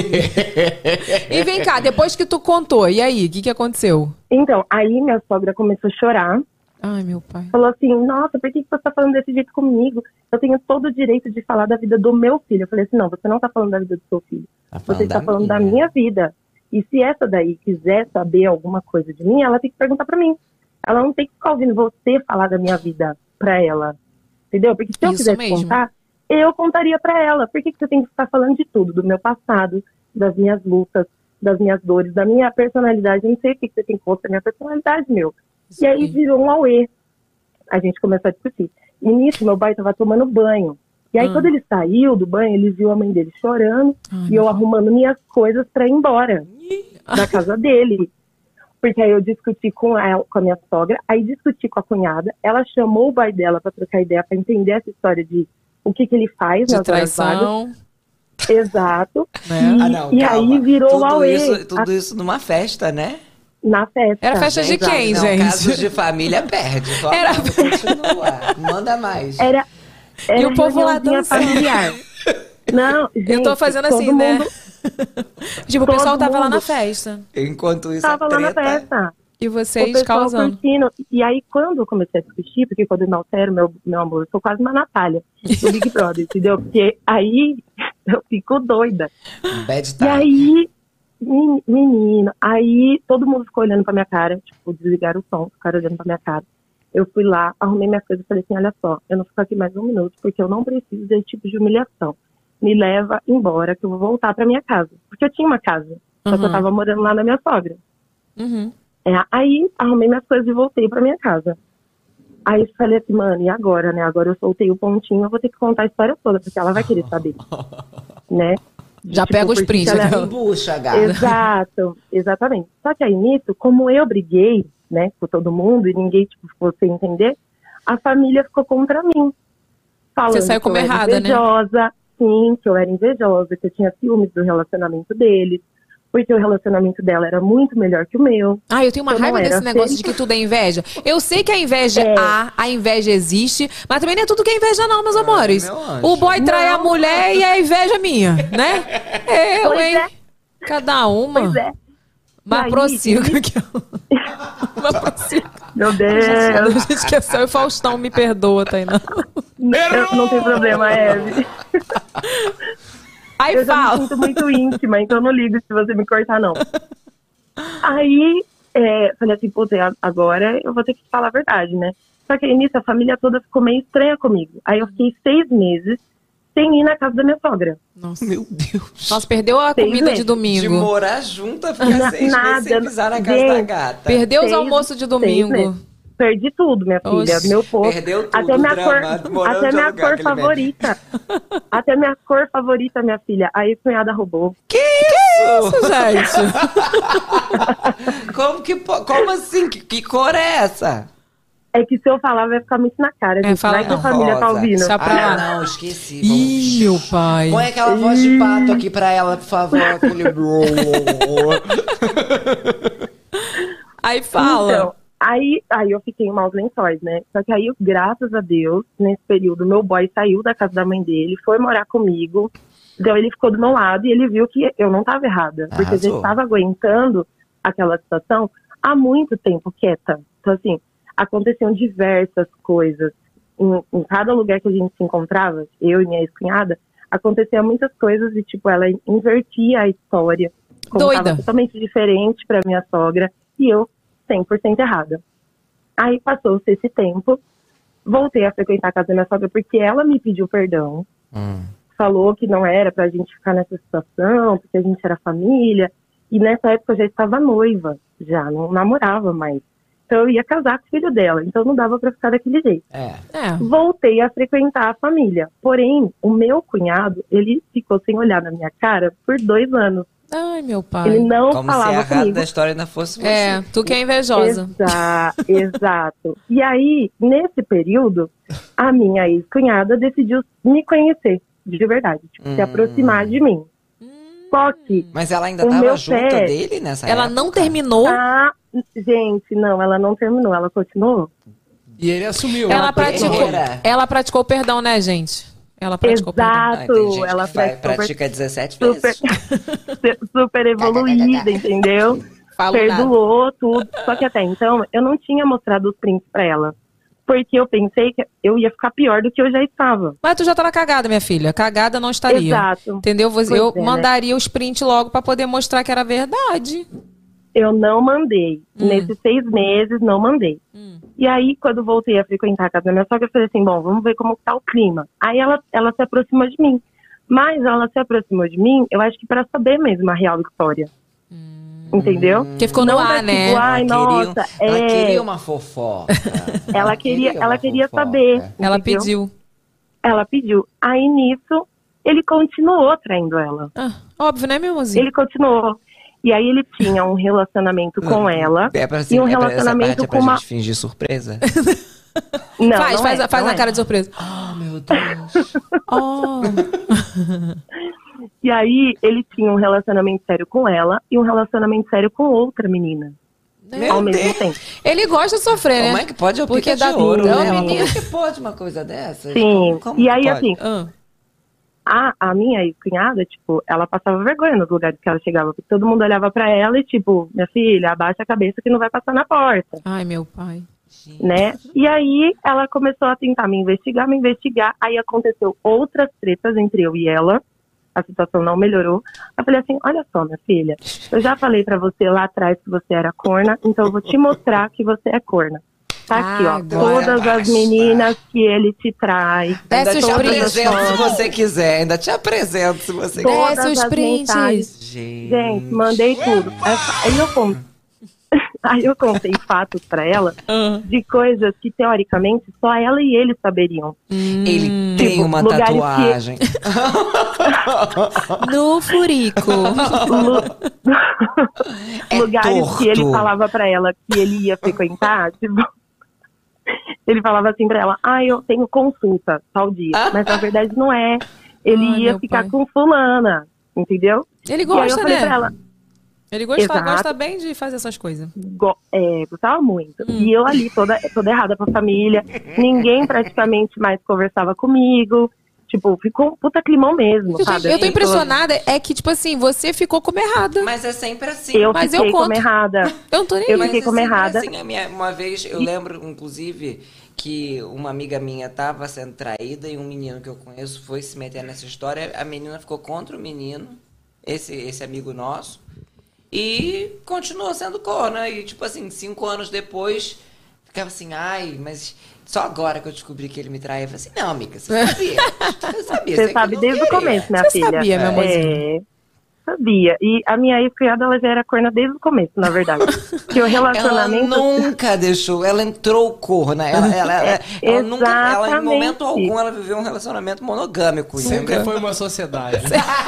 E vem cá, depois que tu contou, e aí, o que aconteceu? Então, aí minha sogra começou a chorar. Ai, meu pai. Falou assim, nossa, por que você tá falando desse jeito comigo? Eu tenho todo o direito de falar da vida do meu filho. Eu falei assim, não, você não tá falando da vida do seu filho. Você está falando da minha vida. E se essa daí quiser saber alguma coisa de mim, ela tem que perguntar pra mim. Ela não tem que ficar ouvindo você falar da minha vida pra ela. Entendeu? Porque se eu quisesse contar, eu contaria pra ela. Por que você tem que ficar falando de tudo? Do meu passado, das minhas lutas, das minhas dores, da minha personalidade. Eu não sei o que você tem contra a minha personalidade, meu. E aí virou um auê. A gente começou a discutir. E nisso, meu pai tava tomando banho. E aí, quando ele saiu do banho, ele viu a mãe dele chorando e eu arrumando minhas coisas pra ir embora da casa dele. Porque aí eu discuti com a minha sogra, aí discuti com a cunhada. Ela chamou o pai dela pra trocar ideia, pra entender essa história de o que ele faz de nas horas traição. vagas. Exato. Não, e aí virou o auê. Tudo isso numa festa, né? Na festa. Era festa de quem, não, gente? Casos de família perde. Continua. Manda mais. Era e o povo lá dançando. Familiar. Não, gente, eu tô fazendo assim, né? Tipo, o pessoal tava lá na festa. Enquanto isso, tava lá na festa. E vocês causando. Curtindo. E aí, quando eu comecei a discutir, porque quando eu me altero, meu amor, eu sou quase uma Natália do Big Brother, entendeu? Porque aí eu fico doida. Bad time. E aí, menino, aí todo mundo ficou olhando pra minha cara, tipo, desligaram o som, ficaram olhando pra minha cara. Eu fui lá, arrumei minhas coisas e falei assim, olha só, eu não fico aqui mais um minuto, porque eu não preciso desse tipo de humilhação. Me leva embora, que eu vou voltar pra minha casa. Porque eu tinha uma casa, só que eu tava morando lá na minha sogra. Aí, arrumei minhas coisas e voltei pra minha casa. Aí falei assim, mano, e agora, né? Agora eu soltei o pontinho, eu vou ter que contar a história toda, porque ela vai querer saber, né? Já pega os prints, ela... né? Bucha, gata. Exato, exatamente. Só que aí nisso, como eu briguei, né, com todo mundo e ninguém, tipo, fosse entender, a família ficou contra mim. Falando Você saiu como errada, invejosa, sim, que eu era invejosa, que eu tinha ciúmes do relacionamento deles, porque o relacionamento dela era muito melhor que o meu. Eu tenho uma raiva desse negócio de que tudo é inveja. Eu sei que a inveja a inveja existe, mas também não é tudo que é inveja não, meus amores. O boy trai a mulher e a inveja é minha, né? Eu, hein? Cada uma. Pois é. Mas prossiga aqui. Mas prossiga. Meu Deus. A gente esqueceu e o Faustão me perdoa, Tainá. Não tem problema, Eve. Aí eu fala. já me sinto muito íntima, então não ligo se você me cortar, não. Aí, falei assim, pô, agora eu vou ter que falar a verdade, né? Só que aí nisso a família toda ficou meio estranha comigo. Aí eu fiquei 6 meses sem ir na casa da minha sogra. Nossa, meu Deus. Nossa, perdeu a comida de domingo. De morar junto, ficar 6 meses sem pisar na casa da gata. Perdeu os almoços de domingo. Perdi tudo, minha filha. Oxi. Meu posto. Perdeu tudo, até minha drama, cor favorita. Até minha cor favorita, minha filha. Aí a cunhada roubou. Que isso, gente? Como assim? Que cor é essa? É que se eu falar vai ficar muito na cara. Gente. Vai que a família tá ouvindo. Não, esqueci. Ih, meu pai. Põe aquela voz de pato aqui pra ela, por favor. Aí fala. Então, aí eu fiquei em maus lençóis, né? Só que aí, graças a Deus, nesse período, meu boy saiu da casa da mãe dele, foi morar comigo. Então ele ficou do meu lado e ele viu que eu não tava errada. Porque a gente tava aguentando aquela situação há muito tempo quieta. Então, assim, aconteciam diversas coisas. Em cada lugar que a gente se encontrava, eu e minha ex-cunhada, acontecia muitas coisas e, tipo, ela invertia a história. Contava totalmente diferente pra minha sogra e eu 100% errada. Aí passou-se esse tempo, voltei a frequentar a casa da minha sogra porque ela me pediu perdão. Falou que não era pra gente ficar nessa situação, porque a gente era família. E nessa época eu já estava noiva, já não namorava mais. Então eu ia casar com o filho dela, então não dava pra ficar daquele jeito. Voltei a frequentar a família. Porém, o meu cunhado, ele ficou sem olhar na minha cara por 2 anos. Ai, meu pai. Ele não Como falava se a comigo. da história não fosse você. Tu que é invejosa. Exato. E aí, nesse período, a minha ex-cunhada decidiu me conhecer, de verdade. Tipo, se aproximar de mim. Só que... Mas ela ainda estava junto dele nessa época? Ela não terminou? Gente, não, ela não terminou. Ela continuou. E ele assumiu. Ela praticou o perdão, né, gente? Ela praticou Exato, ela pratica 17 vezes. Super evoluída, entendeu? Perdoou tudo. Só que até então, eu não tinha mostrado os prints pra ela. Porque eu pensei que eu ia ficar pior do que eu já estava. Mas tu já tava cagada, minha filha. Cagada não estaria. Exato. Entendeu? Eu mandaria os prints logo pra poder mostrar que era verdade. Eu não mandei. Nesses 6 meses, não mandei. E aí, quando voltei a frequentar a casa da minha sogra, eu falei assim, bom, vamos ver como tá o clima. Aí ela se aproximou de mim. Mas ela se aproximou de mim, eu acho que pra saber mesmo a real história. Entendeu? Porque ficou no ar, né? Tipo, ai, nossa, ela queria uma fofoca. ela queria saber. Ela entendeu? Ela pediu. Aí, nisso, ele continuou traindo ela. Óbvio, né, meu amorzinho? Ele continuou. E aí ele tinha um relacionamento com ela e um relacionamento com uma... gente fingir surpresa? Não, faz a cara de surpresa. Oh, meu Deus. E aí ele tinha um relacionamento sério com ela e um relacionamento sério com outra menina. Ao mesmo tempo. Ele gosta de sofrer, né? Como é que pode? É o Porque pica de ouro, vida, né? né? Como é que pode uma coisa dessa? Sim. Como e aí, pode? assim... A minha ex-cunhada, tipo, ela passava vergonha nos lugares que ela chegava, porque todo mundo olhava pra ela e, tipo, minha filha, abaixa a cabeça que não vai passar na porta. Ai, meu pai. Né? E aí, ela começou a tentar me investigar, aí aconteceu outras tretas entre eu e ela, a situação não melhorou. Eu falei assim, olha só, minha filha, eu já falei pra você lá atrás que você era corna, então eu vou te mostrar que você é corna. Tá aqui, ó. Todas as meninas que ele te traz. Ainda te apresento se você quiser. Ainda te apresento se você quiser. Todas as mensagens. Gente, mandei tudo. Aí eu contei fatos pra ela de coisas que, teoricamente, só ela e ele saberiam. Ele tem uma tatuagem. No furico. Lugares que ele falava pra ela que ele ia frequentar, tipo... Ele falava assim pra ela, eu tenho consulta tal dia. Mas na verdade não é. Ele ia ficar com fulana, entendeu? Ele gosta, e aí eu falei pra ela, ele gosta bem de fazer essas coisas. Gostava muito. E eu ali, toda errada pra família. Ninguém praticamente mais conversava comigo. Tipo, ficou um puta climão mesmo, sabe? Eu tô impressionada, é que, tipo assim, você ficou como errada. Mas é sempre assim. Eu fiquei como errada. Eu não tô nem Eu fiquei como errada. Assim, uma vez, eu lembro, inclusive, que uma amiga minha tava sendo traída e um menino que eu conheço foi se meter nessa história. A menina ficou contra o menino, esse amigo nosso, e continuou sendo corna. E, tipo assim, 5 anos depois, ficava assim, mas... Só agora que eu descobri que ele me traía, eu falei assim, não, amiga, você sabia. Você sabia. Você sabe desde o começo, minha filha. Você sabia, meu amorzinho. Sabia. E a minha ex-cunhada, ela já era corna desde o começo, na verdade. Que o relacionamento... Ela nunca deixou, ela entrou corna. Ela nunca, em momento algum, ela viveu um relacionamento monogâmico. Sempre foi uma sociedade.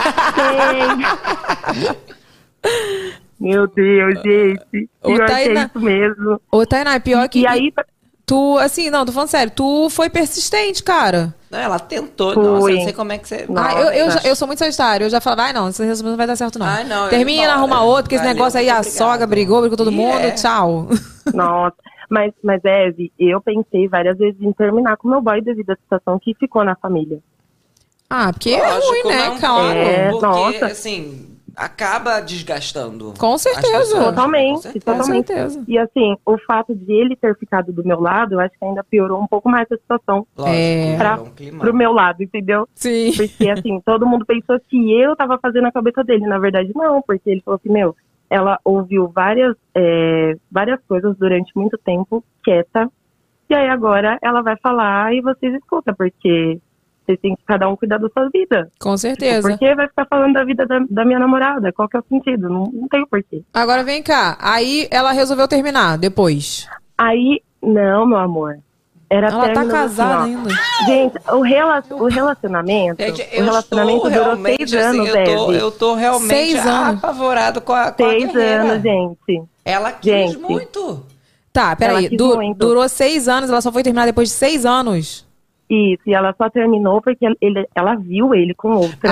Meu Deus, gente. Pior que é isso mesmo. Ô, Tainá, pior que... E aí... Tu, assim, não, tô falando sério, tu foi persistente, cara. Não, ela tentou, nossa, eu não sei como é que você... Eu sou muito sagitário, eu já falava, não, esse relacionamento não vai dar certo, não. não, termina, arruma outro, porque esse negócio aí, a sogra brigou com todo mundo, tchau. Nossa, mas Eve, eu pensei várias vezes em terminar com meu boy devido à situação que ficou na família. Porque é ruim, né, cara? Porque, assim... acaba desgastando. Com certeza. Totalmente. Com certeza. E assim, o fato de ele ter ficado do meu lado, eu acho que ainda piorou um pouco mais a situação. Pro meu lado, entendeu? Sim. Porque assim, todo mundo pensou que eu tava fazendo a cabeça dele. Na verdade, não, porque ele falou assim, ela ouviu várias coisas durante muito tempo, quieta, e aí agora ela vai falar e vocês escutam, porque... Vocês têm que cada um cuidar da sua vida. Com certeza. Por que vai ficar falando da vida da minha namorada? Qual que é o sentido? Não tem o porquê. Agora vem cá. Aí ela resolveu terminar depois. Aí, não, meu amor. Ela tá casada assim, ainda. Gente, o relacionamento... Gente, durou 6 anos, eu tô realmente apavorado com a 6 anos, gente. Ela quis muito. Tá, peraí. Durou 6 anos, ela só foi terminar depois de 6 anos? Isso, e ela só terminou porque ela viu ele com outra.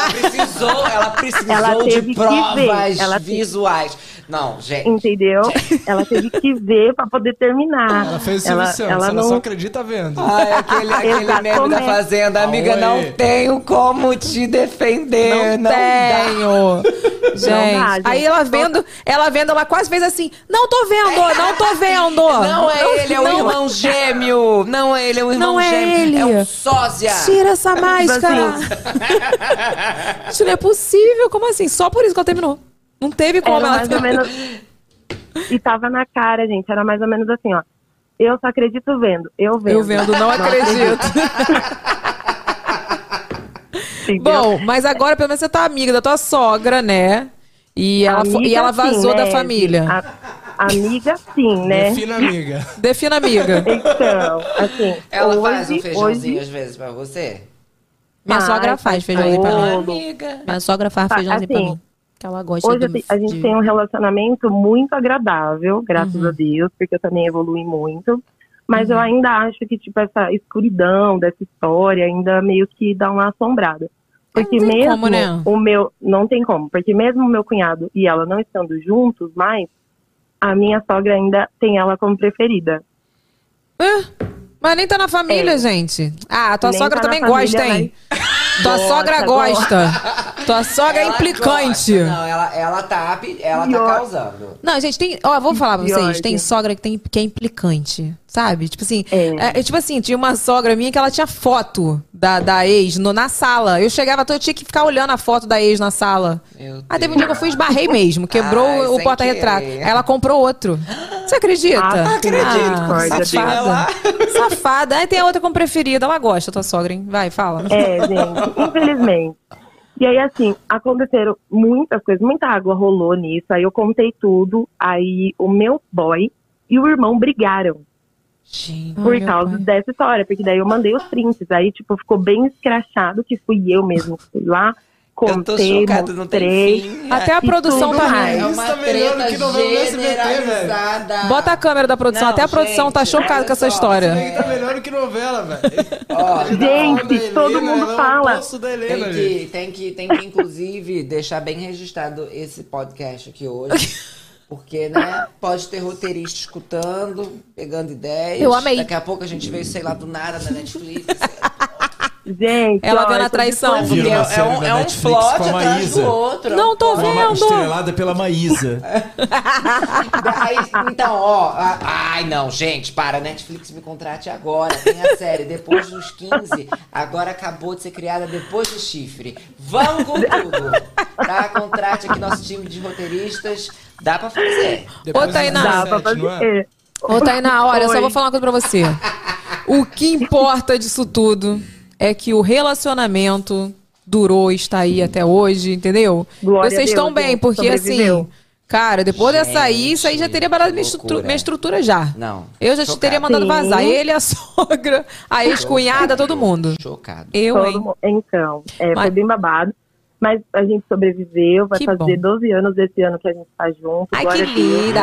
Ela precisou de provas visuais. Não, gente. Entendeu? Ela teve que ver pra poder terminar. Ela fez o Silvio Santos, ela só acredita vendo. Aquele meme da Fazenda. Amiga, não tenho como te defender. Não tenho. Gente, aí ela vendo, ela quase fez assim, não tô vendo. Não é ele, é o irmão gêmeo. Não é ele, é o irmão gêmeo. É um sósia. Tira essa máscara. Isso não é possível. Como assim? Só por isso que ela terminou. Não teve como ela... mais ou menos... E tava na cara, gente. Era mais ou menos assim, ó. Eu só acredito vendo. Eu vendo, não acredito. Bom, mas agora pelo menos você tá amiga da tua sogra, né? E ela vazou da família. Amiga, sim, né? Defina amiga. Então, assim... Ela faz um feijãozinho às vezes pra você? Minha sogra faz feijãozinho pra mim. Minha sogra faz feijãozinho pra mim. Que ela gosta hoje a gente tem um relacionamento muito agradável, graças a Deus, porque eu também evolui muito. Mas eu ainda acho que, tipo, essa escuridão dessa história ainda meio que dá uma assombrada. Porque mesmo como, né? Não tem como. Porque mesmo o meu cunhado e ela não estando juntos mais, a minha sogra ainda tem ela como preferida. Mas nem tá na família, gente. Ah, a tua sogra também gosta, hein? Tua sogra gosta. Tua sogra é implicante. Gosta. Não, ela tá causando. Não, gente, vou falar pra vocês. Tem sogra que é implicante, sabe? Tipo assim, tipo assim, tinha uma sogra minha que ela tinha foto da ex na sala. Eu chegava, eu tinha que ficar olhando a foto da ex na sala. Aí teve um dia que eu fui e esbarrei mesmo, quebrou o porta-retrato. Aí ela comprou outro. Você acredita? Acredito. Safada. Aí tem a outra como preferida. Ela gosta, tua sogra, hein? Vai, fala. Gente, infelizmente. E aí, assim, aconteceram muitas coisas, muita água rolou nisso. Aí eu contei tudo. Aí o meu boy e o irmão brigaram. Gente, por causa dessa história. Porque daí eu mandei os prints. Aí, tipo, ficou bem escrachado que fui eu mesmo que fui lá. Contei, mostrei. Até a produção tá rindo. É uma treta generalizada. Bota a câmera da produção. Até a produção tá chocada com essa história. Isso aí tá melhor do que novela, velho. Gente, todo mundo fala. Tem que, inclusive, deixar bem registrado esse podcast aqui hoje. Porque, né, pode ter roteirista escutando, pegando ideias. Eu amei. Daqui a pouco a gente veio, sei lá, do nada na Netflix. Gente, ela vendo a traição. É um plot atrás do outro. Não tô vendo. Estrelada pela Maísa. Então, ai não, gente, para. Netflix me contrate agora. Tem a série Depois dos 15. Agora acabou de ser criada Depois do Chifre. Vamos com tudo. Tá? Contrate aqui nosso time de roteiristas. Dá pra fazer. Ô, Tainá. Dá pra fazer. Ô, Tainá, olha, eu só vou falar uma coisa pra você. O que importa disso tudo é que o relacionamento durou e está aí até hoje, entendeu? Glória Vocês estão bem, porque assim, cara, depois dessa aí, isso aí já teria barado minha estrutura já. Não. Eu já te teria mandado vazar. Ele, a sogra, a ex-cunhada, todo mundo. Chocado. Então, foi bem babado. Mas a gente sobreviveu, vai fazer 12 anos esse ano que a gente tá junto. Ai, que linda!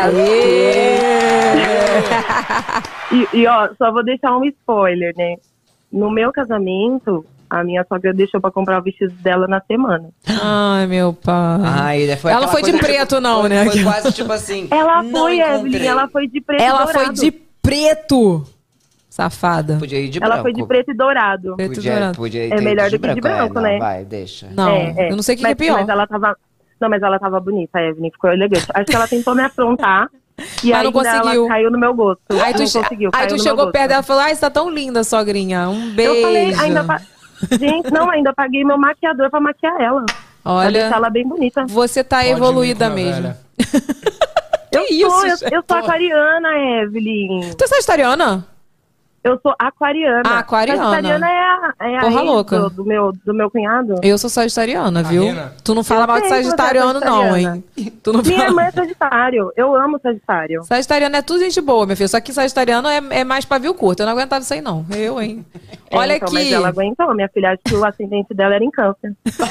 E ó, só vou deixar um spoiler, né? No meu casamento, a minha sogra deixou pra comprar o vestido dela na semana. Ai, meu pai. Ela não foi de preto, não, né? Foi quase tipo assim. Ela foi, Evelyn, ela foi de preto e dourado. Ela foi de preto. Safada. Podia ir de branco. Ela foi de preto e dourado. Podia é melhor do que de branco, né? Vai, deixa. Não, eu não sei o que é pior. Mas ela tava... Não, mas ela tava bonita, a Evelyn, ficou elegante. Acho que ela tentou me afrontar. E aí ela caiu no meu gosto. Aí tu chegou perto dela e falou, você tá tão linda, sogrinha. Um beijo. Eu falei, gente, ainda paguei meu maquiador pra maquiar ela. Olha, pra deixar ela bem bonita. Você tá evoluída mesmo. Eu sou aquariana, Evelyn. Tu é sagitariana? Eu sou aquariana. Aquariana. Sagitariana é a Porra ex louca. do meu cunhado. Eu sou sagitariana, viu? Tu não fala mal de sagitariano, não, hein? Minha irmã é sagitário. Eu amo sagitário. Sagitariano é tudo gente boa, minha filha. Só que sagitariano é mais pavio curto. Eu não aguentava isso aí, não. Eu, hein? Olha então, aqui. Mas ela aguentou. Minha filha, acho que o ascendente dela era em câncer.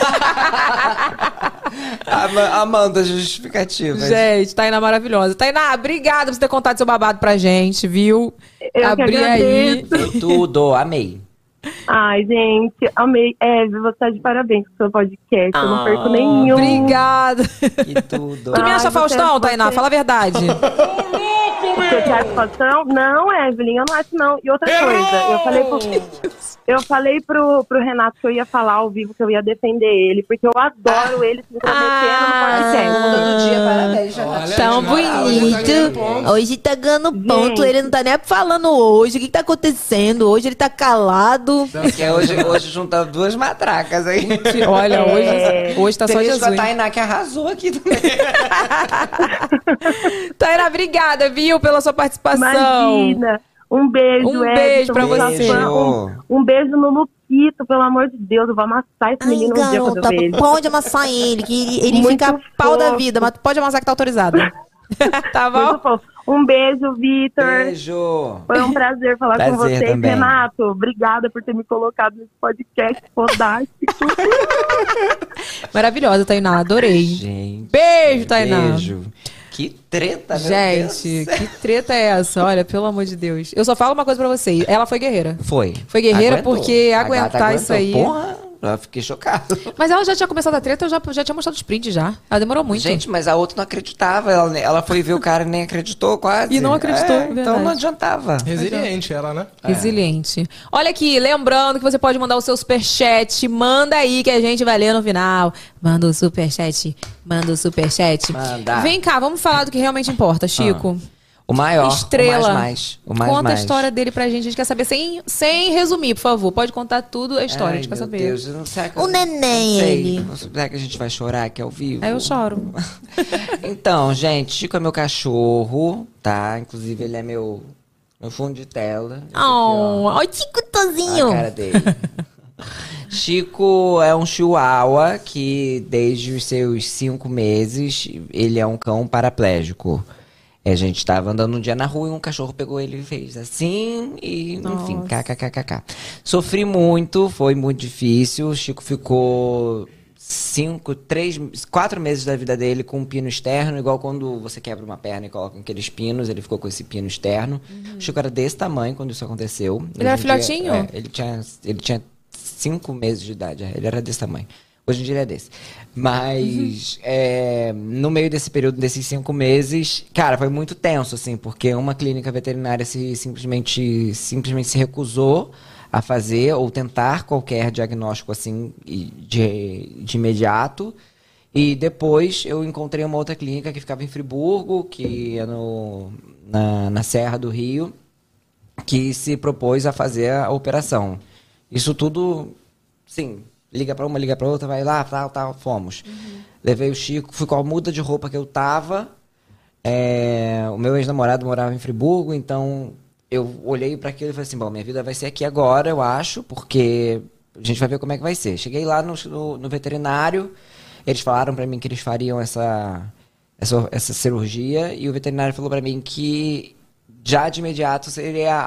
Amanda, justificativa. Gente, Tainá maravilhosa. Tainá, obrigada por você ter contado seu babado pra gente, viu? Abri aí. Tudo, amei. Ai, gente, amei. Você tá de parabéns com o seu podcast. Eu não perco nenhum. Obrigada. Que tudo. Tu me acha Faustão, Tainá? Fala a verdade. Você te acha Faustão? Não, Evelyn, eu não acho não. E outra coisa, eu falei pro Renato que eu ia falar ao vivo, que eu ia defender ele, porque eu adoro ele se intrometendo no podcast. Parabéns, tão bonito. Hoje tá ganhando ponto. Ele não tá nem falando hoje. O que tá acontecendo? Hoje ele tá calado. Porque hoje juntou duas matracas aí. Olha, hoje tá só Jesus. Com a Tainá que arrasou aqui também. Tainá, obrigada, viu, pela sua participação. Imagina. Um beijo, Um beijo pra você. Um beijo no Luquito, pelo amor de Deus. Eu vou amassar esse menino um dia quando eu ver ele. Pode amassar ele, que ele fica pau da vida. Mas pode amassar que tá autorizado. Tá bom? Um beijo, Vitor. Beijo. Foi um prazer falar com vocês. Também. Renato, obrigada por ter me colocado nesse podcast fodástico. Maravilhosa, Tainá. Adorei. Gente, beijo, Tainá. Beijo. Que treta, meu Gente, Deus. que treta é essa? Olha, pelo amor de Deus. Eu só falo uma coisa pra vocês. Ela foi guerreira. Foi guerreira aguentou. porque A aguentar gata isso aí... Porra, Eu fiquei chocado. Mas ela já tinha começado a treta, eu já tinha mostrado os prints já. Ela demorou muito. Gente, mas a outra não acreditava. Ela foi ver o cara e nem acreditou quase. E não acreditou, então não adiantava. Resiliente ela, né? Resiliente. Olha aqui, lembrando que você pode mandar o seu superchat. Manda aí que a gente vai ler no final. Manda o superchat. Manda o superchat. Manda. Vem cá, vamos falar do que realmente importa, Chico. O maior, Estrela. o mais. Conta a história dele pra gente. A gente quer saber sem resumir, por favor. Pode contar tudo a história, a gente quer saber. Deus, não sei O neném, ele. Será que a gente vai chorar aqui ao vivo? Aí eu choro. Então, gente, Chico é meu cachorro, tá? Inclusive, ele é meu fundo de tela. Olha o Chicotozinho. A cara dele. Chico é um chihuahua que, desde os seus 5 meses, ele é um cão paraplégico. A gente tava andando um dia na rua e um cachorro pegou ele e fez assim e, enfim, kkkk. Sofri muito, foi muito difícil. O Chico ficou 4 meses da vida dele com um pino externo, igual quando você quebra uma perna e coloca aqueles pinos, ele ficou com esse pino externo. O Chico era desse tamanho quando isso aconteceu. Ele era filhotinho? Ele tinha 5 meses de idade, ele era desse tamanho. Hoje em dia ele é desse. Mas no meio desse período, desses 5 meses, cara, foi muito tenso, assim, porque uma clínica veterinária simplesmente se recusou a fazer ou tentar qualquer diagnóstico, assim, de imediato. E depois eu encontrei uma outra clínica que ficava em Friburgo, que é na Serra do Rio, que se propôs a fazer a operação. Isso tudo, sim... Liga pra uma, liga pra outra, vai lá, tal, fomos. Levei o Chico, fui com a muda de roupa que eu tava. O meu ex-namorado morava em Friburgo, então eu olhei pra aquilo e falei assim, bom, minha vida vai ser aqui agora, eu acho, porque a gente vai ver como é que vai ser. Cheguei lá no veterinário, eles falaram pra mim que eles fariam essa cirurgia, e o veterinário falou pra mim que já de imediato seria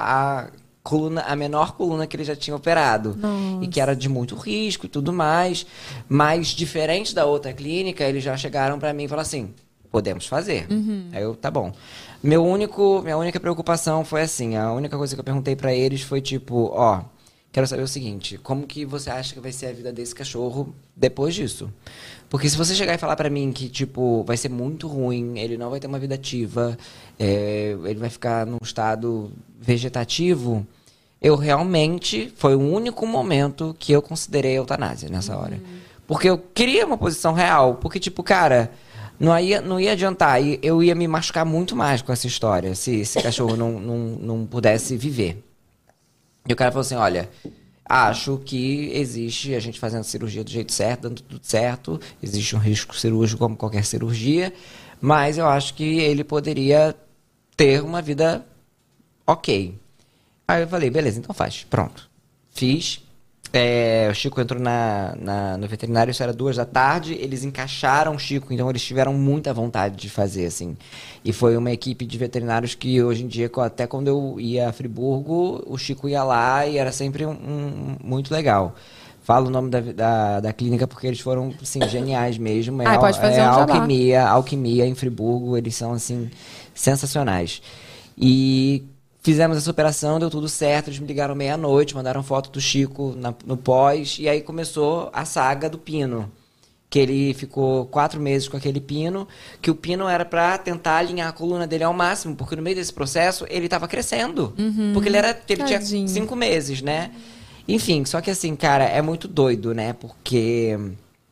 a menor coluna que ele já tinha operado. Nossa. E que era de muito risco e tudo mais. Mas, diferente da outra clínica, eles já chegaram pra mim e falaram assim, podemos fazer. Aí eu, tá bom. Minha única preocupação foi assim, a única coisa que eu perguntei pra eles foi tipo, quero saber o seguinte, como que você acha que vai ser a vida desse cachorro depois disso? Porque se você chegar e falar pra mim que, tipo, vai ser muito ruim, ele não vai ter uma vida ativa, ele vai ficar num estado vegetativo, eu realmente, foi o único momento que eu considerei eutanásia nessa hora. Porque eu queria uma posição real, porque, tipo, cara, não ia adiantar, eu ia me machucar muito mais com essa história, se esse cachorro não pudesse viver. E o cara falou assim, olha, acho que existe a gente fazendo a cirurgia do jeito certo, dando tudo certo, existe um risco cirúrgico como qualquer cirurgia, mas eu acho que ele poderia ter uma vida ok. Aí eu falei, beleza, então faz. Pronto. Fiz. O Chico entrou no veterinário, isso era 14h, eles encaixaram o Chico, então eles tiveram muita vontade de fazer, assim. E foi uma equipe de veterinários que hoje em dia, até quando eu ia a Friburgo, o Chico ia lá e era sempre muito legal. Falo o nome da clínica porque eles foram, assim, geniais mesmo. Pode fazer um Alquimia em Friburgo, eles são, assim, sensacionais. E fizemos essa operação, deu tudo certo, eles me ligaram meia-noite, mandaram foto do Chico no pós, e aí começou a saga do pino. Que ele ficou 4 meses com aquele pino, que o pino era pra tentar alinhar a coluna dele ao máximo, porque no meio desse processo ele tava crescendo. Porque ele tinha 5 meses, né? Enfim, só que assim, cara, é muito doido, né? Porque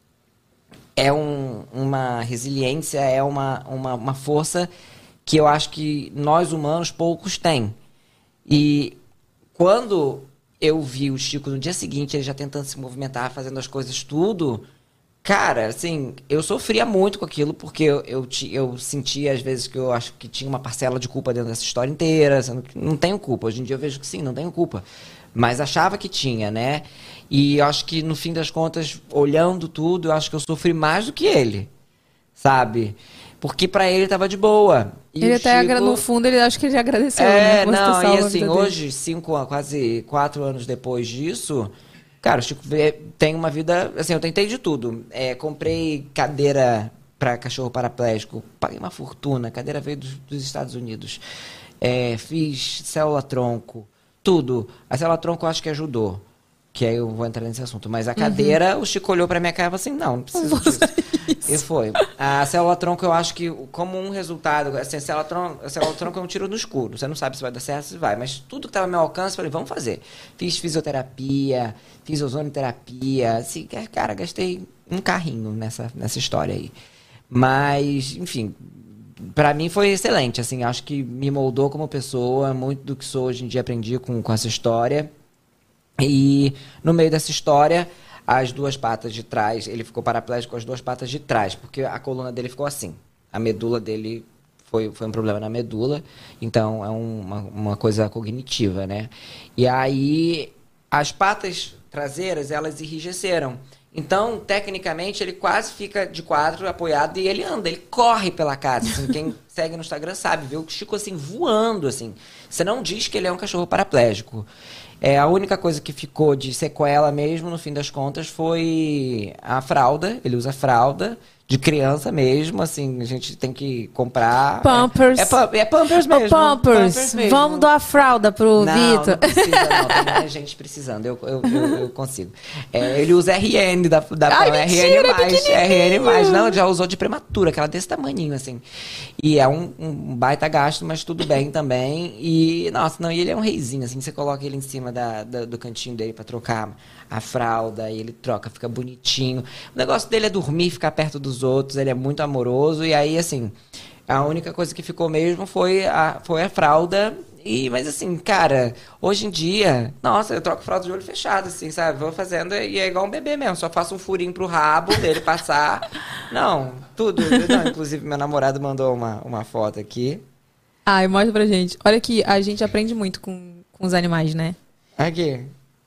é uma resiliência, é uma força que eu acho que nós humanos poucos têm. E quando eu vi o Chico no dia seguinte, ele já tentando se movimentar, fazendo as coisas tudo, cara, assim, eu sofria muito com aquilo, porque eu sentia às vezes que eu acho que tinha uma parcela de culpa dentro dessa história inteira, sendo que não tenho culpa. Hoje em dia eu vejo que sim, não tenho culpa. Mas achava que tinha, né? E eu acho que no fim das contas, olhando tudo, eu acho que eu sofri mais do que ele, sabe? Porque pra ele tava de boa. E ele até, Chico, no fundo, ele acho que ele agradeceu, né? Não, e assim, hoje, quase 4 anos depois disso, cara, o Chico tem uma vida, assim, eu tentei de tudo. Comprei cadeira pra cachorro paraplégico, paguei uma fortuna, a cadeira veio dos Estados Unidos. Fiz célula-tronco, tudo. A célula-tronco eu acho que ajudou. que aí eu vou entrar nesse assunto. Mas a cadeira, o Chico olhou pra minha cara e falou assim, não preciso disso. E foi. A célula-tronco, eu acho que como um resultado, assim, a célula-tronco é um tiro no escuro. Você não sabe se vai dar certo, se vai. Mas tudo que estava ao meu alcance, eu falei, vamos fazer. Fiz fisioterapia, fiz ozonioterapia. Assim, cara, gastei um carrinho nessa história aí. Mas, enfim, pra mim foi excelente. Assim, acho que me moldou como pessoa. Muito do que sou hoje em dia aprendi com essa história. E no meio dessa história, as duas patas de trás, ele ficou paraplégico com as duas patas de trás, porque a coluna dele ficou assim. A medula dele foi um problema na medula, então é uma coisa cognitiva, né? E aí, as patas traseiras, elas enrijeceram. Então, tecnicamente, ele quase fica de quatro, apoiado, e ele anda, ele corre pela casa. Assim, quem segue no Instagram sabe, vê o Chico assim, voando, assim. Você não diz que ele é um cachorro paraplégico. A única coisa que ficou de sequela mesmo, no fim das contas, foi a fralda. Ele usa fralda de criança mesmo, assim, a gente tem que comprar... Pampers. É Pampers mesmo. Pampers mesmo. Vamos dar a fralda pro Vitor. Não precisa não, tem mais gente precisando, eu consigo. Ele usa RN da RN+, não, já usou de prematura, aquela desse tamaninho, assim. E é um baita gasto, mas tudo bem também. E, nossa, não, e ele é um reizinho, assim, você coloca ele em cima do cantinho dele pra trocar a fralda, e ele troca, fica bonitinho. O negócio dele é dormir, ficar perto dos outros, ele é muito amoroso, e aí, assim, a única coisa que ficou mesmo foi a fralda. Mas assim, cara, hoje em dia, nossa, eu troco fralda de olho fechado, assim, sabe? Vou fazendo e é igual um bebê mesmo, só faço um furinho pro rabo dele passar. Não, tudo. Não, inclusive, meu namorado mandou uma foto aqui. Ai, mostra pra gente. Olha que a gente aprende muito com os animais, né? Aqui.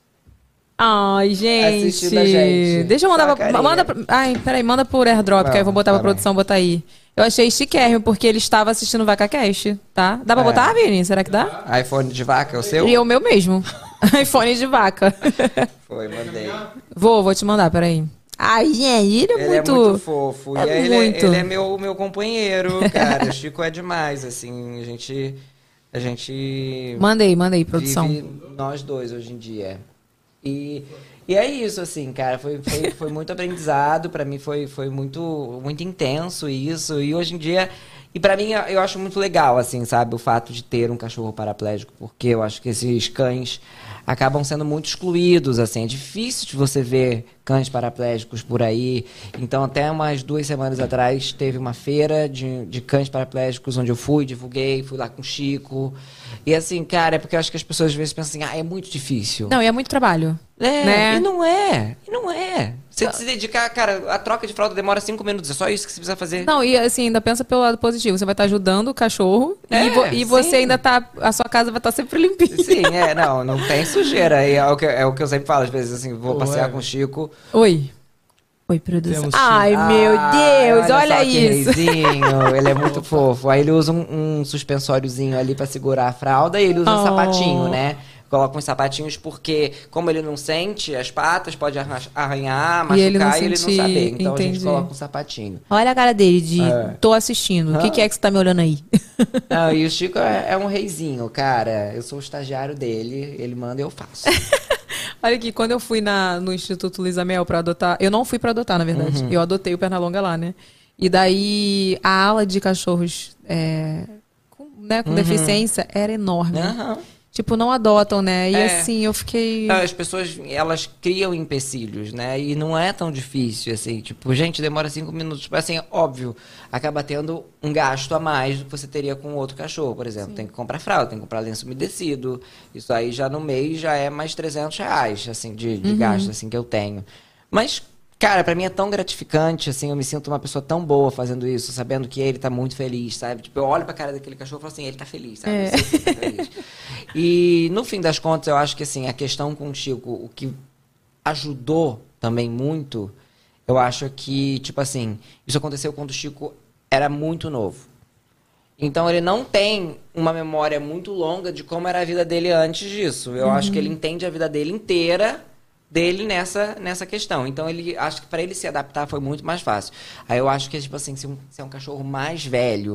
Ai, gente. Assistindo a gente. Deixa eu mandar manda por AirDrop, que aí eu vou botar pra produção, botar aí. Eu achei chiquérrimo, porque ele estava assistindo o VacaCast, tá? Dá pra botar, Vini? Será que dá? iPhone de vaca, é o seu? E o meu mesmo. iPhone de vaca. Foi, mandei. Vou te mandar, peraí. Ai, gente, ele é muito fofo. E ele é meu companheiro, cara. O Chico é demais, assim. A gente Mandei, produção. Vive nós dois hoje em dia. E é isso, assim, cara, foi muito aprendizado, pra mim foi muito intenso isso, e hoje em dia, e pra mim eu acho muito legal, assim, sabe, o fato de ter um cachorro paraplégico, porque eu acho que esses cães acabam sendo muito excluídos, assim, é difícil de você ver cães paraplégicos por aí. Então, até umas 2 semanas atrás, teve uma feira de cães paraplégicos, onde eu divulguei, fui lá com o Chico. E assim, cara, é porque eu acho que as pessoas às vezes pensam assim, é muito difícil. Não, e é muito trabalho. Né? E não é. Você se dedicar, cara, a troca de fralda demora 5 minutos, é só isso que você precisa fazer. Não, e assim, ainda pensa pelo lado positivo, você vai estar ajudando o cachorro e você ainda a sua casa vai estar sempre limpinha. Sim, não tem sujeira. E é o que eu sempre falo, às vezes, assim, vou passear com o Chico. Oi, produção. Ai, meu Deus, olha isso. Reizinho, ele é muito fofo. Aí ele usa um suspensóriozinho ali pra segurar a fralda e ele usa um sapatinho, né? Coloca uns sapatinhos porque, como ele não sente as patas, pode arranhar, machucar e ele não saber. Então a gente coloca um sapatinho. Olha a cara dele de tô assistindo. O que é que você tá me olhando aí? Não, e o Chico é um reizinho, cara. Eu sou o estagiário dele, ele manda e eu faço. Olha aqui, quando eu fui no Instituto Luiza Mel pra adotar... Eu não fui pra adotar, na verdade. Eu adotei o Pernalonga lá, né? E daí, a ala de cachorros com deficiência era enorme. Tipo, não adotam, né? E assim, eu fiquei... As pessoas, elas criam empecilhos, né? E não é tão difícil, assim. Tipo, gente, demora 5 minutos. Assim, óbvio, acaba tendo um gasto a mais do que você teria com outro cachorro, por exemplo. Sim. Tem que comprar fralda, tem que comprar lenço umedecido. Isso aí já no mês já é mais R$300, assim, de gasto, assim, que eu tenho. Mas... Cara, pra mim é tão gratificante, assim, eu me sinto uma pessoa tão boa fazendo isso, sabendo que ele tá muito feliz, sabe? Tipo, eu olho pra cara daquele cachorro e falo assim, ele tá feliz, sabe? Eu sei que ele tá feliz. E, no fim das contas, eu acho que, assim, a questão com o Chico, o que ajudou também muito, eu acho que, tipo assim, isso aconteceu quando o Chico era muito novo. Então, ele não tem uma memória muito longa de como era a vida dele antes disso. Eu acho que ele entende a vida dele inteira dele nessa questão. Então, acho que para ele se adaptar foi muito mais fácil. Aí eu acho que, tipo assim, se é um cachorro mais velho,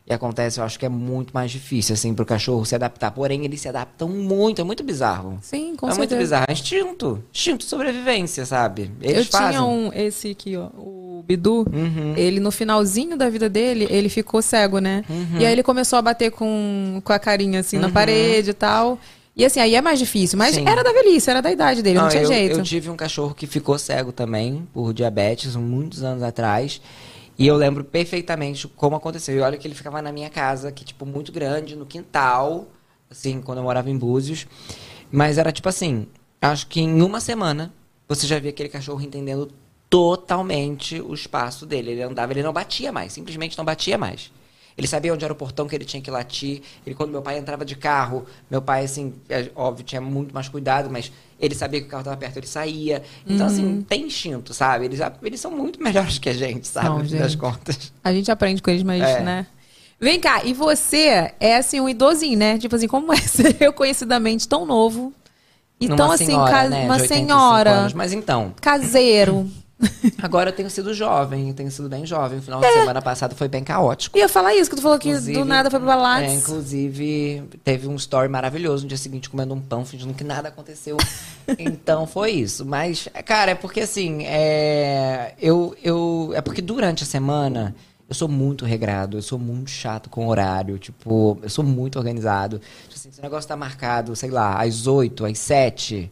E acontece, eu acho que é muito mais difícil, assim, pro cachorro se adaptar. Porém, eles se adaptam muito, é muito bizarro. Sim, com certeza. É muito bizarro, é instinto de sobrevivência, sabe? Eles fazem. Tinha esse aqui, ó, o Bidu, ele no finalzinho da vida dele, ele ficou cego, né? E aí ele começou a bater com a carinha, assim, na parede e tal. E assim, aí é mais difícil, mas era da velhice, era da idade dele, não tinha jeito. Eu tive um cachorro que ficou cego também, por diabetes, muitos anos atrás. E eu lembro perfeitamente como aconteceu. E olha que ele ficava na minha casa, que, tipo, muito grande, no quintal, assim, quando eu morava em Búzios. Mas era tipo assim, acho que em uma semana, você já via aquele cachorro entendendo totalmente o espaço dele. Ele andava, ele não batia mais, simplesmente não batia mais. Ele sabia onde era o portão que ele tinha que latir. Ele, quando meu pai entrava de carro, meu pai, assim, óbvio, tinha muito mais cuidado, mas ele sabia que o carro estava perto, ele saía. Então, assim, tem instinto, sabe? Eles são muito melhores que a gente, sabe? No fim das contas. A gente aprende com eles, mas, né? Vem cá, e você é, assim, um idosinho, né? Tipo assim, como é ser reconhecidamente tão novo e tão, assim, senhora, né? Uma de 85 senhora. anos. Mas então... Caseiro. Agora eu tenho sido jovem, eu tenho sido bem jovem. O final de semana passado foi bem caótico. Ia falar isso, que tu falou que do nada foi pra balada. Inclusive, teve um story maravilhoso no dia seguinte comendo um pão, fingindo que nada aconteceu. Então foi isso. Mas, cara, é porque assim, é porque durante a semana eu sou muito regrado, eu sou muito chato com horário, tipo, eu sou muito organizado. Tipo assim, se o negócio tá marcado, sei lá, às 8, às 7,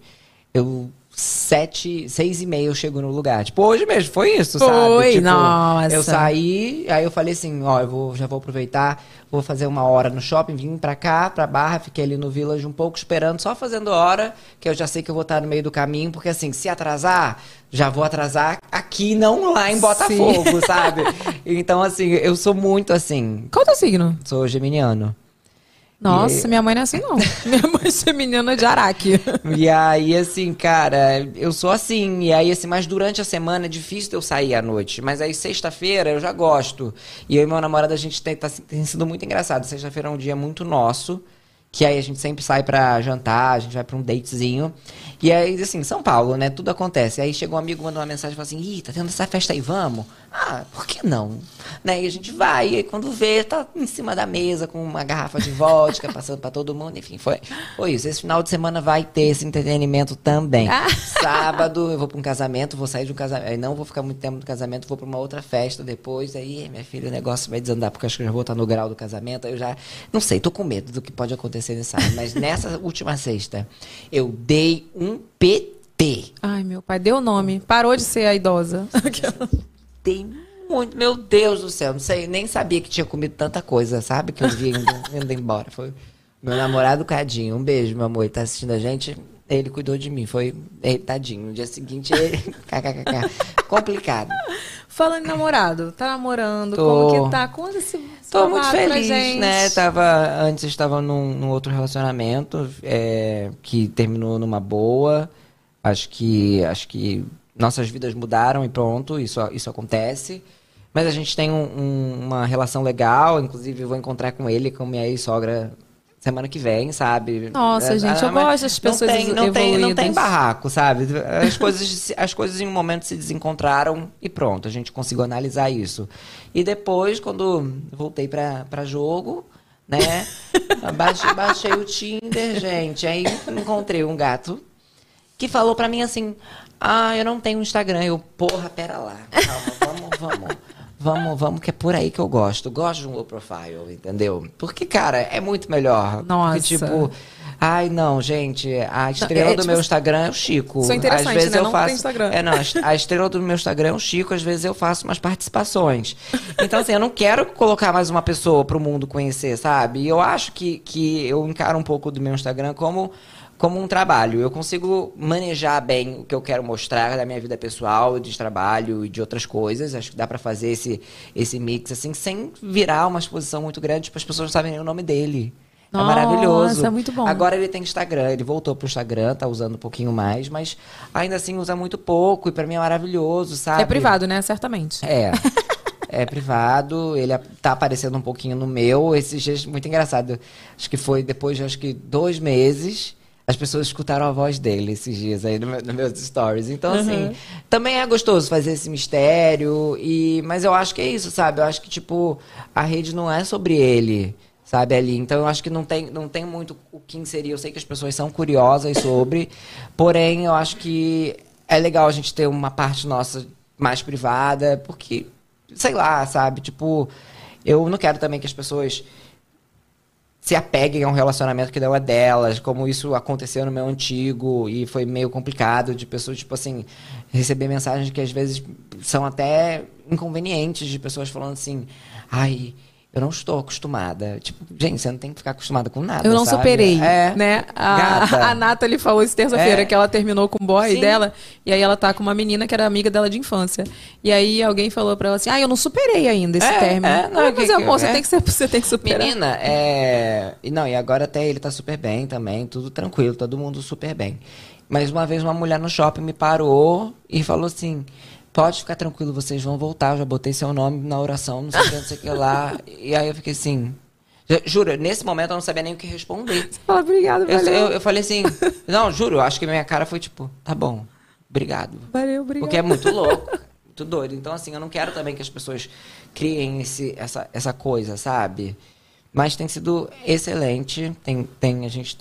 6h30 eu chego no lugar. Tipo, hoje mesmo, foi isso, sabe? Tipo, nossa. Eu saí, aí eu falei assim, ó, já vou aproveitar, vou fazer 1 hora no shopping, vim pra cá, pra Barra, fiquei ali no Village um pouco esperando, só fazendo hora, que eu já sei que eu vou estar no meio do caminho, porque assim, se atrasar, já vou atrasar aqui, não lá em Botafogo, sabe? Então, assim, eu sou muito assim. Qual é o teu signo? Sou geminiano. Nossa, minha mãe não é assim, não. Minha mãe é menina de Araque. E aí, assim, cara, eu sou assim. E aí, assim, mas durante a semana é difícil eu sair à noite. Mas aí, sexta-feira, eu já gosto. E eu e meu namorado, a gente tem sido muito engraçado. Sexta-feira é um dia muito nosso. Que aí a gente sempre sai pra jantar, a gente vai pra um datezinho. E aí, assim, São Paulo, né? Tudo acontece. Aí chegou um amigo, mandou uma mensagem e falou assim: ih, tá tendo essa festa aí, vamos? Ah, por que não? Né? E a gente vai, e aí quando vê, tá em cima da mesa com uma garrafa de vodka, passando pra todo mundo. Enfim, foi isso. Esse final de semana vai ter esse entretenimento também. Sábado eu vou pra um casamento, vou sair de um casamento. Aí não vou ficar muito tempo no casamento, vou pra uma outra festa depois. Aí, minha filha, o negócio vai desandar, porque acho que eu já vou estar no grau do casamento. Aí eu já, não sei, tô com medo do que pode acontecer nesse ano. Mas nessa última sexta, eu dei um PT. Ai, meu pai, deu o nome. Parou de ser a idosa. Dei muito, meu Deus do céu, não sei, nem sabia que tinha comido tanta coisa, sabe? Que eu vi indo embora. Foi meu namorado Cadinho. Um beijo, meu amor. Ele tá assistindo a gente. Ele cuidou de mim. Tadinho. No dia seguinte, ele... Complicado. Falando em namorado, tá namorando? Como que tá? Conta esse Tô muito feliz, né? Antes estava num outro relacionamento que terminou numa boa. Acho que nossas vidas mudaram e pronto, isso acontece. Mas a gente tem uma relação legal, inclusive eu vou encontrar com ele, com minha ex-sogra semana que vem, sabe? Nossa, gente, eu gosto das pessoas evoluídas. Não tem barraco, sabe? As coisas em um momento se desencontraram e pronto, a gente conseguiu analisar isso. E depois, quando voltei pra jogo, né? Baixei o Tinder, gente, aí encontrei um gato que falou pra mim assim: ah, eu não tenho Instagram. Eu, porra, pera lá, calma, vamos, que é por aí que eu gosto. Gosto de um low profile, entendeu? Porque, cara, é muito melhor. Nossa. Porque, tipo, ai, não, gente, a estrela do meu Instagram é o Chico. Isso é interessante, às vezes né? eu Não faço... tem Instagram. Não, a estrela do meu Instagram é o Chico, às vezes eu faço umas participações. Então, assim, eu não quero colocar mais uma pessoa pro mundo conhecer, sabe? E eu acho que eu encaro um pouco do meu Instagram como um trabalho. Eu consigo manejar bem o que eu quero mostrar da minha vida pessoal, de trabalho e de outras coisas. Acho que dá pra fazer esse mix, assim, sem virar uma exposição muito grande, para as pessoas não sabem nem o nome dele. Nossa, é maravilhoso. É muito bom. Agora ele tem Instagram, ele voltou pro Instagram, tá usando um pouquinho mais, mas ainda assim usa muito pouco e pra mim é maravilhoso, sabe? É privado, né? Certamente. É privado, ele tá aparecendo um pouquinho no meu. Esses dias, muito engraçado. Acho que foi depois de 2 meses... as pessoas escutaram a voz dele esses dias aí nos meus stories. Então, assim, também é gostoso fazer esse mistério. Mas eu acho que é isso, sabe? Eu acho que, tipo, a rede não é sobre ele, sabe, ali. Então, eu acho que não tem muito o que inserir. Eu sei que as pessoas são curiosas sobre, porém, eu acho que é legal a gente ter uma parte nossa mais privada, porque, sei lá, sabe? Tipo, eu não quero também que as pessoas se apeguem a um relacionamento que não é delas, como isso aconteceu no meu antigo e foi meio complicado, de pessoas, tipo assim, receber mensagens que às vezes são até inconvenientes, de pessoas falando assim, ai, eu não estou acostumada. Tipo, gente, você não tem que ficar acostumada com nada, Eu não sabe? superei, É, né? gata. A Nathalie falou isso terça-feira, que ela terminou com o boy Sim. dela, e aí ela tá com uma menina que era amiga dela de infância. E aí alguém falou pra ela assim, eu não superei ainda esse término. não, Mas, amor, você tem que superar. Menina, e agora até ele tá super bem também, tudo tranquilo, todo mundo super bem. Mas uma vez uma mulher no shopping me parou e falou assim, pode ficar tranquilo, vocês vão voltar, eu já botei seu nome na oração, não sei o que, não sei o que lá. E aí eu fiquei assim, juro, nesse momento eu não sabia nem o que responder. Você fala, obrigada, valeu. Eu falei assim, não, juro, eu acho que minha cara foi tipo, tá bom, obrigado. Valeu, obrigado. Porque é muito louco, muito doido. Então, assim, eu não quero também que as pessoas criem essa coisa, sabe? Mas tem sido excelente. A gente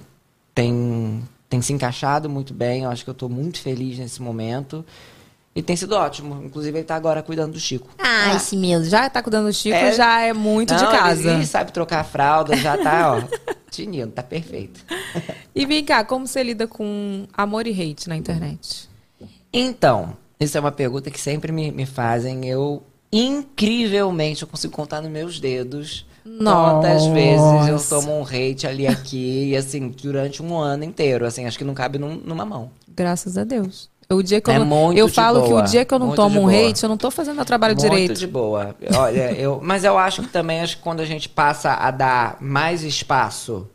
tem se encaixado muito bem. Eu acho que eu tô muito feliz nesse momento. E tem sido ótimo. Inclusive, ele tá agora cuidando do Chico. Esse mesmo. Já tá cuidando do Chico, já é muito de casa. Ele sabe trocar a fralda, já tá, tinindo, tá perfeito. E vem cá, como você lida com amor e hate na internet? Então, isso é uma pergunta que sempre me fazem. Eu, incrivelmente, eu consigo contar nos meus dedos quantas vezes eu tomo um hate ali aqui, e assim, durante um ano inteiro. Assim, acho que não cabe numa mão. Graças a Deus. O dia que muito eu de falo boa, que o dia que eu não muito tomo de um boa. hate, eu não tô fazendo meu trabalho Muito direito. de boa. Olha, mas eu acho que também quando a gente passa a dar mais espaço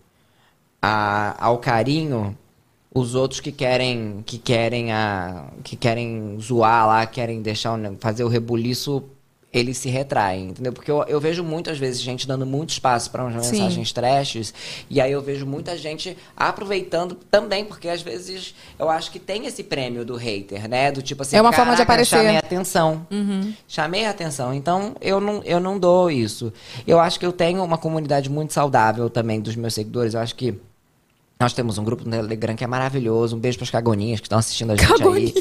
ao carinho, os outros que querem zoar lá, querem fazer o rebuliço, eles se retraem, entendeu? Porque eu vejo muitas vezes gente dando muito espaço para umas mensagens trashes, e aí eu vejo muita gente aproveitando também, porque às vezes eu acho que tem esse prêmio do hater, né? Do tipo assim, é uma forma de aparecer. Chamei a atenção. Chamei a atenção. Então, eu não dou isso. Eu acho que eu tenho uma comunidade muito saudável também dos meus seguidores. Eu acho que nós temos um grupo no Telegram que é maravilhoso. Um beijo para as cagoninhas que estão assistindo a gente aí.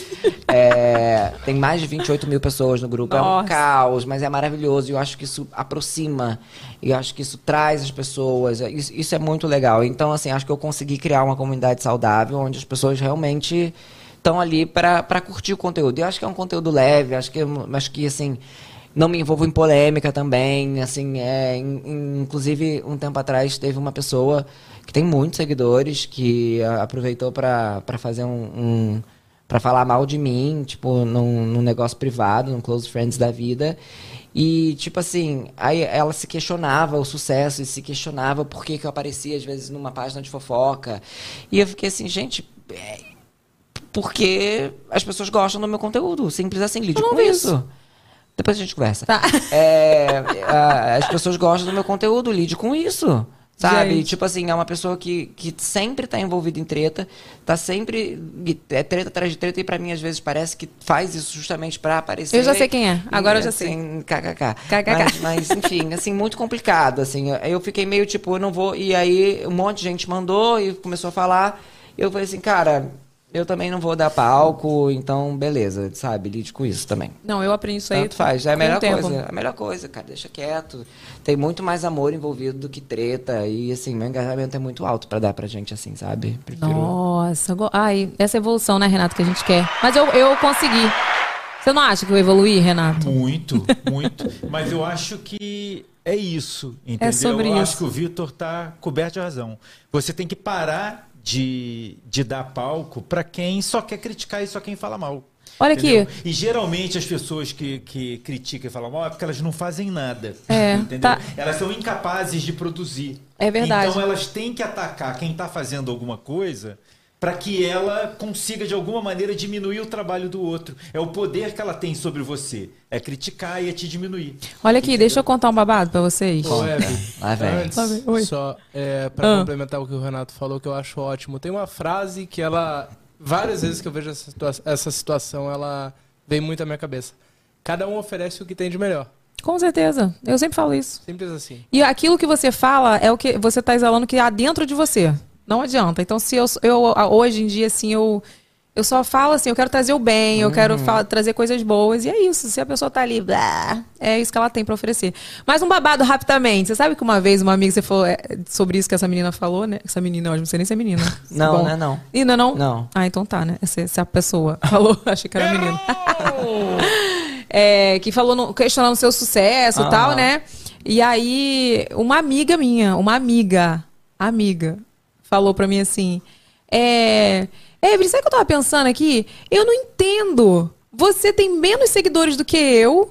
Tem mais de 28 mil pessoas no grupo. Nossa. É um caos, mas é maravilhoso. E eu acho que isso aproxima. E eu acho que isso traz as pessoas. Isso é muito legal. Então, assim, acho que eu consegui criar uma comunidade saudável, onde as pessoas realmente estão ali para curtir o conteúdo. E eu acho que é um conteúdo leve. Acho que assim, não me envolvo em polêmica também. Assim, inclusive, um tempo atrás, teve uma pessoa que tem muitos seguidores, que aproveitou para fazer para falar mal de mim, tipo, num negócio privado, num close friends da vida. E, tipo assim, aí ela se questionava o sucesso, e se questionava por que eu aparecia, às vezes, numa página de fofoca. E eu fiquei assim, gente, porque as pessoas gostam do meu conteúdo. Simples assim, lide com isso. Depois a gente conversa. Tá. As pessoas gostam do meu conteúdo, lide com isso. Sabe? Gente. Tipo assim, é uma pessoa que sempre tá envolvida em treta, tá sempre... É treta atrás de treta, e pra mim, às vezes, parece que faz isso justamente pra aparecer. Eu já sei quem é. Agora eu já sei. sei. KKK. Mas, enfim, assim, muito complicado, assim. Eu fiquei meio, tipo, eu não vou... E aí, um monte de gente mandou e começou a falar. Eu falei assim, cara, eu também não vou dar palco, então, beleza, sabe? Lide com isso também. Não, eu aprendi isso aí. Tanto faz, é a melhor tempo. coisa. A melhor coisa, cara, deixa quieto. Tem muito mais amor envolvido do que treta. E, assim, meu engajamento é muito alto pra dar pra gente, assim, sabe? Prefiro... Nossa, ai, essa evolução, né, Renato, que a gente quer. Mas eu consegui. Você não acha que eu evoluí, Renato? Muito, muito. Mas eu acho que é isso, entendeu? É sobre eu isso. acho que o Vitor tá coberto de razão. Você tem que parar de dar palco para quem só quer criticar e só quem fala mal. Olha entendeu? aqui. E geralmente as pessoas que criticam e falam mal é porque elas não fazem nada. Entendeu? Tá. Elas são incapazes de produzir. É verdade. Então elas têm que atacar quem está fazendo alguma coisa para que ela consiga, de alguma maneira, diminuir o trabalho do outro. É o poder que ela tem sobre você. É criticar e é te diminuir. Olha aqui, deixa eu contar um babado pra vocês. Antes, só pra complementar o que o Renato falou, que eu acho ótimo. Tem uma frase que ela... Várias vezes que eu vejo essa situação, ela vem muito à minha cabeça. Cada um oferece o que tem de melhor. Com certeza. Eu sempre falo isso. Simples assim. E aquilo que você fala é o que você tá exalando que há dentro de você. Não adianta. Então, se eu hoje em dia, assim, eu só falo assim, eu quero trazer o bem, eu quero trazer coisas boas, e é isso. Se a pessoa tá ali, é isso que ela tem pra oferecer. Mas um babado rapidamente. Você sabe que uma vez uma amiga, você falou sobre isso que essa menina falou, né? Essa menina, eu não sei nem se é menina. Não, Bom, não é não. E não é não? Não. Ah, então tá, né? Se a pessoa falou, achei que era menina. Que falou questionando o seu sucesso e tal, né? E aí, uma amiga minha, falou pra mim assim, Evelyn, sabe o que eu tava pensando aqui? Eu não entendo. Você tem menos seguidores do que eu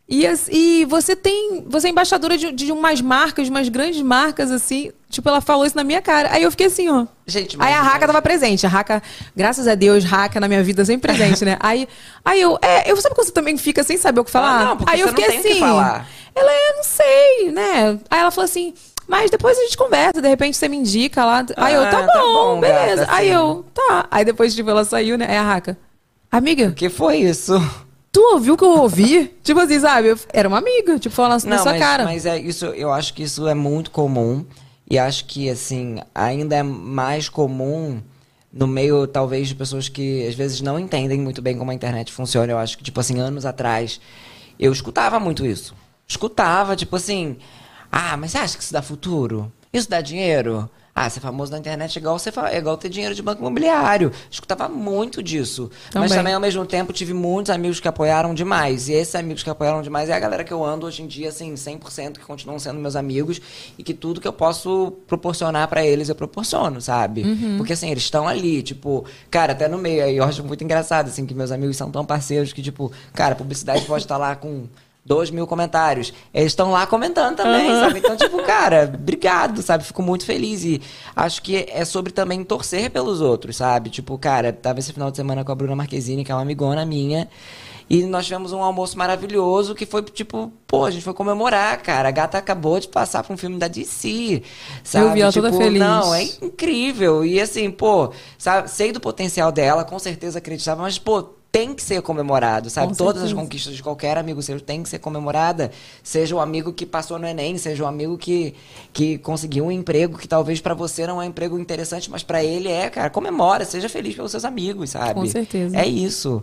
e você é embaixadora de umas marcas, umas grandes marcas, assim. Tipo, ela falou isso na minha cara. Aí eu fiquei assim, ó. Gente, aí a Raca tava presente. A Raca, graças a Deus, Raca na minha vida sempre presente, né? Aí eu sabe quando você também fica sem saber o que falar? Não, porque aí eu você fiquei não tem o que falar. Ela, não sei, né? Aí ela falou assim, mas depois a gente conversa, de repente você me indica lá. Aí eu, tá bom, beleza. Gata, aí assim. eu, tá. Aí depois, tipo, ela saiu, né? Aí a Raca, amiga. O que foi isso? Tu ouviu o que eu ouvi? Tipo assim, sabe? Era uma amiga, tipo, falando na sua cara. Mas eu acho que isso é muito comum. E acho que, assim, ainda é mais comum no meio, talvez, de pessoas que às vezes não entendem muito bem como a internet funciona. Eu acho que, tipo assim, anos atrás, eu escutava muito isso. Escutava, tipo assim, mas você acha que isso dá futuro? Isso dá dinheiro? Ser famoso na internet é igual ter dinheiro de banco imobiliário. Escutava muito disso. Mas também, ao mesmo tempo, tive muitos amigos que apoiaram demais. E esses amigos que apoiaram demais é a galera que eu ando hoje em dia, assim, 100%, que continuam sendo meus amigos. E que tudo que eu posso proporcionar pra eles, eu proporciono, sabe? Porque, assim, eles estão ali, tipo... Cara, até no meio, aí eu acho muito engraçado, assim, que meus amigos são tão parceiros que, tipo... Cara, a publicidade pode estar lá com 2.000 comentários. Eles estão lá comentando também, sabe? Então, tipo, cara, obrigado, sabe? Fico muito feliz. E acho que é sobre também torcer pelos outros, sabe? Tipo, cara, tava esse final de semana com a Bruna Marquezine, que é uma amigona minha. E nós tivemos um almoço maravilhoso que foi, tipo, a gente foi comemorar, cara. A gata acabou de passar por um filme da DC, sabe? Eu vi ela toda feliz. Não, é incrível. E assim, sabe? Sei do potencial dela, com certeza acreditava, mas, tem que ser comemorado, sabe? Todas as conquistas de qualquer amigo seu tem que ser comemorada. Seja o amigo que passou no Enem, seja o amigo que conseguiu um emprego que talvez pra você não é um emprego interessante, mas pra ele cara. Comemora, seja feliz pelos seus amigos, sabe? Com certeza. É isso.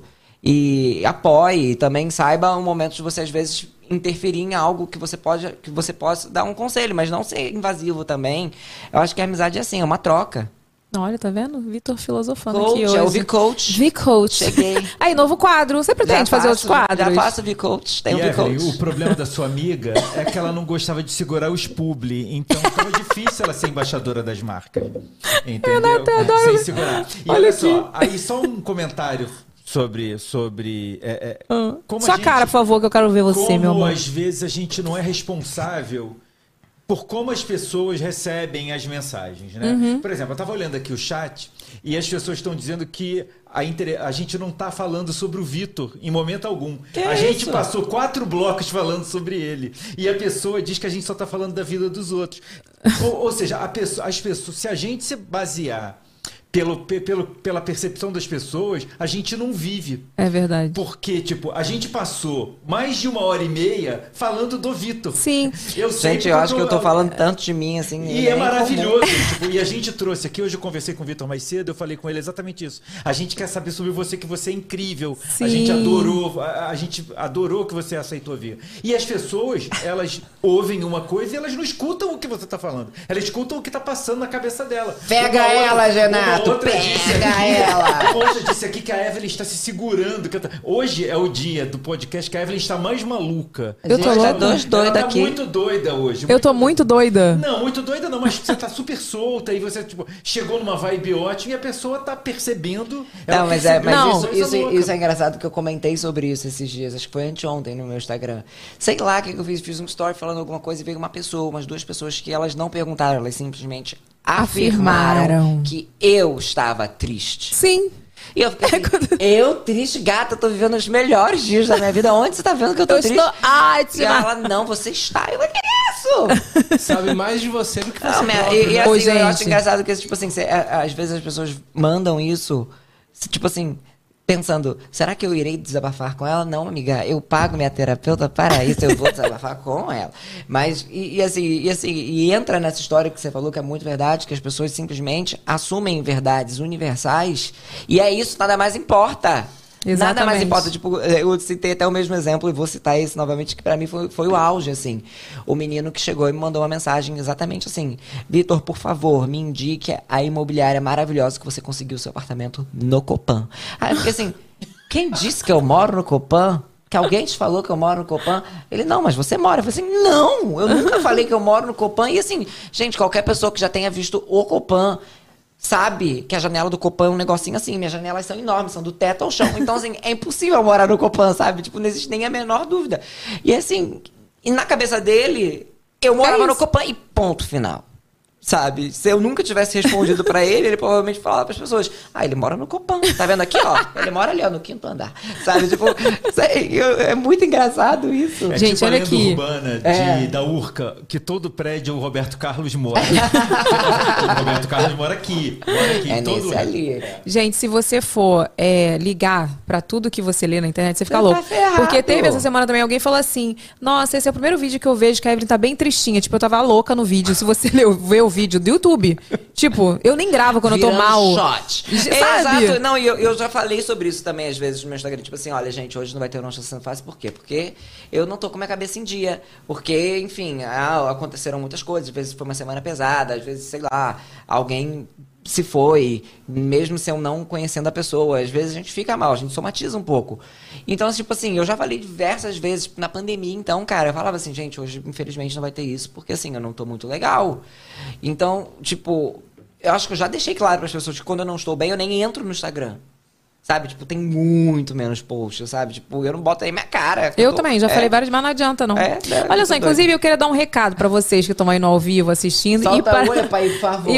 E apoie, também saiba o momento de você, às vezes, interferir em algo que você possa dar um conselho, mas não ser invasivo também. Eu acho que a amizade é assim, é uma troca. Olha, tá vendo? Vitor filosofando Coach, aqui hoje. É o V-Coach. V-Coach. Cheguei. Aí, novo quadro. Você pretende fazer outros quadros? Já faço V-Coach. Tem o V-Coach. O problema da sua amiga é que ela não gostava de segurar os publi. Então, ficava difícil ela ser embaixadora das marcas. Entendeu? Sem segurar. E olha só, aí só um comentário sobre como sua cara, por favor, que eu quero ver você, meu amor. Como às vezes a gente não é responsável por como as pessoas recebem as mensagens, né? Por exemplo, eu estava olhando aqui o chat e as pessoas estão dizendo que a gente não está falando sobre o Vitor em momento algum. A gente passou 4 blocos falando sobre ele. E a pessoa diz que a gente só está falando da vida dos outros. Ou seja, as pessoas, se a gente se basear pela percepção das pessoas, a gente não vive. É verdade. Porque, tipo, a gente passou mais de 1h30 falando do Vitor. Sim. Eu acho que eu tô falando tanto de mim, assim. E é maravilhoso. Tipo, e a gente trouxe aqui, hoje eu conversei com o Vitor mais cedo, eu falei com ele exatamente isso. A gente quer saber sobre você, que você é incrível. Sim. A gente adorou que você aceitou vir. E as pessoas, elas ouvem uma coisa e elas não escutam o que você tá falando. Elas escutam o que tá passando na cabeça dela. Pega ela, Renato. Pega ela! Poxa, disse aqui que a Evelyn está se segurando. Hoje é o dia do podcast que a Evelyn está mais maluca. Eu tô doida aqui. Tá muito doida hoje. Eu tô muito doida. Não, muito doida não, mas você tá super solta e você, tipo, chegou numa vibe ótima e a pessoa tá percebendo. Não, mas isso é engraçado que eu comentei sobre isso esses dias. Acho que foi anteontem no meu Instagram. Sei lá o que eu fiz. Fiz um story falando alguma coisa e veio uma pessoa, umas 2 pessoas que elas não perguntaram, elas simplesmente afirmaram que eu estava triste. Sim. E eu fiquei assim, eu triste, gata, tô vivendo os melhores dias da minha vida. Onde você tá vendo que eu tô triste? Estou ótima. E ela, não, você está. Eu falei, que é isso? Sabe mais de você do que você Não, próprio. e assim, Ô, eu gente. acho engraçado que, tipo assim, às vezes as pessoas mandam isso, tipo assim, pensando, será que eu irei desabafar com ela? Não, amiga, eu pago minha terapeuta para isso, eu vou desabafar com ela. Mas, e entra nessa história que você falou, que é muito verdade, que as pessoas simplesmente assumem verdades universais, e é isso, nada mais importa. Exatamente. Nada mais importa. Tipo, eu citei até o mesmo exemplo e vou citar esse novamente, que pra mim foi o auge, assim. O menino que chegou e me mandou uma mensagem exatamente assim: Vitor, por favor, me indique a imobiliária maravilhosa que você conseguiu o seu apartamento no Copan. Aí eu fiquei assim, quem disse que eu moro no Copan? Que alguém te falou que eu moro no Copan? Ele, não, mas você mora. Eu falei assim, não, eu nunca falei que eu moro no Copan. E assim, gente, qualquer pessoa que já tenha visto o Copan sabe que a janela do Copan é um negocinho assim. Minhas janelas são enormes, são do teto ao chão. Então, assim, é impossível morar no Copan, sabe? Tipo, não existe nem a menor dúvida. E assim, e na cabeça dele, eu morava no Copan e ponto final. Sabe? Se eu nunca tivesse respondido pra ele, ele provavelmente falava pras pessoas, ele mora no Copan. Tá vendo aqui, ó? Ele mora ali, ó, no 5º andar. Sabe? Tipo, é muito engraçado isso. É Gente, tipo olha a lenda aqui. urbana da Urca, que todo prédio o Roberto Carlos mora. O Roberto Carlos mora aqui. É todo nesse ali. Gente, se você for ligar pra tudo que você lê na internet, você fica Você louco. tá ferrado. Porque teve essa semana também, alguém falou assim, nossa, esse é o primeiro vídeo que eu vejo que a Evelyn tá bem tristinha. Tipo, eu tava louca no vídeo. Se você ver o vídeo do YouTube, tipo, eu nem gravo quando eu tô Virando mal. shot. Sabe? Exato. Não, e eu já falei sobre isso também, às vezes, no meu Instagram. Tipo assim, olha, gente, hoje não vai ter Não Está Sendo Fácil. Por quê? Porque eu não tô com minha cabeça em dia. Porque, enfim, aconteceram muitas coisas. Às vezes foi uma semana pesada. Às vezes, sei lá, alguém se foi, mesmo se eu não conhecendo a pessoa. Às vezes a gente fica mal, a gente somatiza um pouco. Então, tipo assim, eu já falei diversas vezes na pandemia, então, cara, eu falava assim, gente, hoje infelizmente não vai ter isso, porque assim, eu não tô muito legal. Então, tipo, eu acho que eu já deixei claro para as pessoas que quando eu não estou bem, eu nem entro no Instagram. Sabe? Tipo, tem muito menos posts, sabe? Tipo, eu não boto aí minha cara. Eu também, já falei várias, mas não adianta, não. Olha só, inclusive, eu queria dar um recado pra vocês que estão aí no ao vivo assistindo. Solta o epa aí, por favor.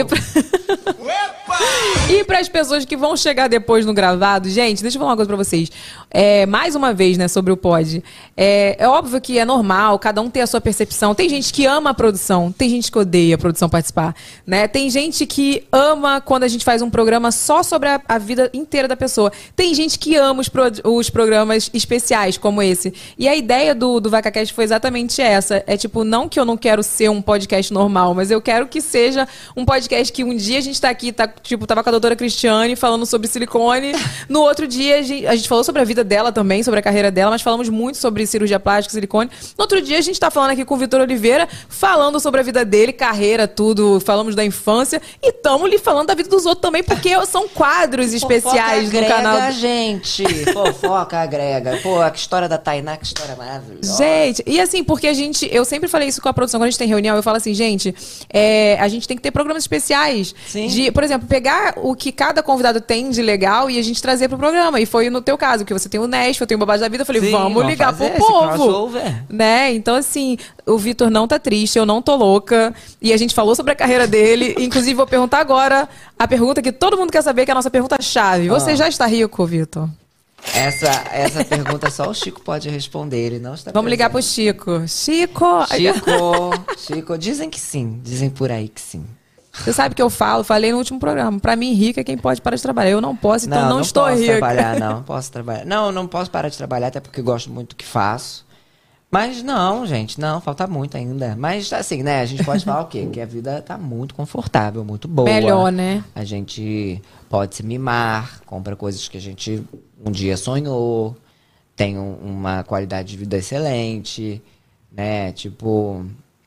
E para as pessoas que vão chegar depois no gravado, gente, deixa eu falar uma coisa pra vocês. Mais uma vez, né, sobre o pod. É óbvio que é normal, cada um tem a sua percepção. Tem gente que ama a produção, tem gente que odeia a produção participar, né? Tem gente que ama quando a gente faz um programa só sobre a vida inteira da pessoa. Tem gente que ama os programas especiais, como esse. E a ideia do VacaCast foi exatamente essa. É tipo, não que eu não quero ser um podcast normal, mas eu quero que seja um podcast que um dia a gente tá aqui, tipo, tava com a doutora Cristiane falando sobre silicone. No outro dia, a gente falou sobre a vida dela também, sobre a carreira dela, mas falamos muito sobre cirurgia plástica, silicone. No outro dia, a gente tá falando aqui com o Vitor Oliveira, falando sobre a vida dele, carreira, tudo. Falamos da infância. E estamos lhe falando da vida dos outros também, porque são quadros especiais no canal. Gente, fofoca agrega. Pô, a história da Tainá, que história maravilhosa. Gente, e assim, porque eu sempre falei isso com a produção, quando a gente tem reunião, eu falo assim, gente, a gente tem que ter programas especiais. De, por exemplo, pegar o que cada convidado tem de legal e a gente trazer pro programa. E foi no teu caso, que você tem o Nest, eu tenho o Babado da Vida, eu falei, vamos ligar pro povo. Né? Então, assim, o Vitor não tá triste, eu não tô louca. E a gente falou sobre a carreira dele. Inclusive, vou perguntar agora a pergunta que todo mundo quer saber, que é a nossa pergunta-chave. Você já está rico, Vitor? Essa pergunta só o Chico pode responder, ele não está Vamos ligar pro Chico. Chico! Chico, dizem que sim, dizem por aí que sim. Você sabe que eu falei no último programa, pra mim rico é quem pode parar de trabalhar. Eu não posso, então não estou rica. Não posso trabalhar. Não posso parar de trabalhar, até porque gosto muito do que faço. Mas não, gente, não, falta muito ainda. Mas assim, né, a gente pode falar o quê? Que a vida tá muito confortável, muito boa. Melhor, né? A gente pode se mimar, compra coisas que a gente um dia sonhou, tem uma qualidade de vida excelente, né? Tipo,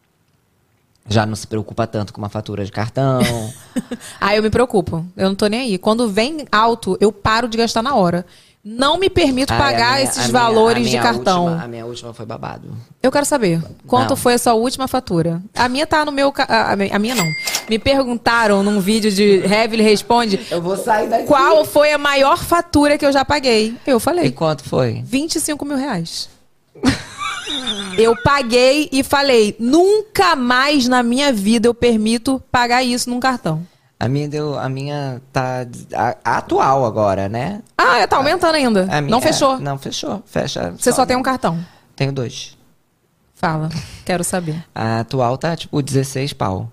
já não se preocupa tanto com uma fatura de cartão. Eu me preocupo, eu não tô nem aí. Quando vem alto, eu paro de gastar na hora. Não me permito pagar esses valores de cartão. A minha última foi babado. Eu quero saber, quanto foi a sua última fatura? A minha tá no meu... A minha não. Me perguntaram num vídeo de Heavy Responde... Eu vou sair daqui. Qual foi a maior fatura que eu já paguei? Eu falei. E quanto foi? 25 mil reais. Eu paguei e falei, nunca mais na minha vida eu permito pagar isso num cartão. A minha tá a atual agora, né? Ah, tá aumentando ainda. Não fechou? Não fechou. Fecha. Você só tem um cartão? Tenho 2. Fala, quero saber. A atual tá tipo 16 pau.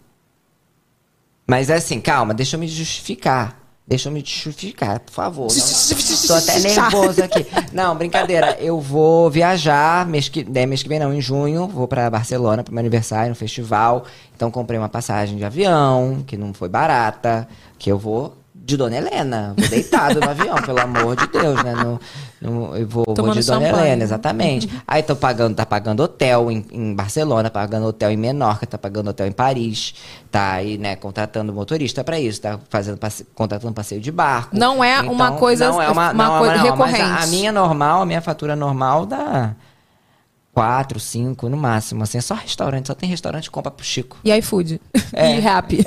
Mas é assim, calma, deixa eu me justificar. Deixa eu me justificar, por favor. Tô até nervoso aqui. Não, brincadeira. Eu vou viajar mês que vem não, em junho. Vou pra Barcelona pro meu aniversário, no festival. Então comprei uma passagem de avião, que não foi barata. Que eu vou de Dona Helena. Vou deitado no avião, pelo amor de Deus, né? Eu vou de Dona Helena, exatamente. Aí tá pagando hotel em Barcelona, pagando hotel em Menorca, tá pagando hotel em Paris. Tá aí, né, contratando motorista pra isso, tá contratando passeio de barco. Não é então, uma coisa, uma coisa recorrente. Mas a minha fatura normal dá 4, 5 no máximo, assim, é só restaurante, só tem restaurante que compra pro Chico. E iFood. E Rappi.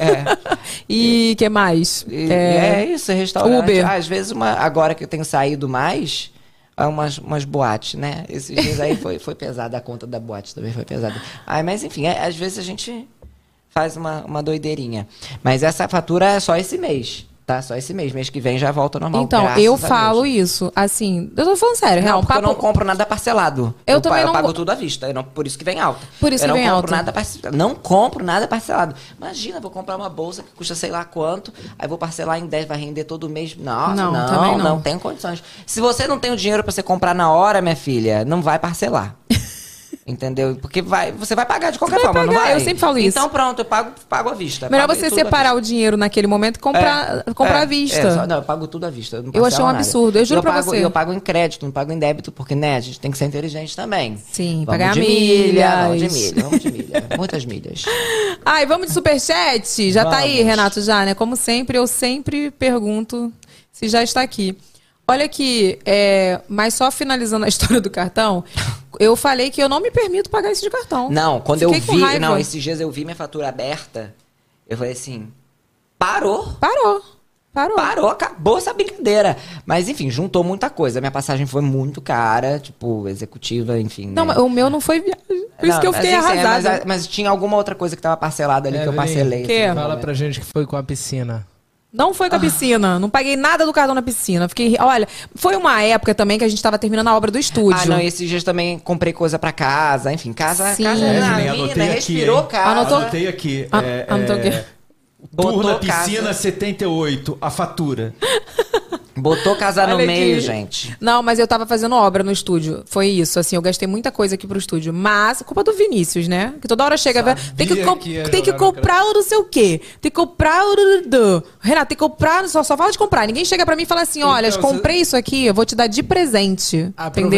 E que mais? É isso, restaurante. Uber. Às vezes, agora que eu tenho saído mais, umas boates, né? Esses dias aí foi pesada, a conta da boate também foi pesada. Mas enfim, às vezes a gente faz uma doideirinha. Mas essa fatura é só esse mês. Tá, só esse mês. Mês que vem já volta ao normal. Então, eu falo isso, assim, eu tô falando sério. Não, porque eu não compro nada parcelado. Eu também não pago tudo à vista. Por isso que vem alta. Por isso que vem alta. Eu não compro nada parcelado. Não compro nada parcelado. Imagina, vou comprar uma bolsa que custa sei lá quanto, aí vou parcelar em 10, vai render todo mês. Nossa, não tenho condições. Se você não tem o dinheiro pra você comprar na hora, minha filha, não vai parcelar. Entendeu? Porque você vai pagar de qualquer forma, não vai? Eu sempre falo isso. Então pronto, eu pago à vista. Melhor você separar o dinheiro naquele momento e comprar à vista. Não, eu pago tudo à vista. Eu achei um absurdo, eu juro pra você. Eu pago em crédito, não pago em débito, porque, né, a gente tem que ser inteligente também. Sim, pagar milhas. Vamos de milha. Muitas milhas. Ai, vamos de superchat? Já tá aí, Renato, já, né? Como sempre, eu sempre pergunto se já está aqui. Olha aqui, mas só finalizando a história do cartão, eu falei que eu não me permito pagar isso de cartão. Não, quando eu vi, esses dias eu vi minha fatura aberta, eu falei assim, parou, acabou essa brincadeira. Mas enfim, juntou muita coisa. Minha passagem foi muito cara, tipo, executiva, enfim. Não, né? mas o meu não foi viagem. Por isso que eu fiquei arrasada. Mas tinha alguma outra coisa que tava parcelada ali que eu parcelei. Assim, fala pra gente que foi com a piscina. Não foi com a piscina, não paguei nada do cartão na piscina. Olha, foi uma época também que a gente tava terminando a obra do estúdio. Não, esses dias também comprei coisa pra casa, enfim, casa respirou casa. Anotei aqui. Anotou o quê? Tour na piscina 78, a fatura. Botou casa no meio, gente. Não, mas eu tava fazendo obra no estúdio. Foi isso, assim, eu gastei muita coisa aqui pro estúdio. Mas, culpa do Vinícius, né? Que toda hora chega... Tem que comprar o não sei o quê. Tem que comprar o... Renato, tem que comprar... Só fala de comprar. Ninguém chega pra mim e fala assim, olha, comprei isso aqui, eu vou te dar de presente.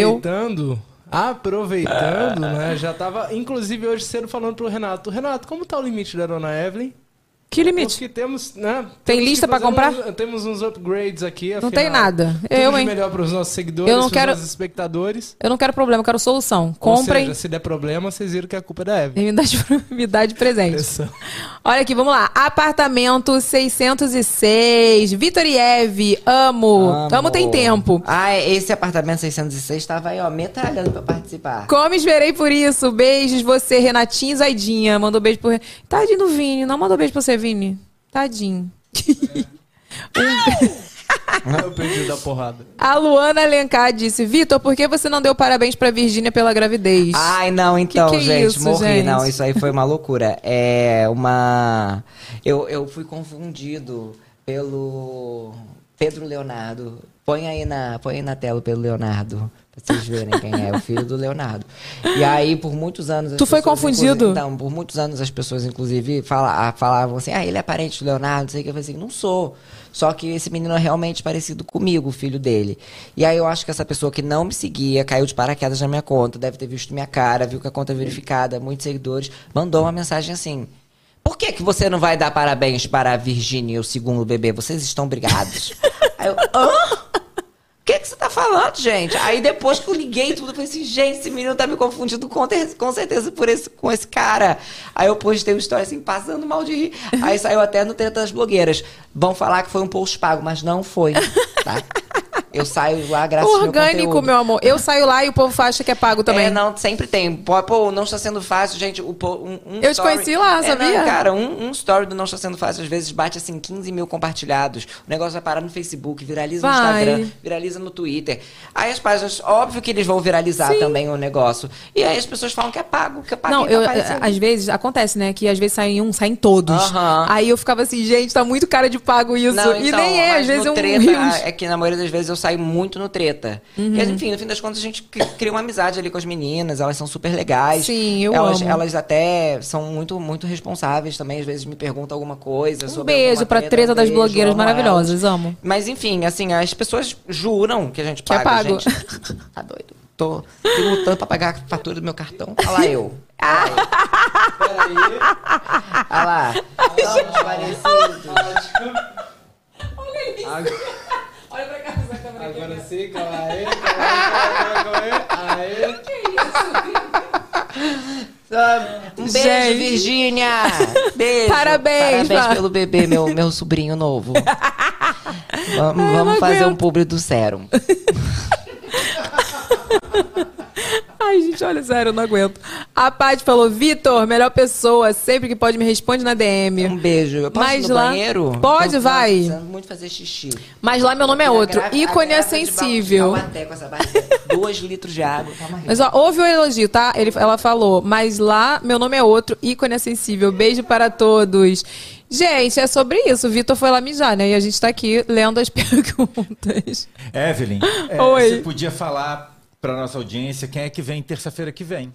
Aproveitando, né? Já tava, inclusive, hoje cedo falando pro Renato. Renato, como tá o limite da Dona Evelyn? Que limite? Porque temos, né? Tem lista pra comprar? Temos uns upgrades aqui. Afinal, não tem nada. Tudo de melhor pros nossos seguidores, pros nossos espectadores. Eu não quero problema, eu quero solução. Comprem. Ou seja, se der problema, vocês viram que a culpa é da Evelyn. Me dá de presente. Olha aqui, vamos lá. Apartamento 606. Vitor e Eve. Amo. Tem tempo. Esse apartamento 606 tava aí, ó, metralhando pra participar. Como esperei por isso. Beijos, você, Renatinho Zaidinha. Mandou beijo pro... Tadinho do Vini. Não mandou beijo pra você, Vini. Tadinho. Eu perdi da porrada. A Luana Alencar disse: Vitor, por que você não deu parabéns pra Virgínia pela gravidez? Não, então, que gente, isso, morri. gente? Não, isso aí foi uma loucura. Eu fui confundido pelo Pedro Leonardo. Põe aí na tela o Pedro Leonardo, pra vocês verem quem é, o filho do Leonardo. E aí, por muitos anos... Tu foi confundido? Então, por muitos anos as pessoas, inclusive, falavam assim, ele é parente do Leonardo, não sei o que. Eu falei assim, não sou. Só que esse menino é realmente parecido comigo, o filho dele. E aí eu acho que essa pessoa que não me seguia, caiu de paraquedas na minha conta, deve ter visto minha cara, viu que a conta é verificada, muitos seguidores, mandou uma mensagem assim: por que você não vai dar parabéns para a Virgínia e o segundo bebê? Vocês estão brigados? Aí eu, O que você tá falando, gente? Aí depois que eu liguei tudo, eu falei assim, gente, esse menino tá me confundindo com certeza com esse cara. Aí eu postei uma história assim, passando mal de rir. Aí saiu até no Treta das Blogueiras. Vão falar que foi um post pago, mas não foi, tá? Eu saio lá graças ao meu Orgânico, conteúdo. meu amor. Eu saio lá e o povo acha que é pago também. Não, sempre tem. Pô, não está sendo fácil, gente. Eu te conheci lá, sabia? Não, cara, um story do Não Está Sendo Fácil, às vezes bate assim 15 mil compartilhados. O negócio vai parar no Facebook, viraliza no Instagram, viraliza no Twitter. Aí as páginas, óbvio que eles vão viralizar também o negócio. E aí as pessoas falam que é pago, Não, às vezes, acontece, né? Que às vezes saem todos. Aí eu ficava assim, gente, tá muito cara de pago isso. Não, e então, nem às vezes treta, rios. é que na maioria das vezes eu saio muito no treta. Porque, enfim, no fim das contas, a gente cria uma amizade ali com as meninas, elas são super legais. Sim, eu amo. Elas até são muito, muito responsáveis também, às vezes me perguntam alguma coisa sobre Beijo pra treta das blogueiras maravilhosas, amo. Mas enfim, assim, as pessoas juram que a gente paga. Que é pago. Gente, tá doido. Tô lutando pra pagar a fatura do meu cartão. Olha lá eu. Peraí. Olha lá. Estamos parecidos. Olha isso. Olha pra cá, essa câmera aqui. Agora sim, calma aí. Aê. Que isso? Um beijo, Virgínia! Beijo! Parabéns pelo bebê, meu sobrinho novo. Vamos fazer um publi do Serum. Ai, gente, olha, sério, eu não aguento. A Paty falou, Vitor, melhor pessoa, sempre que pode me responde na DM. Um beijo. Eu posso ir no banheiro? Pode, vai. Precisando muito fazer xixi. Mas lá meu nome é outro. Ícone é sensível. Com essa barriga, 2 litros de água. Mas ó, ouve o elogio, tá? Ela falou, mas lá meu nome é outro. Ícone é sensível. Beijo para todos. Gente, é sobre isso. O Vitor foi lá mijar, né? E a gente tá aqui lendo as perguntas. Evelyn, Oi. você podia falar pra nossa audiência quem é que vem terça-feira que vem.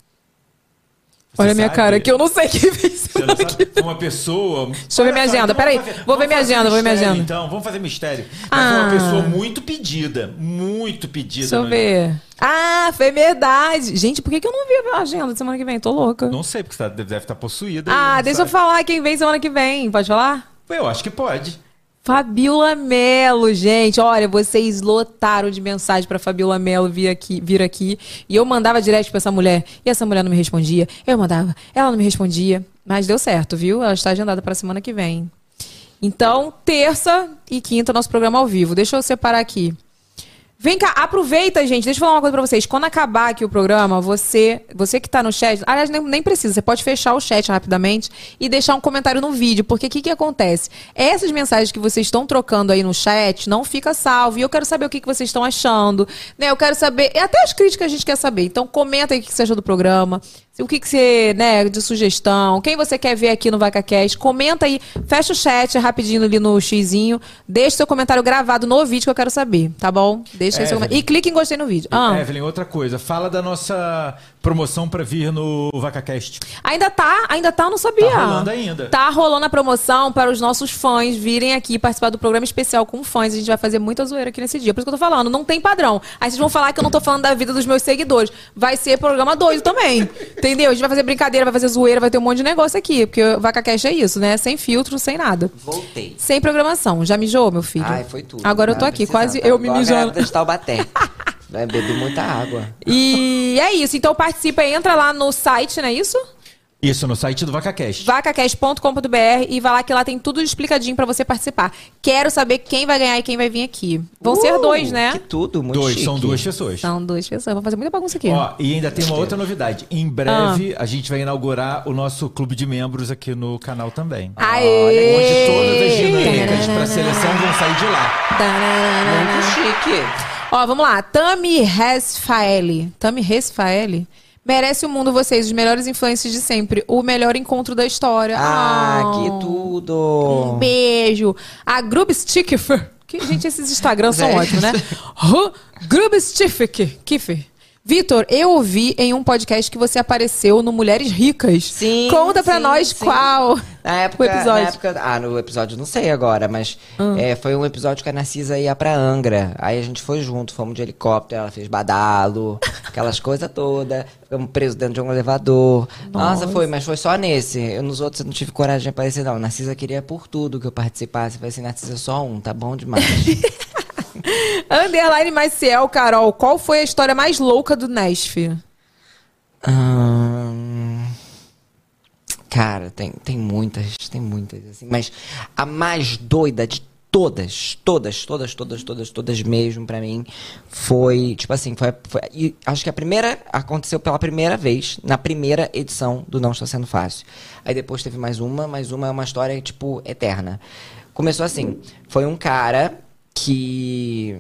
Olha a minha cara, que eu não sei quem vem semana que vem. Uma pessoa... Deixa eu ver minha agenda, peraí. Vou ver minha agenda, Então, vamos fazer mistério. Mas foi uma pessoa muito pedida. Muito pedida. Deixa eu ver. Ah, foi verdade. Gente, por que eu não vi a agenda de semana que vem? Tô louca. Não sei, porque você deve estar possuída. Deixa eu falar quem vem semana que vem. Pode falar? Eu acho que pode. Fabiola Mello, gente. Olha, vocês lotaram de mensagem pra Fabiola Mello vir aqui. E eu mandava direto pra essa mulher. E essa mulher não me respondia. Eu mandava. Ela não me respondia. Mas deu certo, viu? Ela está agendada pra semana que vem. Então, terça e quinta, nosso programa ao vivo. Deixa eu separar aqui. Vem cá, aproveita, gente. Deixa eu falar uma coisa pra vocês. Quando acabar aqui o programa, você que tá no chat... Aliás, nem precisa. Você pode fechar o chat rapidamente e deixar um comentário no vídeo. Porque o que acontece? Essas mensagens que vocês estão trocando aí no chat não fica salvo. E eu quero saber o que vocês estão achando. Né? Eu quero saber... E até as críticas a gente quer saber. Então, comenta aí o que você achou do programa. O que você, né, de sugestão. Quem você quer ver aqui no VacaCast. Comenta aí. Fecha o chat rapidinho ali no xizinho. Deixa seu comentário gravado no vídeo que eu quero saber. Tá bom? Deixa aí seu comentário. E clique em gostei no vídeo. Evelyn, outra coisa. Fala da nossa promoção pra vir no VacaCast. Ainda tá, eu não sabia. Tá rolando ainda. Tá rolando a promoção para os nossos fãs virem aqui participar do programa especial com fãs. A gente vai fazer muita zoeira aqui nesse dia. Por isso que eu tô falando, não tem padrão. Aí vocês vão falar que eu não tô falando da vida dos meus seguidores. Vai ser programa doido também. Entendeu? A gente vai fazer brincadeira, vai fazer zoeira, vai ter um monte de negócio aqui. Porque o VacaCast é isso, né? Sem filtro, sem nada. Voltei. Sem programação. Já mijou, meu filho? Ai, foi tudo. Agora eu tô aqui, quase eu me mijando. De Taubaté. Bebi muita água. E é isso. Então participa aí, entra lá no site, não é isso? Isso, no site do VacaCast. vacacast.com.br e vai lá que lá tem tudo explicadinho pra você participar. Quero saber quem vai ganhar e quem vai vir aqui. Vão ser 2, né? Que tudo, muito chique. São 2 pessoas. São 2 pessoas. Vamos fazer muita bagunça aqui. Ó, e ainda tem uma outra novidade. Em breve, a gente vai inaugurar o nosso clube de membros aqui no canal também. Aê! Onde todas as dinâmicas pra seleção vão sair de lá. Muito chique. Ó, vamos lá. Tami Resfaeli. Merece o mundo vocês, os melhores influencers de sempre. O melhor encontro da história. Que tudo. Um beijo. A Grubstiffer. Gente, esses Instagrams são ótimos, né? Grubstiffer. Vitor, eu ouvi em um podcast que você apareceu no Mulheres Ricas. Sim. Conta pra nós qual o episódio. No episódio não sei agora, mas foi um episódio que a Narcisa ia pra Angra. Aí a gente foi junto, fomos de helicóptero, ela fez badalo, aquelas coisas todas. Ficamos presos dentro de um elevador. Nossa, mas foi só nesse. Nos outros eu não tive coragem de aparecer, não. Narcisa queria por tudo que eu participasse. Eu falei assim, Narcisa, só um, tá bom demais. Underline Maciel, Carol, qual foi a história mais louca do Nesf? Cara, tem muitas, assim. Mas a mais doida de todas mesmo pra mim. Foi, tipo assim, e acho que aconteceu pela primeira vez, na primeira edição do Não Está Sendo Fácil. Aí depois teve mais uma é uma história, tipo, eterna. Começou assim, foi um cara que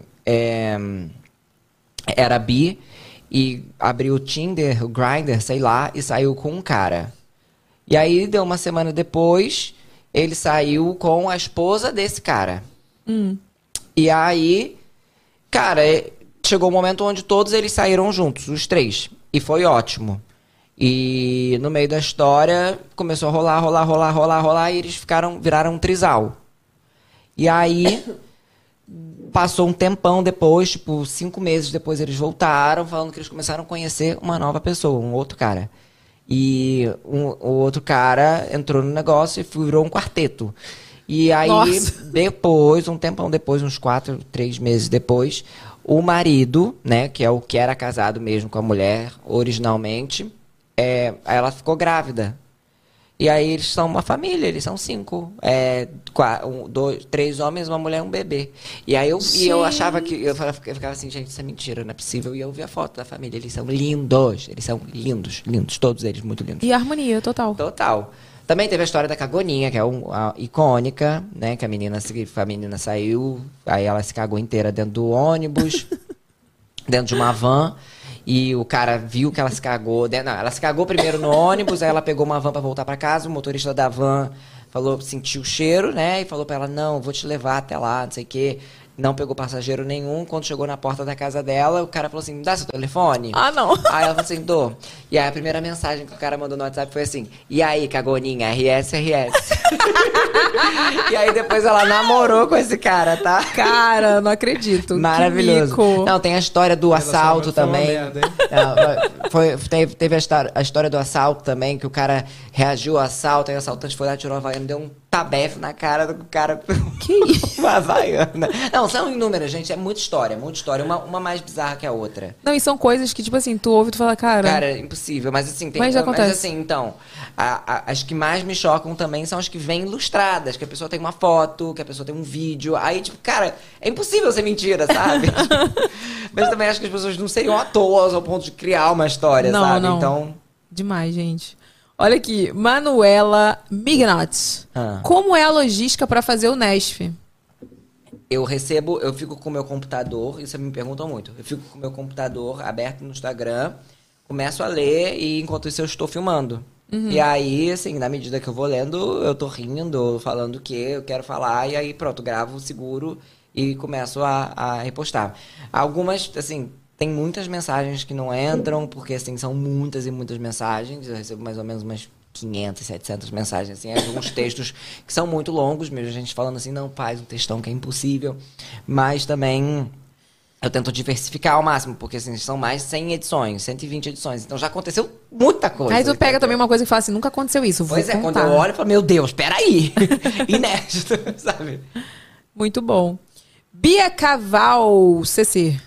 era bi e abriu o Tinder, o Grindr, sei lá, e saiu com um cara. E aí, deu uma semana depois, ele saiu com a esposa desse cara. E aí, cara, chegou um momento onde todos eles saíram juntos, os 3. E foi ótimo. E no meio da história, começou a rolar, e eles viraram um trisal. E aí, passou um tempão depois, tipo, 5 meses depois, eles voltaram, falando que eles começaram a conhecer uma nova pessoa, um outro cara. E o outro cara entrou no negócio e virou um quarteto. E aí, depois, um tempão depois, uns 3 meses depois, o marido, né, que é o que era casado mesmo com a mulher, originalmente, ela ficou grávida. E aí eles são uma família, eles são 5. 3 homens, uma mulher e um bebê. E aí eu achava que... Eu ficava assim, gente, isso é mentira, não é possível. E eu vi a foto da família, eles são lindos. Eles são lindos, todos eles muito lindos. E harmonia, total. Total. Também teve a história da cagoninha, que é icônica, né? Que a menina saiu, aí ela se cagou inteira dentro do ônibus, dentro de uma van. E o cara viu que ela se cagou. Não, ela se cagou primeiro no ônibus, aí ela pegou uma van pra voltar pra casa. O motorista da van sentiu o cheiro, né? E falou pra ela, não, vou te levar até lá, não sei o quê. Não pegou passageiro nenhum. Quando chegou na porta da casa dela, o cara falou assim, me dá seu telefone? Ah, não. Aí ela falou assim, dou. E aí a primeira mensagem que o cara mandou no WhatsApp foi assim, e aí, cagoninha, RS. E aí depois ela namorou com esse cara, tá? Cara, não acredito. Maravilhoso. Não, tem a história do assalto também. Teve a história do assalto também, que o cara reagiu ao assalto, aí o assaltante foi lá, tirou a havaiana, deu um tabefe na cara do cara. Que isso? Uma havaiana. Não, são inúmeras, gente. É muita história. Uma mais bizarra que a outra. Não, e são coisas que, tipo assim, tu ouve e tu fala, cara... Cara, é impossível. Mas assim, Mas já acontece. Mas assim, então, as que mais me chocam também são as que vêm ilustradas. Que a pessoa tem uma foto, que a pessoa tem um vídeo. Aí, tipo, cara, é impossível ser mentira, sabe? Mas também acho que as pessoas não seriam à toa ao ponto de criar uma história, sabe? Não. Então... Demais, gente. Olha aqui, Manuela Mignot. Como é a logística para fazer o Nesf? Eu fico com o meu computador, isso me perguntam muito. Eu fico com o meu computador aberto no Instagram, começo a ler e enquanto isso eu estou filmando. E aí, assim, na medida que eu vou lendo, eu tô rindo, falando o que eu quero falar, e aí pronto, gravo, seguro e começo a repostar. Algumas, assim, tem muitas mensagens que não entram, porque, assim, são muitas e muitas mensagens. Eu recebo mais ou menos umas 500, 700 mensagens, assim, alguns textos que são muito longos, mesmo a gente falando assim, não faz um textão que é impossível, mas também eu tento diversificar ao máximo, porque assim, são mais 100 edições, 120 edições, então já aconteceu muita coisa. Aí tu pega também uma coisa que fala assim, nunca aconteceu isso, vou contar. Quando eu olho eu falo, meu Deus, peraí, inédito, sabe? Muito bom. Bia Caval, CC.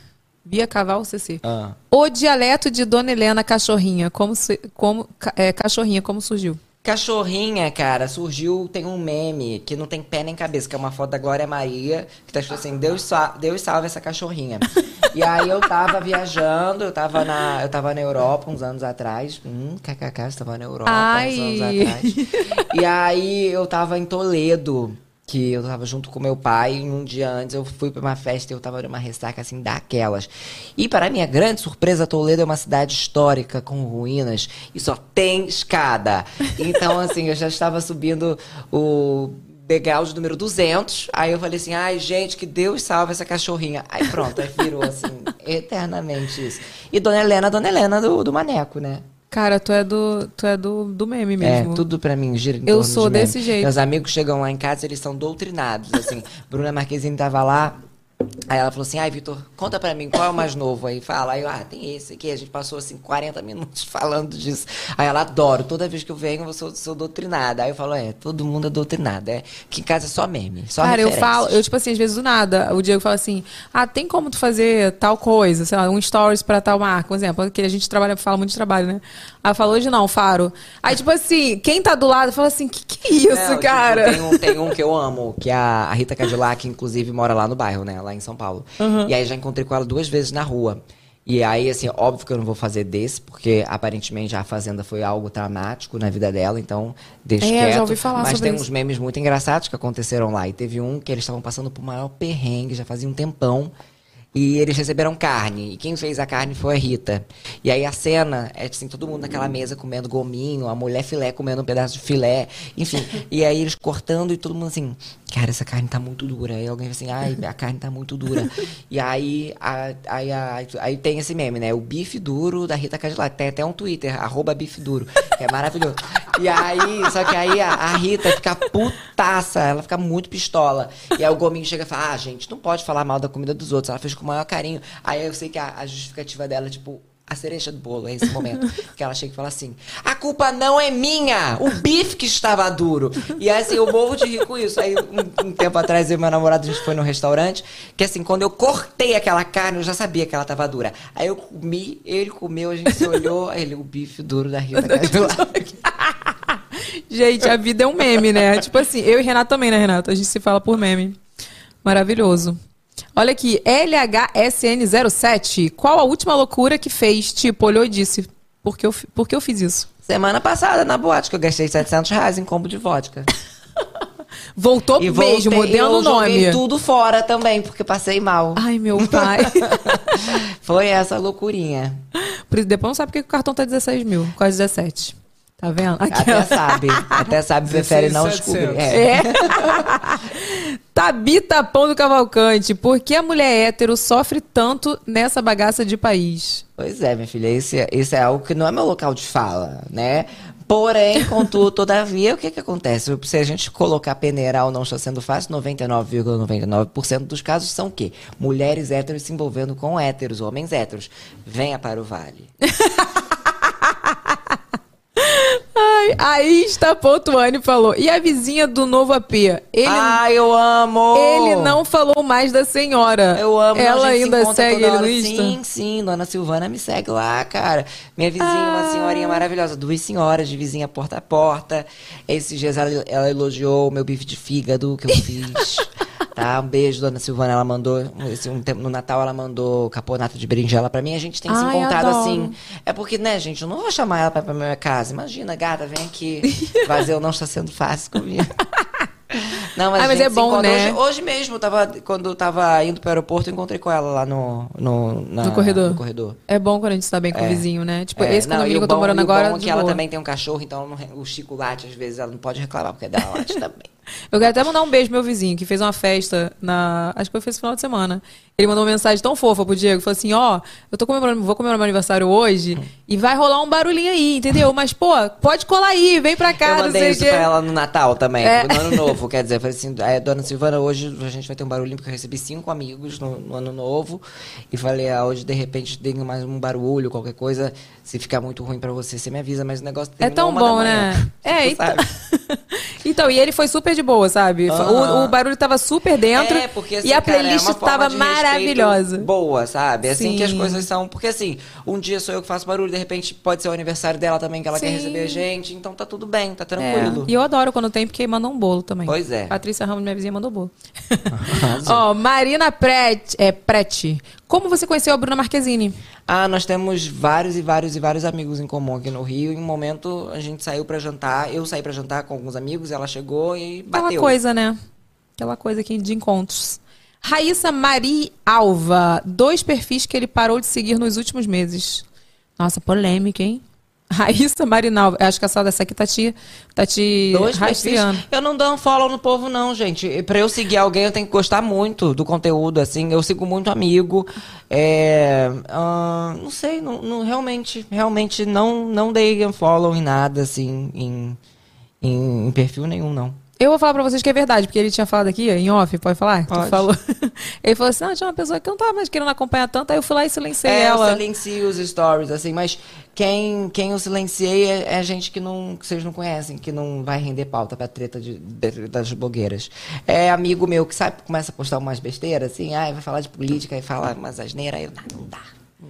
O dialeto de Dona Helena Cachorrinha, como surgiu? Cachorrinha, cara, surgiu, tem um meme que não tem pé nem cabeça, que é uma foto da Glória Maria, que tá escrito assim, Deus salve essa cachorrinha. E aí eu tava viajando, eu tava na Europa uns anos atrás. KKK, eu tava na Europa uns anos atrás. E aí eu tava em Toledo, que eu tava junto com meu pai, e um dia antes eu fui pra uma festa e eu tava numa ressaca, assim, daquelas. E para minha grande surpresa, Toledo é uma cidade histórica, com ruínas, e só tem escada. Então, assim, eu já estava subindo o degrau de número 200, aí eu falei assim, ai, gente, que Deus salve essa cachorrinha. Aí pronto, aí virou, assim, eternamente isso. E Dona Helena do Maneco, né? Cara, tu é do meme mesmo. É, tudo pra mim gira em torno Eu sou de desse meme. jeito. Meus amigos chegam lá em casa, eles são doutrinados, assim. Bruna Marquezine tava lá, aí ela falou assim, ai, Vitor, conta pra mim, qual é o mais novo? Aí fala, aí eu, tem esse aqui. A gente passou, assim, 40 minutos falando disso. Aí ela, adoro, toda vez que eu venho, eu sou doutrinada. Aí eu falo, todo mundo é doutrinado, que em casa é só meme, só Cara, referências. eu tipo assim, às vezes do nada, o Diego fala assim, tem como tu fazer tal coisa, sei lá, um stories pra tal marca, por exemplo, que a gente fala muito de trabalho, né? Ah, falou hoje não, Faro. Aí, tipo assim, quem tá do lado fala assim, que é isso, Não, cara? Tipo, tem um que eu amo, que é a Rita Cadillac, que inclusive mora lá no bairro, né? Lá em São Paulo. E aí já encontrei com ela 2 vezes na rua. E aí, assim, óbvio que eu não vou fazer desse, porque aparentemente a Fazenda foi algo traumático na vida dela, então deixa quieto. Eu já ouvi falar Mas sobre tem isso. uns memes muito engraçados que aconteceram lá. E teve um que eles estavam passando por maior perrengue, já fazia um tempão. E eles receberam carne. E quem fez a carne foi a Rita. E aí a cena é assim, todo mundo naquela mesa comendo gominho, a mulher filé comendo um pedaço de filé. Enfim, e aí eles cortando e todo mundo assim, cara, essa carne tá muito dura. Aí alguém assim, ai, a carne tá muito dura. E aí tem esse meme, né? O bife duro da Rita Cadillac. Tem até um Twitter, @bifeduro, que é maravilhoso. E aí, só que aí a Rita fica putaça, ela fica muito pistola. E aí o gominho chega e fala, gente, não pode falar mal da comida dos outros. Ela fez com o maior carinho. Aí eu sei que a justificativa dela é tipo, a cereja do bolo, é esse momento. Que ela chega e fala assim, a culpa não é minha, o bife que estava duro. E aí, assim, eu morro de rir com isso. Aí, um tempo atrás, eu e meu namorado, a gente foi num restaurante, que assim, quando eu cortei aquela carne, eu já sabia que ela estava dura. Aí eu comi, ele comeu, a gente se olhou, ele, o bife duro da Rita Cadillac. Gente, a vida é um meme, né? Tipo assim, eu e Renato também, né, Renato? A gente se fala por meme. Maravilhoso. Olha aqui, LHSN07. Qual a última loucura que fez? Tipo, olhou e disse, por que eu fiz isso? Semana passada, na boate, que eu gastei R$700 em combo de vodka. Voltou E mesmo, mudando o nome. Joguei tudo fora também, porque passei mal. Ai, meu pai. Foi essa loucurinha. Depois não sabe porque o cartão tá 16 mil, quase 17. Tá vendo? Até sabe, prefere não descobrir. Tabita Pão do Cavalcante, por que a mulher hétero sofre tanto nessa bagaça de país? Pois é, minha filha, isso é algo que não é meu local de fala, né? Porém, contudo, todavia, o que acontece? Se a gente colocar peneira ou não está sendo fácil, 99,99% dos casos são o quê? Mulheres héteros se envolvendo com héteros, homens héteros. Venha para o Vale. Ai, aí está pontuando e falou. E a vizinha do novo AP? Eu amo! Ele não falou mais da senhora. Eu amo. Ela ainda segue ele no Insta? Sim, Dona Silvana me segue lá, cara. Minha vizinha, uma senhorinha maravilhosa. 2 senhoras de vizinha porta a porta. Esses dias ela elogiou o meu bife de fígado que eu fiz. Tá, um beijo, Dona Silvana. Ela mandou, no Natal, ela mandou caponato de berinjela pra mim. A gente tem se encontrado assim. É porque, né, gente, eu não vou chamar ela pra minha casa. Imagina, gata, vem aqui. Vazio não está sendo fácil comigo. Não, mas é bom, né? Hoje mesmo, quando eu tava indo pro aeroporto, eu encontrei com ela lá no corredor. É bom quando a gente está bem com o vizinho, né? Tipo, esse condomínio que eu tô morando agora. O bom é que ela também tem um cachorro, então o Chico late, às vezes ela não pode reclamar, porque dela late também. Eu quero até mandar um beijo pro meu vizinho, que fez uma festa acho que foi esse final de semana. Ele mandou uma mensagem tão fofa pro Diego, falou assim, eu vou comemorar meu aniversário hoje e vai rolar um barulhinho aí, entendeu? Mas, pô, pode colar aí, vem pra cá, eu mandei isso pra ela no Natal também, no Ano Novo, quer dizer, falei assim, Dona Silvana, hoje a gente vai ter um barulhinho, porque eu recebi 5 amigos no Ano Novo, e falei, hoje de repente tem mais um barulho, qualquer coisa, se ficar muito ruim pra você me avisa, mas o negócio é tão bom, né? Então, e ele foi super de boa, sabe? O barulho tava super dentro porque, assim, e a playlist tava maravilhosa. Boa, sabe? Assim que as Sim. coisas são. Porque assim, um dia sou eu que faço barulho, de repente pode ser o aniversário dela também, que ela quer receber a gente, então tá tudo bem, tá tranquilo. E eu adoro quando tem, porque manda um bolo também. Pois é. Patrícia Ramos, minha vizinha, mandou bolo. Marina Preti. Como você conheceu a Bruna Marquezine? Nós temos vários amigos em comum aqui no Rio. Em um momento, a gente saiu pra jantar. Eu saí pra jantar com alguns amigos, ela chegou e bateu. Aquela coisa, né? Aquela coisa aqui de encontros. Raíssa Mari Alva. 2 perfis que ele parou de seguir nos últimos meses. Nossa, polêmica, hein? Raíssa Marinalva. Acho que essa aqui tá te rastreando. Eu não dou um follow no povo, não, gente. Pra eu seguir alguém, eu tenho que gostar muito do conteúdo, assim. Eu sigo muito amigo. Não sei, realmente não dei um follow em nada, assim, em perfil nenhum, não. Eu vou falar pra vocês que é verdade, porque ele tinha falado aqui, em off, pode falar? Pode. Tu falou. Ele falou assim, tinha uma pessoa que eu não tava mais querendo acompanhar tanto, aí eu fui lá e silenciei ela. Eu silencio os stories, assim, mas quem eu silenciei é gente que vocês não conhecem, que não vai render pauta pra treta das blogueiras. É amigo meu que, sabe, começa a postar umas besteiras, assim, vai falar de política e fala umas asneiras, aí não dá.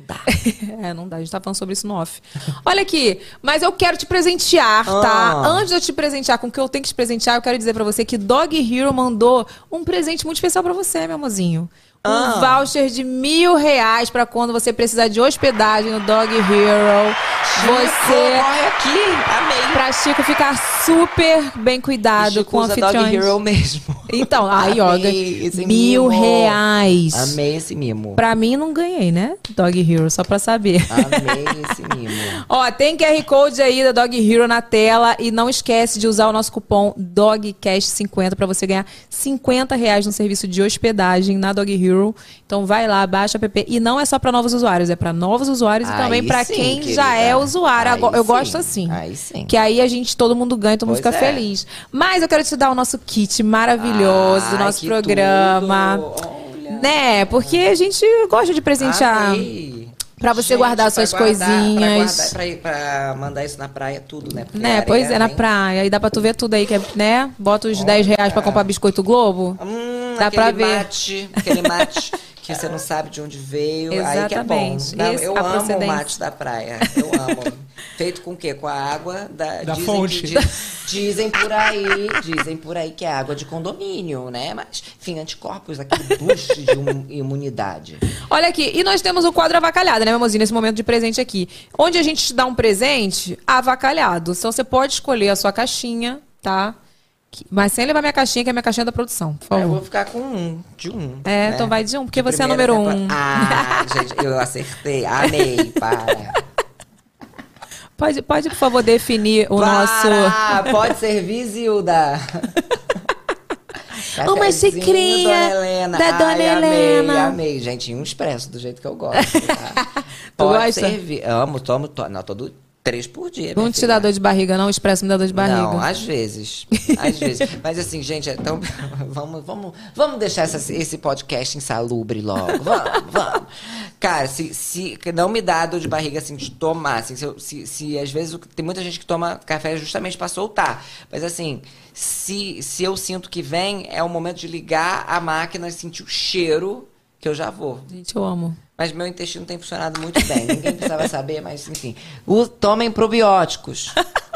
dá. Não dá, a gente tá falando sobre isso no off. Olha aqui, mas eu quero te presentear, tá? Antes de eu te presentear com o que eu tenho que te presentear, eu quero dizer pra você que Dog Hero mandou um presente muito especial pra você, meu amorzinho. Um voucher de R$1.000 pra quando você precisar de hospedagem no Dog Hero. Você corre aqui, amei. Pra Chico ficar super bem cuidado com anfitriões. Dog Hero mesmo. Então, aí, ó, R$1.000. Amei esse mimo. Pra mim, não ganhei, né? Dog Hero, só pra saber. Amei esse mimo. Ó, tem QR Code aí da Dog Hero na tela e não esquece de usar o nosso cupom DOGCAST50 pra você ganhar R$50 no serviço de hospedagem na Dog Hero. Então vai lá, baixa o app. E não é só pra novos usuários, é pra novos usuários e também pra quem já é usuário. Eu gosto assim. Aí sim. Que aí todo mundo ganha, todo mundo fica feliz. Mas eu quero te dar o nosso kit maravilhoso do nosso programa. Né? Porque a gente gosta de presentear. Pra você guardar suas coisinhas. Pra mandar isso na praia, tudo, né? Porque Pois é, na praia. Aí dá pra tu ver tudo aí, que é, né? Bota os R$10 pra comprar biscoito Globo. Dá pra ver. Aquele mate que você não sabe de onde veio. Exatamente. Aí que é bom. Eu amo o mate da praia. Eu amo. Feito com o quê? Com a água da fonte. Dizem por aí que é água de condomínio, né? Mas, enfim, anticorpos, aquele boost de imunidade. Olha aqui, e nós temos o quadro avacalhado, né, meu amorzinho, nesse momento de presente aqui. Onde a gente te dá um presente avacalhado. Então você pode escolher a sua caixinha, tá? Mas sem levar minha caixinha, que é a minha caixinha da produção, por favor. Eu vou ficar com de um. Né? Então vai de um, porque você é número 1. Gente, eu acertei. Amei, para. Pode, por favor, definir o nosso... Pode servir, Zilda. Uma xicrinha da Dona Helena. Amei, gente. Um expresso, do jeito que eu gosto. Tá? Pode servir. Amo, tomo. Não, todo 3 por dia. Não te dá dor de barriga, não? O expresso me dá dor de barriga. Não, às vezes. Mas assim, gente, então, vamos deixar esse podcast insalubre logo. Vamos. Cara, se não me dá dor de barriga, assim, de tomar, assim, se às vezes tem muita gente que toma café justamente pra soltar. Mas assim, se eu sinto que vem, é o momento de ligar a máquina e sentir o cheiro que eu já vou. Gente, eu amo. Mas meu intestino tem funcionado muito bem. Ninguém precisava saber, mas enfim. Tomem probióticos.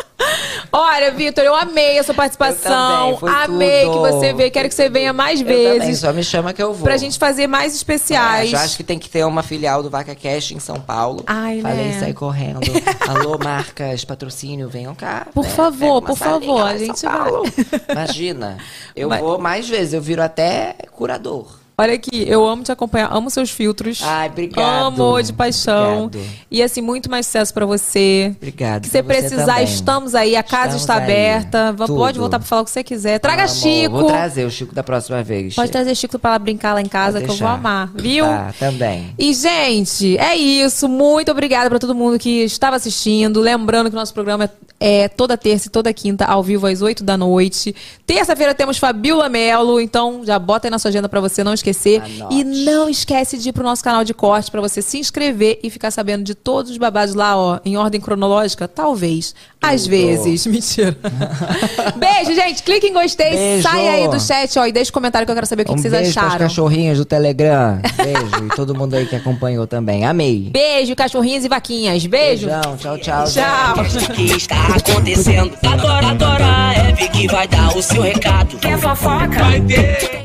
Olha, Vitor, eu amei a sua participação. Amei que você veio. Quero que você venha mais vezes. Também, só me chama que eu vou. Pra gente fazer mais especiais. Eu acho que tem que ter uma filial do VacaCast em São Paulo. Falei, sair correndo. Alô, marcas, patrocínio, venham cá. Por favor, a gente vai. Imagina, eu vou mais vezes. Eu viro até curador. Olha aqui, eu amo te acompanhar, amo seus filtros. Ai, obrigado. Amo de paixão. Obrigado. E assim, muito mais sucesso pra você. Obrigado. Que você precisar, também. Estamos aí, a casa está aberta. Pode voltar pra falar o que você quiser. Traga Chico. Vou trazer o Chico da próxima vez. Pode trazer Chico pra ela brincar lá em casa, que eu vou amar, viu? Tá, também. E, gente, é isso. Muito obrigada pra todo mundo que estava assistindo. Lembrando que o nosso programa é toda terça e toda quinta, ao vivo, às 8 da noite. Terça-feira temos Fabiola Melo, então já bota aí na sua agenda pra você não esquecer. Anote. E não esquece de ir pro nosso canal de corte pra você se inscrever e ficar sabendo de todos os babados lá, ó, em ordem cronológica, talvez, às vezes. Mentira. Beijo, gente. Clique em gostei, Beijo. Sai aí do chat, ó, e deixa um comentário que eu quero saber o que vocês acharam. Beijo pros cachorrinhos do Telegram. Beijo. E todo mundo aí que acompanhou também. Amei. Beijo, cachorrinhos e vaquinhas. Beijo. Beijão. Tchau. Tchau. O que está acontecendo? Adora, é Vicky vai dar o seu recado. Quer fofoca? Vai ter.